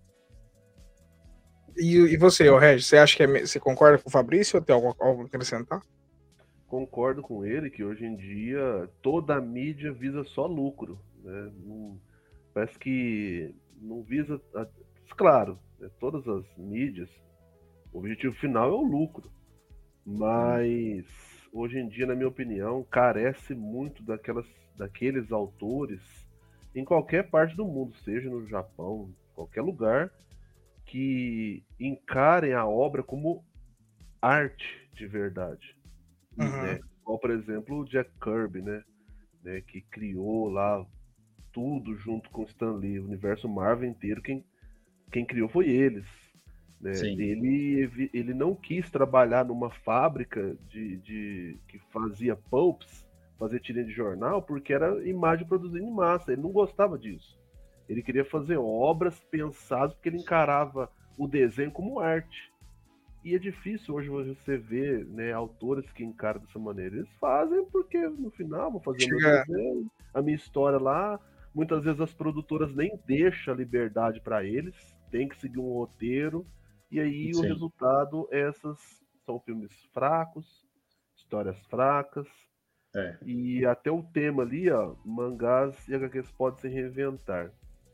Speaker 1: E, e você, ô Regis, você acha que é, você concorda com o Fabrício ou tem algo, algo a acrescentar?
Speaker 4: Concordo com ele que hoje em dia toda a mídia visa só lucro, né? Não, parece que não visa. Claro, né? Todas as mídias, o objetivo final é o lucro, mas hoje em dia, na minha opinião, carece muito daquelas, daqueles autores em qualquer parte do mundo, seja no Japão, qualquer lugar, que encarem a obra como arte de verdade. Uhum. Né? Igual, por exemplo, o Jack Kirby, né? né? Que criou lá tudo junto com o Stan Lee, o universo Marvel inteiro, quem, quem criou foi eles. Né? Ele, ele não quis trabalhar numa fábrica de, de, que fazia pulps, fazer tirinha de jornal, porque era imagem produzida em massa, ele não gostava disso. Ele queria fazer obras pensadas, porque ele encarava o desenho como arte. E é difícil hoje você ver, né, autores que encaram dessa maneira. Eles fazem porque no final vão fazer o meu desenho, a minha história lá. Muitas vezes as produtoras nem deixam a liberdade para eles, tem que seguir um roteiro. E aí Sim. o resultado é essas são filmes fracos, histórias fracas. É. E até o tema ali, ó, mangás e H Qs podem se reinventar.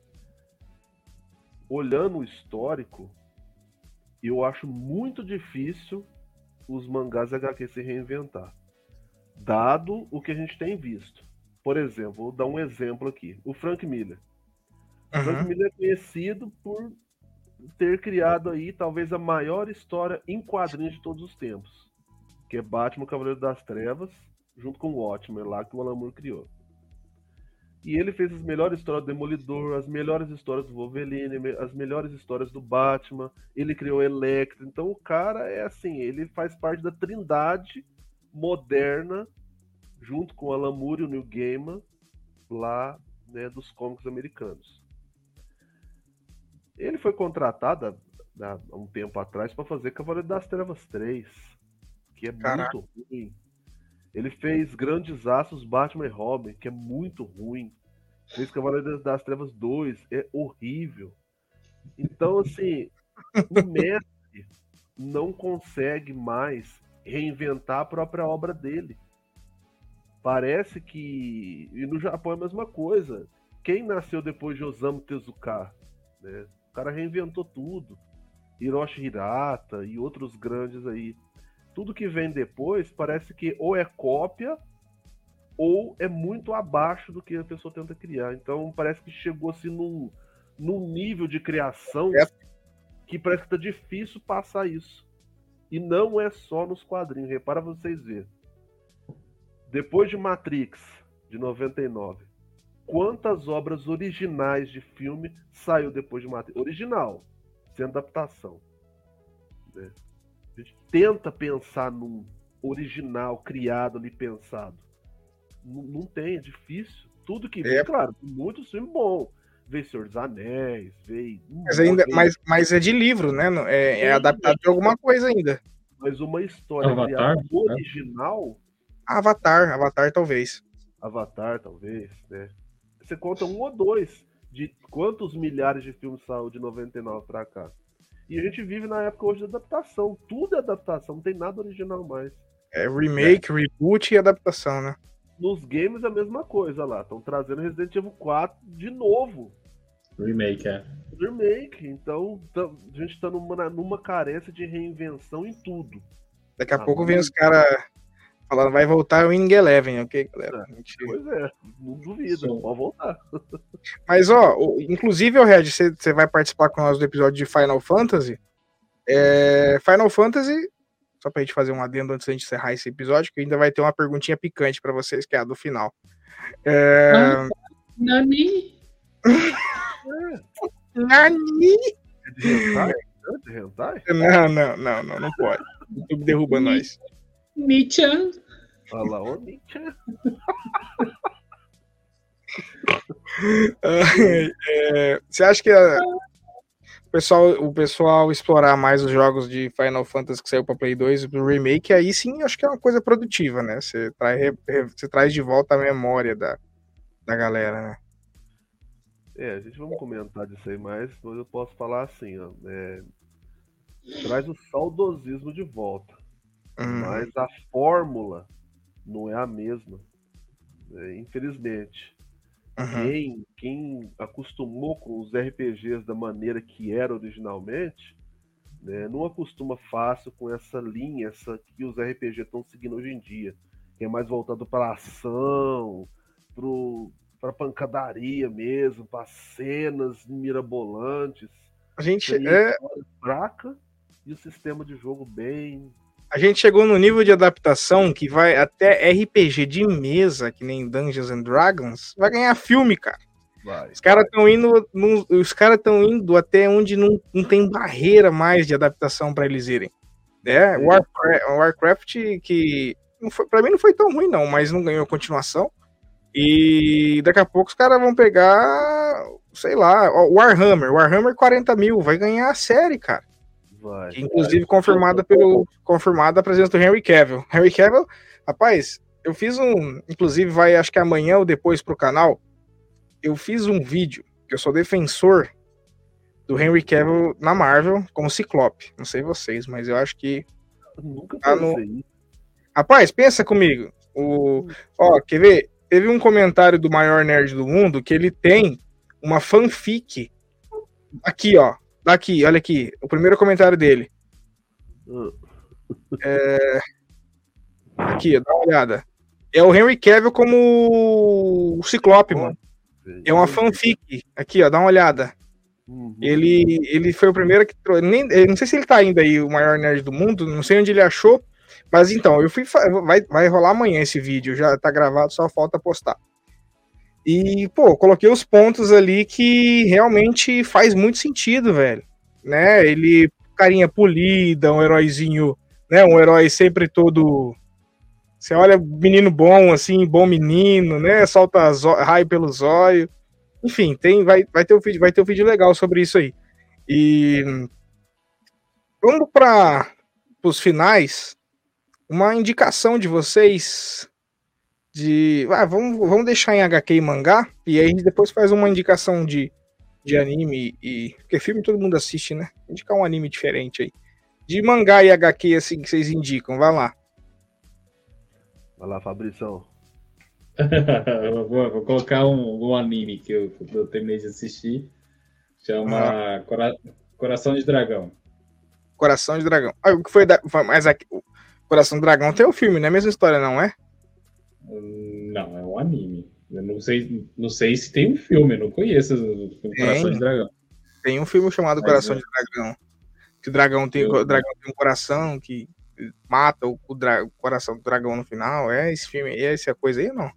Speaker 4: Olhando o histórico, eu acho muito difícil os mangás e H Q se reinventar, dado o que a gente tem visto. Por exemplo, vou dar um exemplo aqui. O Frank Miller. Uhum. O Frank Miller é conhecido por ter criado aí talvez a maior história em quadrinhos de todos os tempos, que é Batman, Cavaleiro das Trevas, junto com o Watchmen, lá que o Alan Moore criou. E ele fez as melhores histórias do Demolidor, as melhores histórias do Wolverine, as melhores histórias do Batman. Ele criou Electra. Então o cara é assim, ele faz parte da trindade moderna junto com o Alan Moore e o Neil Gaiman, lá, né, dos cómics americanos. Ele foi contratado há, há um tempo atrás para fazer Cavaleiro das Trevas três, que é
Speaker 1: Caraca.
Speaker 4: muito ruim. Ele fez Grandes Astros, Batman e Robin, que é muito ruim. Fez Cavaleiro das Trevas dois, é horrível. Então, assim, o mestre não consegue mais reinventar a própria obra dele. Parece que... E no Japão é a mesma coisa. Quem nasceu depois de Osamu Tezuka? Né? O cara reinventou tudo. Hiroshi Hirata e outros grandes aí. Tudo que vem depois parece que ou é cópia ou é muito abaixo do que a pessoa tenta criar. Então parece que chegou assim num, num nível de criação
Speaker 1: É.
Speaker 4: que parece que tá difícil passar isso. E não é só nos quadrinhos. Repara vocês verem. Depois de Matrix, de noventa e nove, quantas obras originais de filme saiu depois de Matrix? Original, sem adaptação. Né? A gente tenta pensar num original, criado ali, pensado. Não, não tem, é difícil. Tudo que vem,
Speaker 1: É.
Speaker 4: claro, muitos filmes bons. Veio Senhor dos Anéis, veio...
Speaker 1: Mas, ainda, mas, mas é de livro, né? Não- É, é adaptado de alguma coisa ainda.
Speaker 4: Mas uma história
Speaker 3: Avatar,
Speaker 4: criada
Speaker 3: né?
Speaker 4: original...
Speaker 1: Avatar, Avatar talvez.
Speaker 4: Avatar, talvez, né? Você conta um ou dois de quantos milhares de filmes saiu de noventa e nove pra cá. E a gente vive na época hoje de adaptação. Tudo é adaptação, não tem nada original mais.
Speaker 1: É remake, reboot e adaptação, né?
Speaker 4: Nos games é a mesma coisa lá. Estão trazendo Resident Evil quatro de novo.
Speaker 3: Remake, é.
Speaker 4: Remake. Então tá- a gente tá numa, numa carência de reinvenção em tudo.
Speaker 1: Daqui a
Speaker 4: Ah,
Speaker 1: pouco vem
Speaker 4: mas-
Speaker 1: os caras falando, vai voltar o Winning Eleven, ok, galera?
Speaker 4: É.
Speaker 1: Mentira.
Speaker 4: Pois é, não duvido,
Speaker 3: Sim.
Speaker 4: pode voltar.
Speaker 1: Mas, ó, o- inclusive, o Red, você você vai participar com nós do episódio de Final Fantasy. É, Final Fantasy, só pra gente fazer um adendo antes da gente encerrar esse episódio, que ainda vai ter uma perguntinha picante pra vocês, que é a do final. É...
Speaker 5: Nani?
Speaker 1: Nani?
Speaker 4: É de hentai? É de hentai?
Speaker 1: Não, não, não, não, não pode. O YouTube derruba nós.
Speaker 5: Michan?
Speaker 4: Olha lá, ô Nietzsche.
Speaker 1: É, você acha que a- o, pessoal, o pessoal explorar mais os jogos de Final Fantasy que saiu pra Play dois, o remake, aí sim, acho que é uma coisa produtiva, né? Você traz, re- re- você traz de volta a memória da, da galera, né?
Speaker 4: É, a gente vamos comentar disso aí mais, mas eu posso falar assim, ó. é, traz o saudosismo de volta.
Speaker 1: Hum,
Speaker 4: Mas a fórmula não é a mesma. É, infelizmente.
Speaker 1: uhum.
Speaker 4: Quem, quem acostumou com os R P Gs da maneira que era originalmente, né, não acostuma fácil com essa linha essa que os R P G estão seguindo hoje em dia. Que é mais voltado para ação, para pancadaria mesmo, para cenas mirabolantes.
Speaker 1: A gente,
Speaker 4: Tem
Speaker 1: é,
Speaker 4: história fraca e o sistema de jogo bem...
Speaker 1: a gente chegou no nível de adaptação que vai até R P G de mesa, que nem Dungeons and Dragons, vai ganhar filme, cara.
Speaker 4: Vai.
Speaker 1: Os caras estão indo, num- os caras estão indo até onde não, não tem barreira mais de adaptação para eles irem. É, Warcraft, Warcraft que não foi, para mim não foi tão ruim não, mas não ganhou continuação. E daqui a pouco os caras vão pegar, sei lá, ó, Warhammer, Warhammer quarenta mil, vai ganhar a série, cara.
Speaker 4: Vai.
Speaker 1: Que, inclusive confirmada pelo confirmada a presença do Henry Cavill. Henry Cavill, rapaz, eu fiz um, inclusive vai acho que amanhã ou depois pro canal, eu fiz um vídeo que eu sou defensor do Henry Cavill na Marvel como Ciclope. Não sei vocês, mas eu acho que
Speaker 4: Nunca
Speaker 1: Tá no-
Speaker 4: pensei isso.
Speaker 1: rapaz, pensa comigo. O ó, quer ver? Teve um comentário do maior nerd do mundo que ele tem uma fanfic aqui, ó. Daqui, olha aqui, o primeiro comentário dele. Aqui, ó, dá uma olhada. É o Henry Cavill como o Ciclope, mano. É uma fanfic. Aqui, ó, dá uma olhada.
Speaker 4: Uhum.
Speaker 1: Ele, ele foi o primeiro que trouxe. Nem, eu não sei se ele tá ainda aí, o maior nerd do mundo, não sei onde ele achou. Mas então, eu fui. fa- Vai, vai rolar amanhã esse vídeo, já tá gravado, só falta postar. E, pô, coloquei os pontos ali que realmente faz muito sentido, velho. Né? Ele, carinha polida, um heróizinho, né? Um herói sempre todo. Você olha menino bom, assim, bom menino, né? Solta zó- raio pelo zóio. Enfim, tem, vai, vai, ter um vídeo, vai ter um vídeo legal sobre isso aí. E vamos para os finais. Uma indicação de vocês de. Ah, vamos, vamos deixar em H Q e mangá, e aí depois faz uma indicação de, de anime e. Porque filme todo mundo assiste, né? Indicar um anime diferente aí. De mangá e H Q, assim, que vocês indicam, vai lá.
Speaker 4: Vai lá, Fabrição.
Speaker 3: Eu vou, vou colocar um, um anime que eu, que eu terminei de assistir. Chama Cora- Coração de Dragão.
Speaker 1: Coração de Dragão. Ah, o que foi da. Mas aqui, o Coração de Dragão tem o filme, não é a mesma história, não é?
Speaker 3: Hum, Não, é um anime. Eu não sei, não sei se tem um filme, eu não conheço o Coração de Dragão.
Speaker 1: Tem um filme chamado
Speaker 3: Mas
Speaker 1: Coração
Speaker 3: é.
Speaker 1: de Dragão. Que o dragão tem,
Speaker 3: Eu-
Speaker 1: o dragão tem um coração que mata o, o dra- o coração do dragão no final. É esse filme, é essa coisa aí ou não?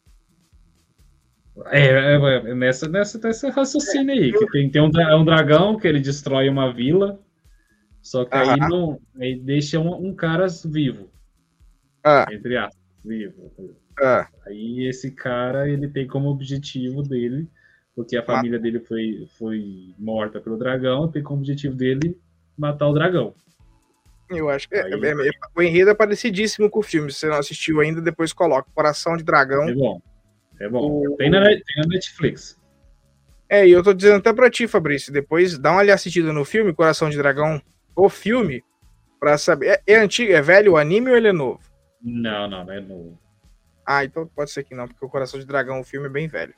Speaker 3: É, é, é, nessa, nessa, nessa raciocínio aí, que tem, tem um, dra- é um dragão que ele destrói uma vila, só que aí
Speaker 1: Aham.
Speaker 3: não. Aí deixa um, um cara vivo,
Speaker 1: Ah,
Speaker 3: entre aspas, vivo.
Speaker 1: ah,
Speaker 3: Aí esse cara, ele tem como objetivo dele, porque a família dele foi, foi morta pelo dragão, tem como objetivo dele matar o dragão.
Speaker 1: eu acho que é,
Speaker 3: Aí-
Speaker 1: é- é- o enredo é parecidíssimo com o filme. Se você não assistiu ainda, depois coloca Coração de Dragão.
Speaker 3: É bom. É bom.
Speaker 1: O-
Speaker 3: Tem na, Net- tem na Netflix.
Speaker 1: É, e eu tô dizendo até pra ti, Fabrício, depois dá uma olhada assistida no filme Coração de Dragão, o filme, pra saber. É, é antigo, é velho o anime ou ele é novo?
Speaker 3: Não, não, não é novo.
Speaker 1: Ah, então pode ser que não, porque o Coração de Dragão, o filme é bem velho.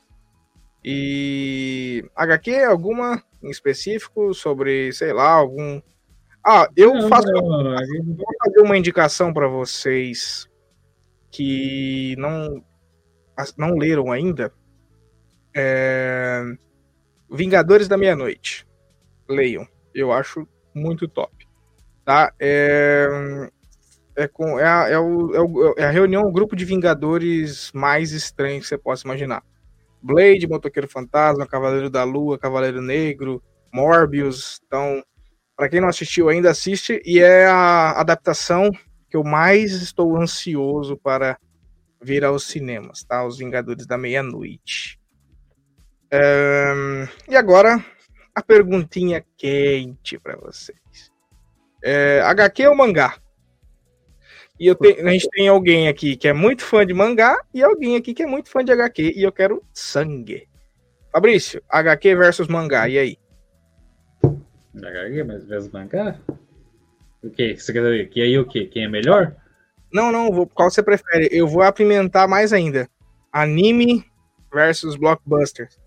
Speaker 1: E H Q, alguma em específico sobre, sei lá, algum. Ah, eu
Speaker 3: Não,
Speaker 1: faço.
Speaker 3: não, não, não.
Speaker 1: Vou fazer uma indicação para vocês que não, não leram ainda. É... Vingadores da Meia-Noite. Leiam. Eu acho muito top. Tá? É, é, com, é, a, é, o, é, o, é a reunião, o grupo de Vingadores mais estranho que você possa imaginar. Blade, Motoqueiro Fantasma, Cavaleiro da Lua, Cavaleiro Negro, Morbius. Então, para quem não assistiu ainda, assiste. E é a adaptação que eu mais estou ansioso para vir aos cinemas, tá? Os Vingadores da Meia-Noite. É, e agora, a perguntinha quente para vocês. É, H Q ou mangá? E eu te, a gente tem alguém aqui que é muito fã de mangá e alguém aqui que é muito fã de H Q. E eu quero sangue. Fabrício, H Q versus mangá, e aí?
Speaker 3: Mas vezes mangá? O que? Você quer saber? Que aí o quê? Quem é melhor?
Speaker 1: Não, não, vou, qual você prefere? Eu vou apimentar mais ainda. Anime versus blockbusters.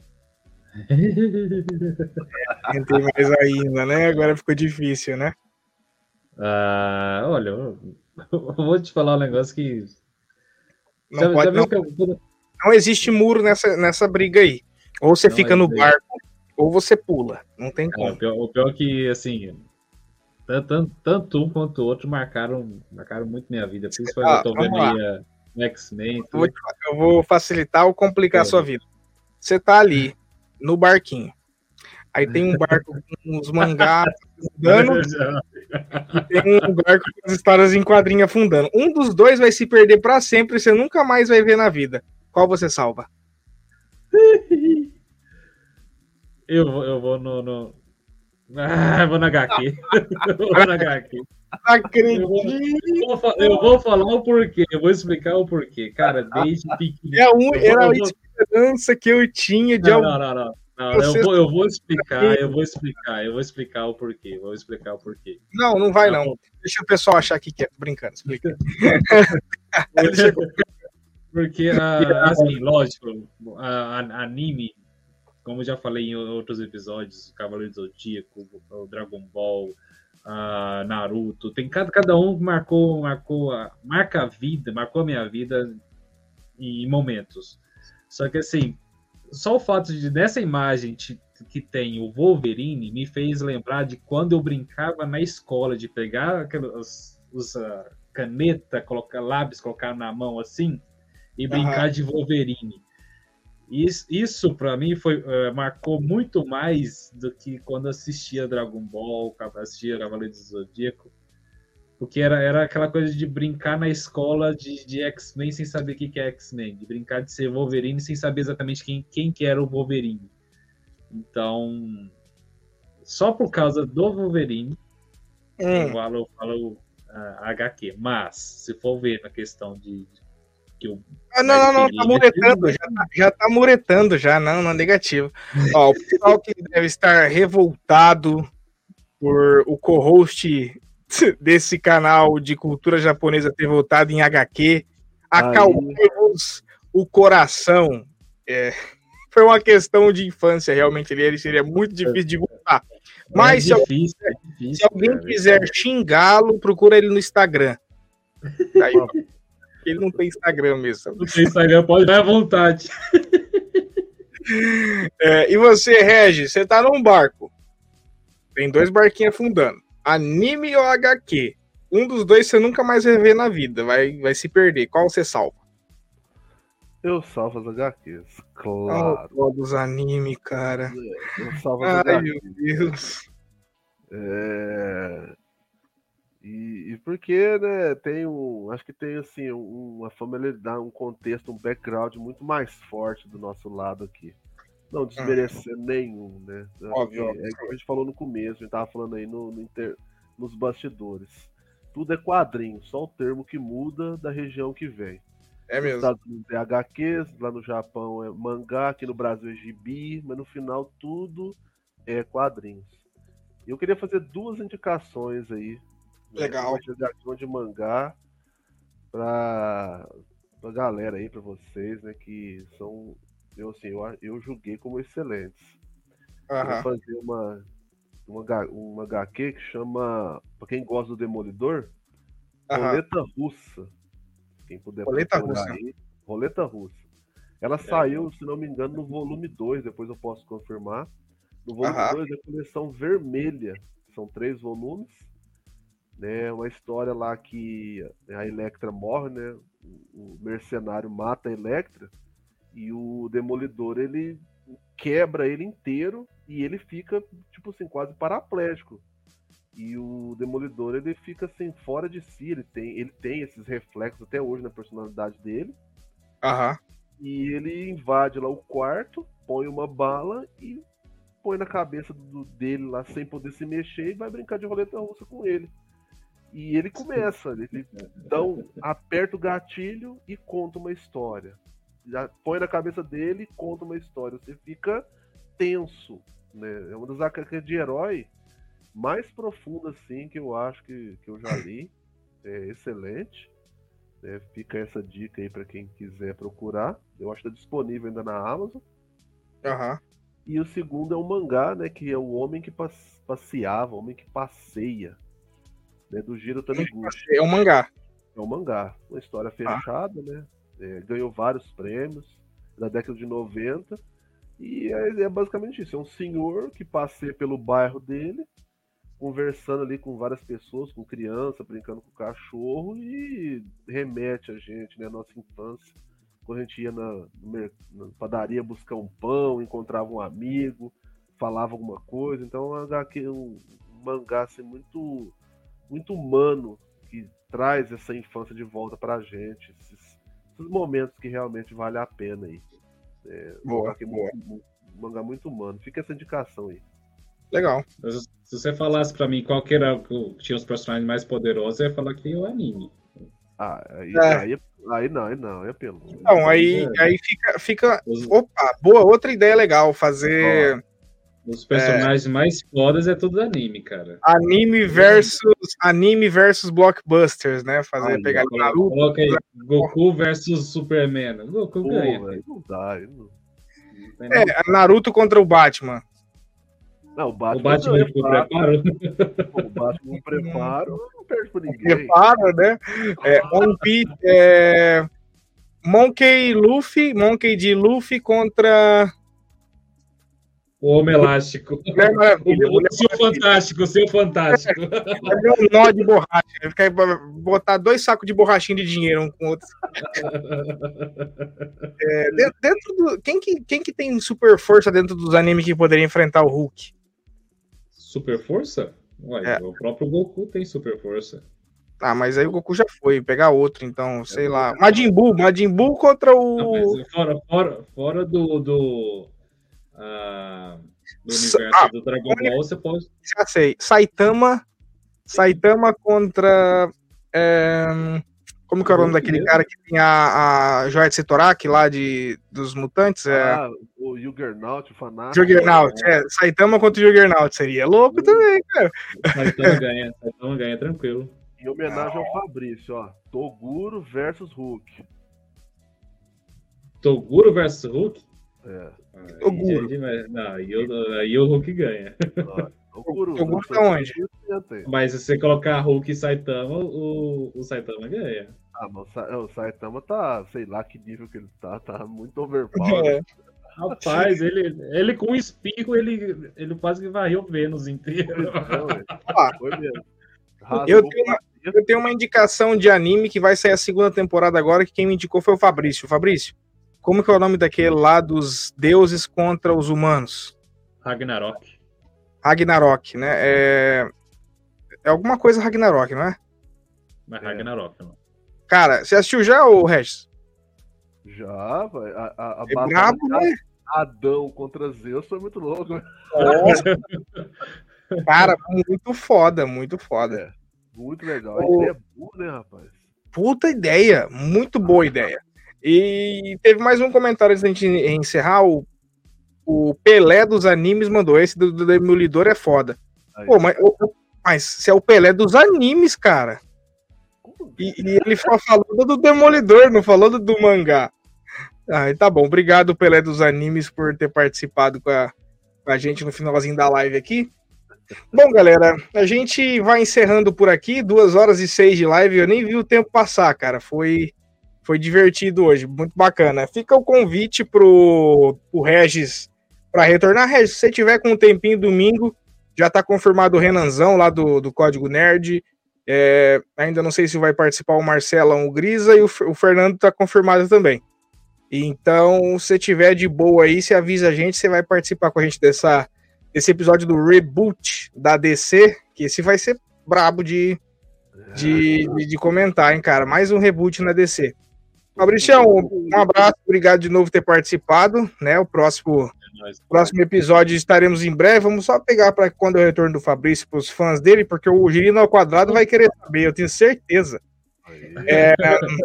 Speaker 1: Entrei mais ainda, né? Agora ficou difícil, né?
Speaker 3: Ah, olha, eu, eu vou te falar um negócio que.
Speaker 1: Não,
Speaker 3: já,
Speaker 1: pode,
Speaker 3: já
Speaker 1: não,
Speaker 3: viu que eu-
Speaker 1: não existe muro nessa, nessa briga aí. Ou você
Speaker 3: Não
Speaker 1: fica no
Speaker 3: existe.
Speaker 1: barco, ou você pula. Não tem
Speaker 3: Não,
Speaker 1: como.
Speaker 3: o, pior, o pior é que, assim, tanto, tanto, tanto um quanto o outro marcaram, marcaram muito minha vida. Principalmente
Speaker 1: Ah,
Speaker 3: eu tô
Speaker 1: vamos
Speaker 3: vendo
Speaker 1: lá.
Speaker 3: aí a o X-Men.
Speaker 1: Eu vou,
Speaker 3: tudo.
Speaker 1: te- eu vou facilitar ou complicar a
Speaker 3: É.
Speaker 1: sua vida. Você tá ali, no barquinho. Aí tem um barco com uns mangás afundando, e tem um barco com as histórias em quadrinho afundando. Um dos dois vai se perder pra sempre e você nunca mais vai ver na vida. Qual você salva?
Speaker 3: Eu, vou- eu vou no. no... Ah, eu vou na H Q. Eu vou na H Q.
Speaker 1: Não
Speaker 3: Eu
Speaker 1: acredito.
Speaker 3: vou, eu vou fa- eu vou falar o porquê, eu vou explicar o porquê. Cara, desde pequeno.
Speaker 1: É um, era a
Speaker 3: Eu vou-
Speaker 1: esperança que eu tinha de
Speaker 3: Não,
Speaker 1: algum.
Speaker 3: não, não, não. Não,
Speaker 1: Você-
Speaker 3: eu, vou, eu vou explicar, eu vou explicar, eu vou explicar o porquê. Vou explicar o porquê.
Speaker 1: Não, não vai não. Deixa o pessoal achar que quer. Tô brincando, explica. Deixa eu-
Speaker 3: Porque, ah, assim, lógico, a, a- anime, como eu já falei em outros episódios, Cavaleiro do Zodíaco, o Dragon Ball, ah, Naruto, tem cada, cada um que marcou, marcou, a- marca a vida, marcou a minha vida em momentos. Só que, assim, só o fato de nessa imagem te- que tem o Wolverine me fez lembrar de quando eu brincava na escola, de pegar aquelas os, ah, caneta, colocar lápis, colocar na mão assim e brincar de Wolverine. Isso, isso para mim foi eh, marcou muito mais do que quando assistia Dragon Ball, assistia Cavaleiro do Zodíaco, Porque era, era aquela coisa de brincar na escola de, de X-Men sem saber o que, que é X-Men. De brincar de ser Wolverine sem saber exatamente quem, quem que era o Wolverine. Então, só por causa do Wolverine,
Speaker 1: Hum.
Speaker 3: eu falo, eu falo uh, H Q. Mas, se for ver na questão de... que eu,
Speaker 1: Ah, não, não, não, tá muretando, já tá, já tá muretando já, não, não, negativo. Ó, o pessoal que deve estar revoltado por o co-host desse canal de cultura japonesa ter voltado em H Q, acalmemos o coração. É, foi uma questão de infância, realmente, ele seria muito difícil de voltar. Mas
Speaker 3: é
Speaker 1: se,
Speaker 3: difícil,
Speaker 1: alguém,
Speaker 3: é difícil,
Speaker 1: se alguém
Speaker 3: cara,
Speaker 1: quiser xingá-lo, procura ele no Instagram. Aí, ele não tem Instagram mesmo.
Speaker 3: Não tem Instagram, pode dar à vontade.
Speaker 1: É, e você, Regis, você tá num barco. Tem dois barquinhos afundando. Anime ou H Q? Um dos dois você nunca mais vai ver na vida. Vai, vai se perder. Qual você salva?
Speaker 4: Eu salvo as H Qs, claro.
Speaker 1: Oh, dos anime, cara.
Speaker 4: Eu salvo as
Speaker 1: Ai,
Speaker 4: H Qs.
Speaker 1: meu Deus.
Speaker 4: É... E, e porque, né, tem um, acho que tem, assim, uma familiaridade, um contexto, um background muito mais forte do nosso lado aqui. Não desmerecer hum. nenhum, né?
Speaker 1: Óbvio.
Speaker 4: É o que a gente falou no começo, a gente tava falando aí no, no inter, nos bastidores. Tudo é quadrinho, só o termo que muda da região que vem.
Speaker 1: É mesmo.
Speaker 4: Nos Estados Unidos é H Qs, lá no Japão é mangá, aqui no Brasil é gibi, mas no final tudo é quadrinhos. Eu queria fazer duas indicações aí.
Speaker 1: Legal.
Speaker 4: Uma de mangá pra, pra galera aí, pra vocês, né, que são, eu assim, eu, eu julguei como excelentes.
Speaker 1: Uhum.
Speaker 4: Vou fazer uma, uma, uma H Q que chama, pra quem gosta do Demolidor, uhum. Roleta Russa. Quem puder
Speaker 1: Roleta Russa.
Speaker 4: Aí, Roleta Russa. Ela é. saiu, se não me engano, no volume dois, depois eu posso confirmar. No volume uhum. dois é a coleção vermelha, são três volumes. Né, uma história lá que a Elektra morre, né? O mercenário mata a Elektra e o Demolidor ele quebra ele inteiro e ele fica tipo assim quase paraplégico. E o Demolidor ele fica assim fora de si, ele tem ele tem esses reflexos até hoje na personalidade dele.
Speaker 1: Aham.
Speaker 4: E ele invade lá o quarto, põe uma bala e põe na cabeça do, dele lá sem poder se mexer e vai brincar de roleta russa com ele. E ele começa, ele dá um, aperta o gatilho e conta uma história. Já põe na cabeça dele e conta uma história. Você fica tenso, né? É uma das H Q de herói mais profundas, assim, que eu acho que, que eu já li. É excelente. É, fica essa dica aí para quem quiser procurar. Eu acho que está disponível ainda na Amazon.
Speaker 1: Aham. Uhum.
Speaker 4: E o segundo é um mangá, né? Que é o Homem que Passeava, o Homem que Passeia. Né, do Jiro Taniguchi.
Speaker 1: É um mangá.
Speaker 4: É um mangá. Uma história fechada, ah. né? É, ganhou vários prêmios na década de noventa. E é, é basicamente isso. É um senhor que passeia pelo bairro dele, conversando ali com várias pessoas, com criança, brincando com cachorro, e remete a gente, né? A nossa infância. Quando a gente ia na, na padaria buscar um pão, encontrava um amigo, falava alguma coisa. Então é um, um mangá assim, muito... muito humano, que traz essa infância de volta pra gente, esses, esses momentos que realmente vale a pena aí. É,
Speaker 1: boa,
Speaker 4: um
Speaker 1: boa.
Speaker 4: Muito, um mangá muito humano. Fica essa indicação aí.
Speaker 1: Legal.
Speaker 3: Se você falasse pra mim qual que era que tinha os personagens mais poderosos, eu ia falar que é o anime.
Speaker 4: Ah, aí,
Speaker 1: é.
Speaker 4: aí, aí não, aí não, é pelo.
Speaker 1: Não, aí, é. aí fica, fica. Opa, boa, outra ideia legal, fazer.
Speaker 3: Oh. Os personagens é... mais fodas é tudo anime, cara.
Speaker 1: Anime versus anime versus blockbusters, né? Fazer
Speaker 3: Aí,
Speaker 1: pegar
Speaker 3: coloca,
Speaker 1: Naruto.
Speaker 3: Coloca aí, Goku versus Superman. Goku
Speaker 4: Pô,
Speaker 3: ganha.
Speaker 4: Véio, não dá, não...
Speaker 1: É, Naruto contra o Batman.
Speaker 4: Não, o Batman,
Speaker 3: o Batman
Speaker 4: não,
Speaker 3: com preparo.
Speaker 4: O Batman com preparo não perde pra ninguém.
Speaker 1: Preparo, né? É, One Piece, é... Monkey Luffy, Monkey D. Luffy contra
Speaker 3: o Homem Elástico.
Speaker 1: Mulher Maravilha,
Speaker 3: o, o seu Fantástico, o seu Fantástico.
Speaker 1: É um nó de borracha. Ficar botar dois sacos de borrachinha de dinheiro um com o outro. É, dentro do, quem, que, quem que tem super força dentro dos animes que poderia enfrentar o Hulk?
Speaker 3: Super força? Ué, é. O próprio Goku tem super força.
Speaker 1: Ah, mas aí o Goku já foi, pegar outro, então, sei lá. Majin Buu, Majin Buu contra o...
Speaker 3: Não, mas fora, fora, fora do, do, uh, do
Speaker 1: Sa-
Speaker 3: universo
Speaker 1: ah,
Speaker 3: do Dragon Ball, você pode...
Speaker 1: Já sei. Saitama, Saitama contra... é, como que é o nome
Speaker 3: Hulk
Speaker 1: daquele
Speaker 3: mesmo.
Speaker 1: cara que tem a, a joia de Setorak lá de, dos mutantes? É...
Speaker 4: Ah, o Juggernaut, o fanático.
Speaker 1: Juggernaut, é. Saitama contra o Juggernaut seria louco também, cara.
Speaker 3: Saitama ganha, Saitama ganha, tranquilo.
Speaker 4: Em homenagem ao Fabrício, ó. Toguro versus Hulk.
Speaker 3: Toguro versus Hulk?
Speaker 4: É.
Speaker 3: Aí
Speaker 1: Toguro.
Speaker 3: já é demais. Não, aí, eu- aí o Hulk ganha.
Speaker 4: Ó, Toguro,
Speaker 1: Toguro
Speaker 4: não
Speaker 1: tá
Speaker 4: sei
Speaker 1: onde?
Speaker 4: se você tem.
Speaker 3: Mas se você colocar Hulk e Saitama, o, o Saitama ganha.
Speaker 4: Ah, mas o Sa- o Saitama tá, sei lá que nível que ele tá, tá muito overpower.
Speaker 1: É.
Speaker 3: Rapaz, ele, ele com um espirro, ele, ele quase que varreu o Vênus inteiro.
Speaker 4: Não, é.
Speaker 1: Ó,
Speaker 4: Foi mesmo.
Speaker 1: eu,
Speaker 4: Rasgou
Speaker 1: tenho uma,
Speaker 4: o planeta.
Speaker 1: eu tenho uma indicação de anime que vai sair a segunda temporada agora, que quem me indicou foi o Fabrício. Fabrício, como que é o nome daquele lá dos deuses contra os humanos?
Speaker 3: Ragnarok.
Speaker 1: Ragnarok, né? É, é alguma coisa Ragnarok, não é?
Speaker 3: Mas
Speaker 4: É.
Speaker 3: Ragnarok, não.
Speaker 1: Cara, você assistiu já, ô Regis?
Speaker 4: Já, vai. A, a, a
Speaker 1: É
Speaker 4: batalha
Speaker 1: brabo,
Speaker 4: de
Speaker 1: né?
Speaker 4: Adão contra Zeus foi muito louco. né?
Speaker 1: Cara, muito foda, muito foda.
Speaker 4: É, muito legal. A
Speaker 1: O-
Speaker 4: ideia é boa, né, rapaz?
Speaker 1: Puta ideia, muito boa ideia. E teve mais um comentário antes da gente encerrar. O, o Pelé dos animes mandou. Esse do, do Demolidor é foda.
Speaker 4: Aí,
Speaker 1: Pô, mas, ô, ô, mas se é o Pelé dos animes, cara.
Speaker 4: como-
Speaker 1: E, e ele só falou do Demolidor, não falou do, do mangá. Ah, tá bom. Obrigado, Pelé dos animes, por ter participado com a, com a gente no finalzinho da live aqui. Bom, galera, a gente vai encerrando por aqui. Duas horas e seis de live. Eu nem vi o tempo passar, cara. Foi, foi divertido hoje. Muito bacana. Fica o convite pro, pro Regis para retornar. Regis, se você tiver com um tempinho domingo, já tá confirmado o Renanzão lá do, do Código Nerd. É, ainda não sei se vai participar o Marcelão, o Grisa, e o, Fer- o Fernando tá confirmado também. Então, se tiver de boa aí, você avisa a gente, você vai participar com a gente dessa, desse episódio do Reboot da D C, que esse vai ser brabo de, de, de, de comentar, hein, cara. Mais um reboot na D C. Fabricião, um abraço, obrigado de novo por ter participado, né? O próximo,
Speaker 3: É nóis.
Speaker 1: próximo episódio estaremos em breve. Vamos só pegar para quando é o retorno do Fabrício para os fãs dele, porque o Girino ao Quadrado vai querer saber, eu tenho certeza.
Speaker 4: Aí,
Speaker 1: É,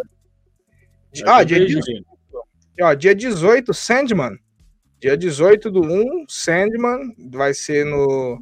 Speaker 1: ah, dia
Speaker 3: Beijo,
Speaker 1: dezoito,
Speaker 3: gente.
Speaker 1: ó, dia dezoito, Sandman. Dia dezoito do um, Sandman. Vai ser no.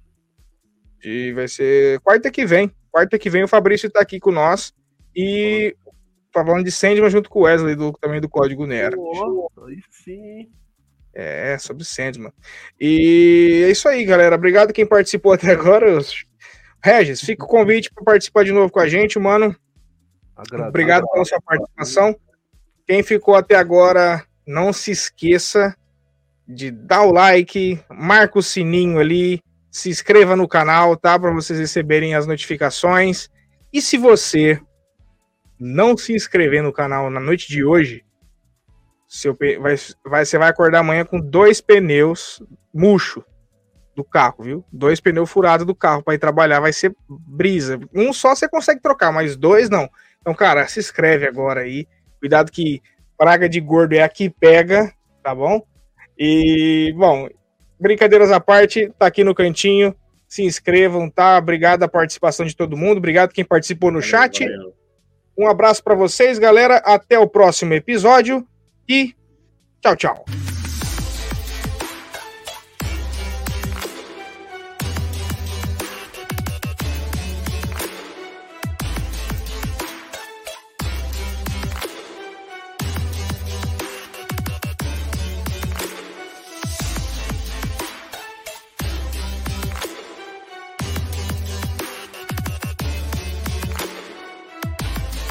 Speaker 1: E vai ser quarta que vem. Quarta que vem o Fabrício tá aqui com nós. E tá falando de Sandman junto com o Wesley, do, também do Código Nero.
Speaker 4: Nossa, aí sim.
Speaker 1: É, sobre Sandman. E é isso aí, galera. Obrigado quem participou até agora. Regis, fica o convite para participar de novo com a gente, mano.
Speaker 4: Agradeço.
Speaker 1: Obrigado pela sua participação. Quem ficou até agora, não se esqueça de dar o like, marca o sininho ali, se inscreva no canal, tá? Para vocês receberem as notificações. E se você não se inscrever no canal na noite de hoje, seu pe- vai, vai- você vai acordar amanhã com dois pneus murcho do carro, viu? Dois pneus furados do carro para ir trabalhar, vai ser brisa. Um só você consegue trocar, mas dois não. Então, cara, se inscreve agora aí. Cuidado que praga de gordo é a que pega, tá bom? E, bom, brincadeiras à parte, tá aqui no cantinho. Se inscrevam, tá? Obrigado a participação de todo mundo. Obrigado quem participou no chat.
Speaker 3: Valeu.
Speaker 1: Um abraço para vocês, galera. Até o próximo episódio. E tchau, tchau.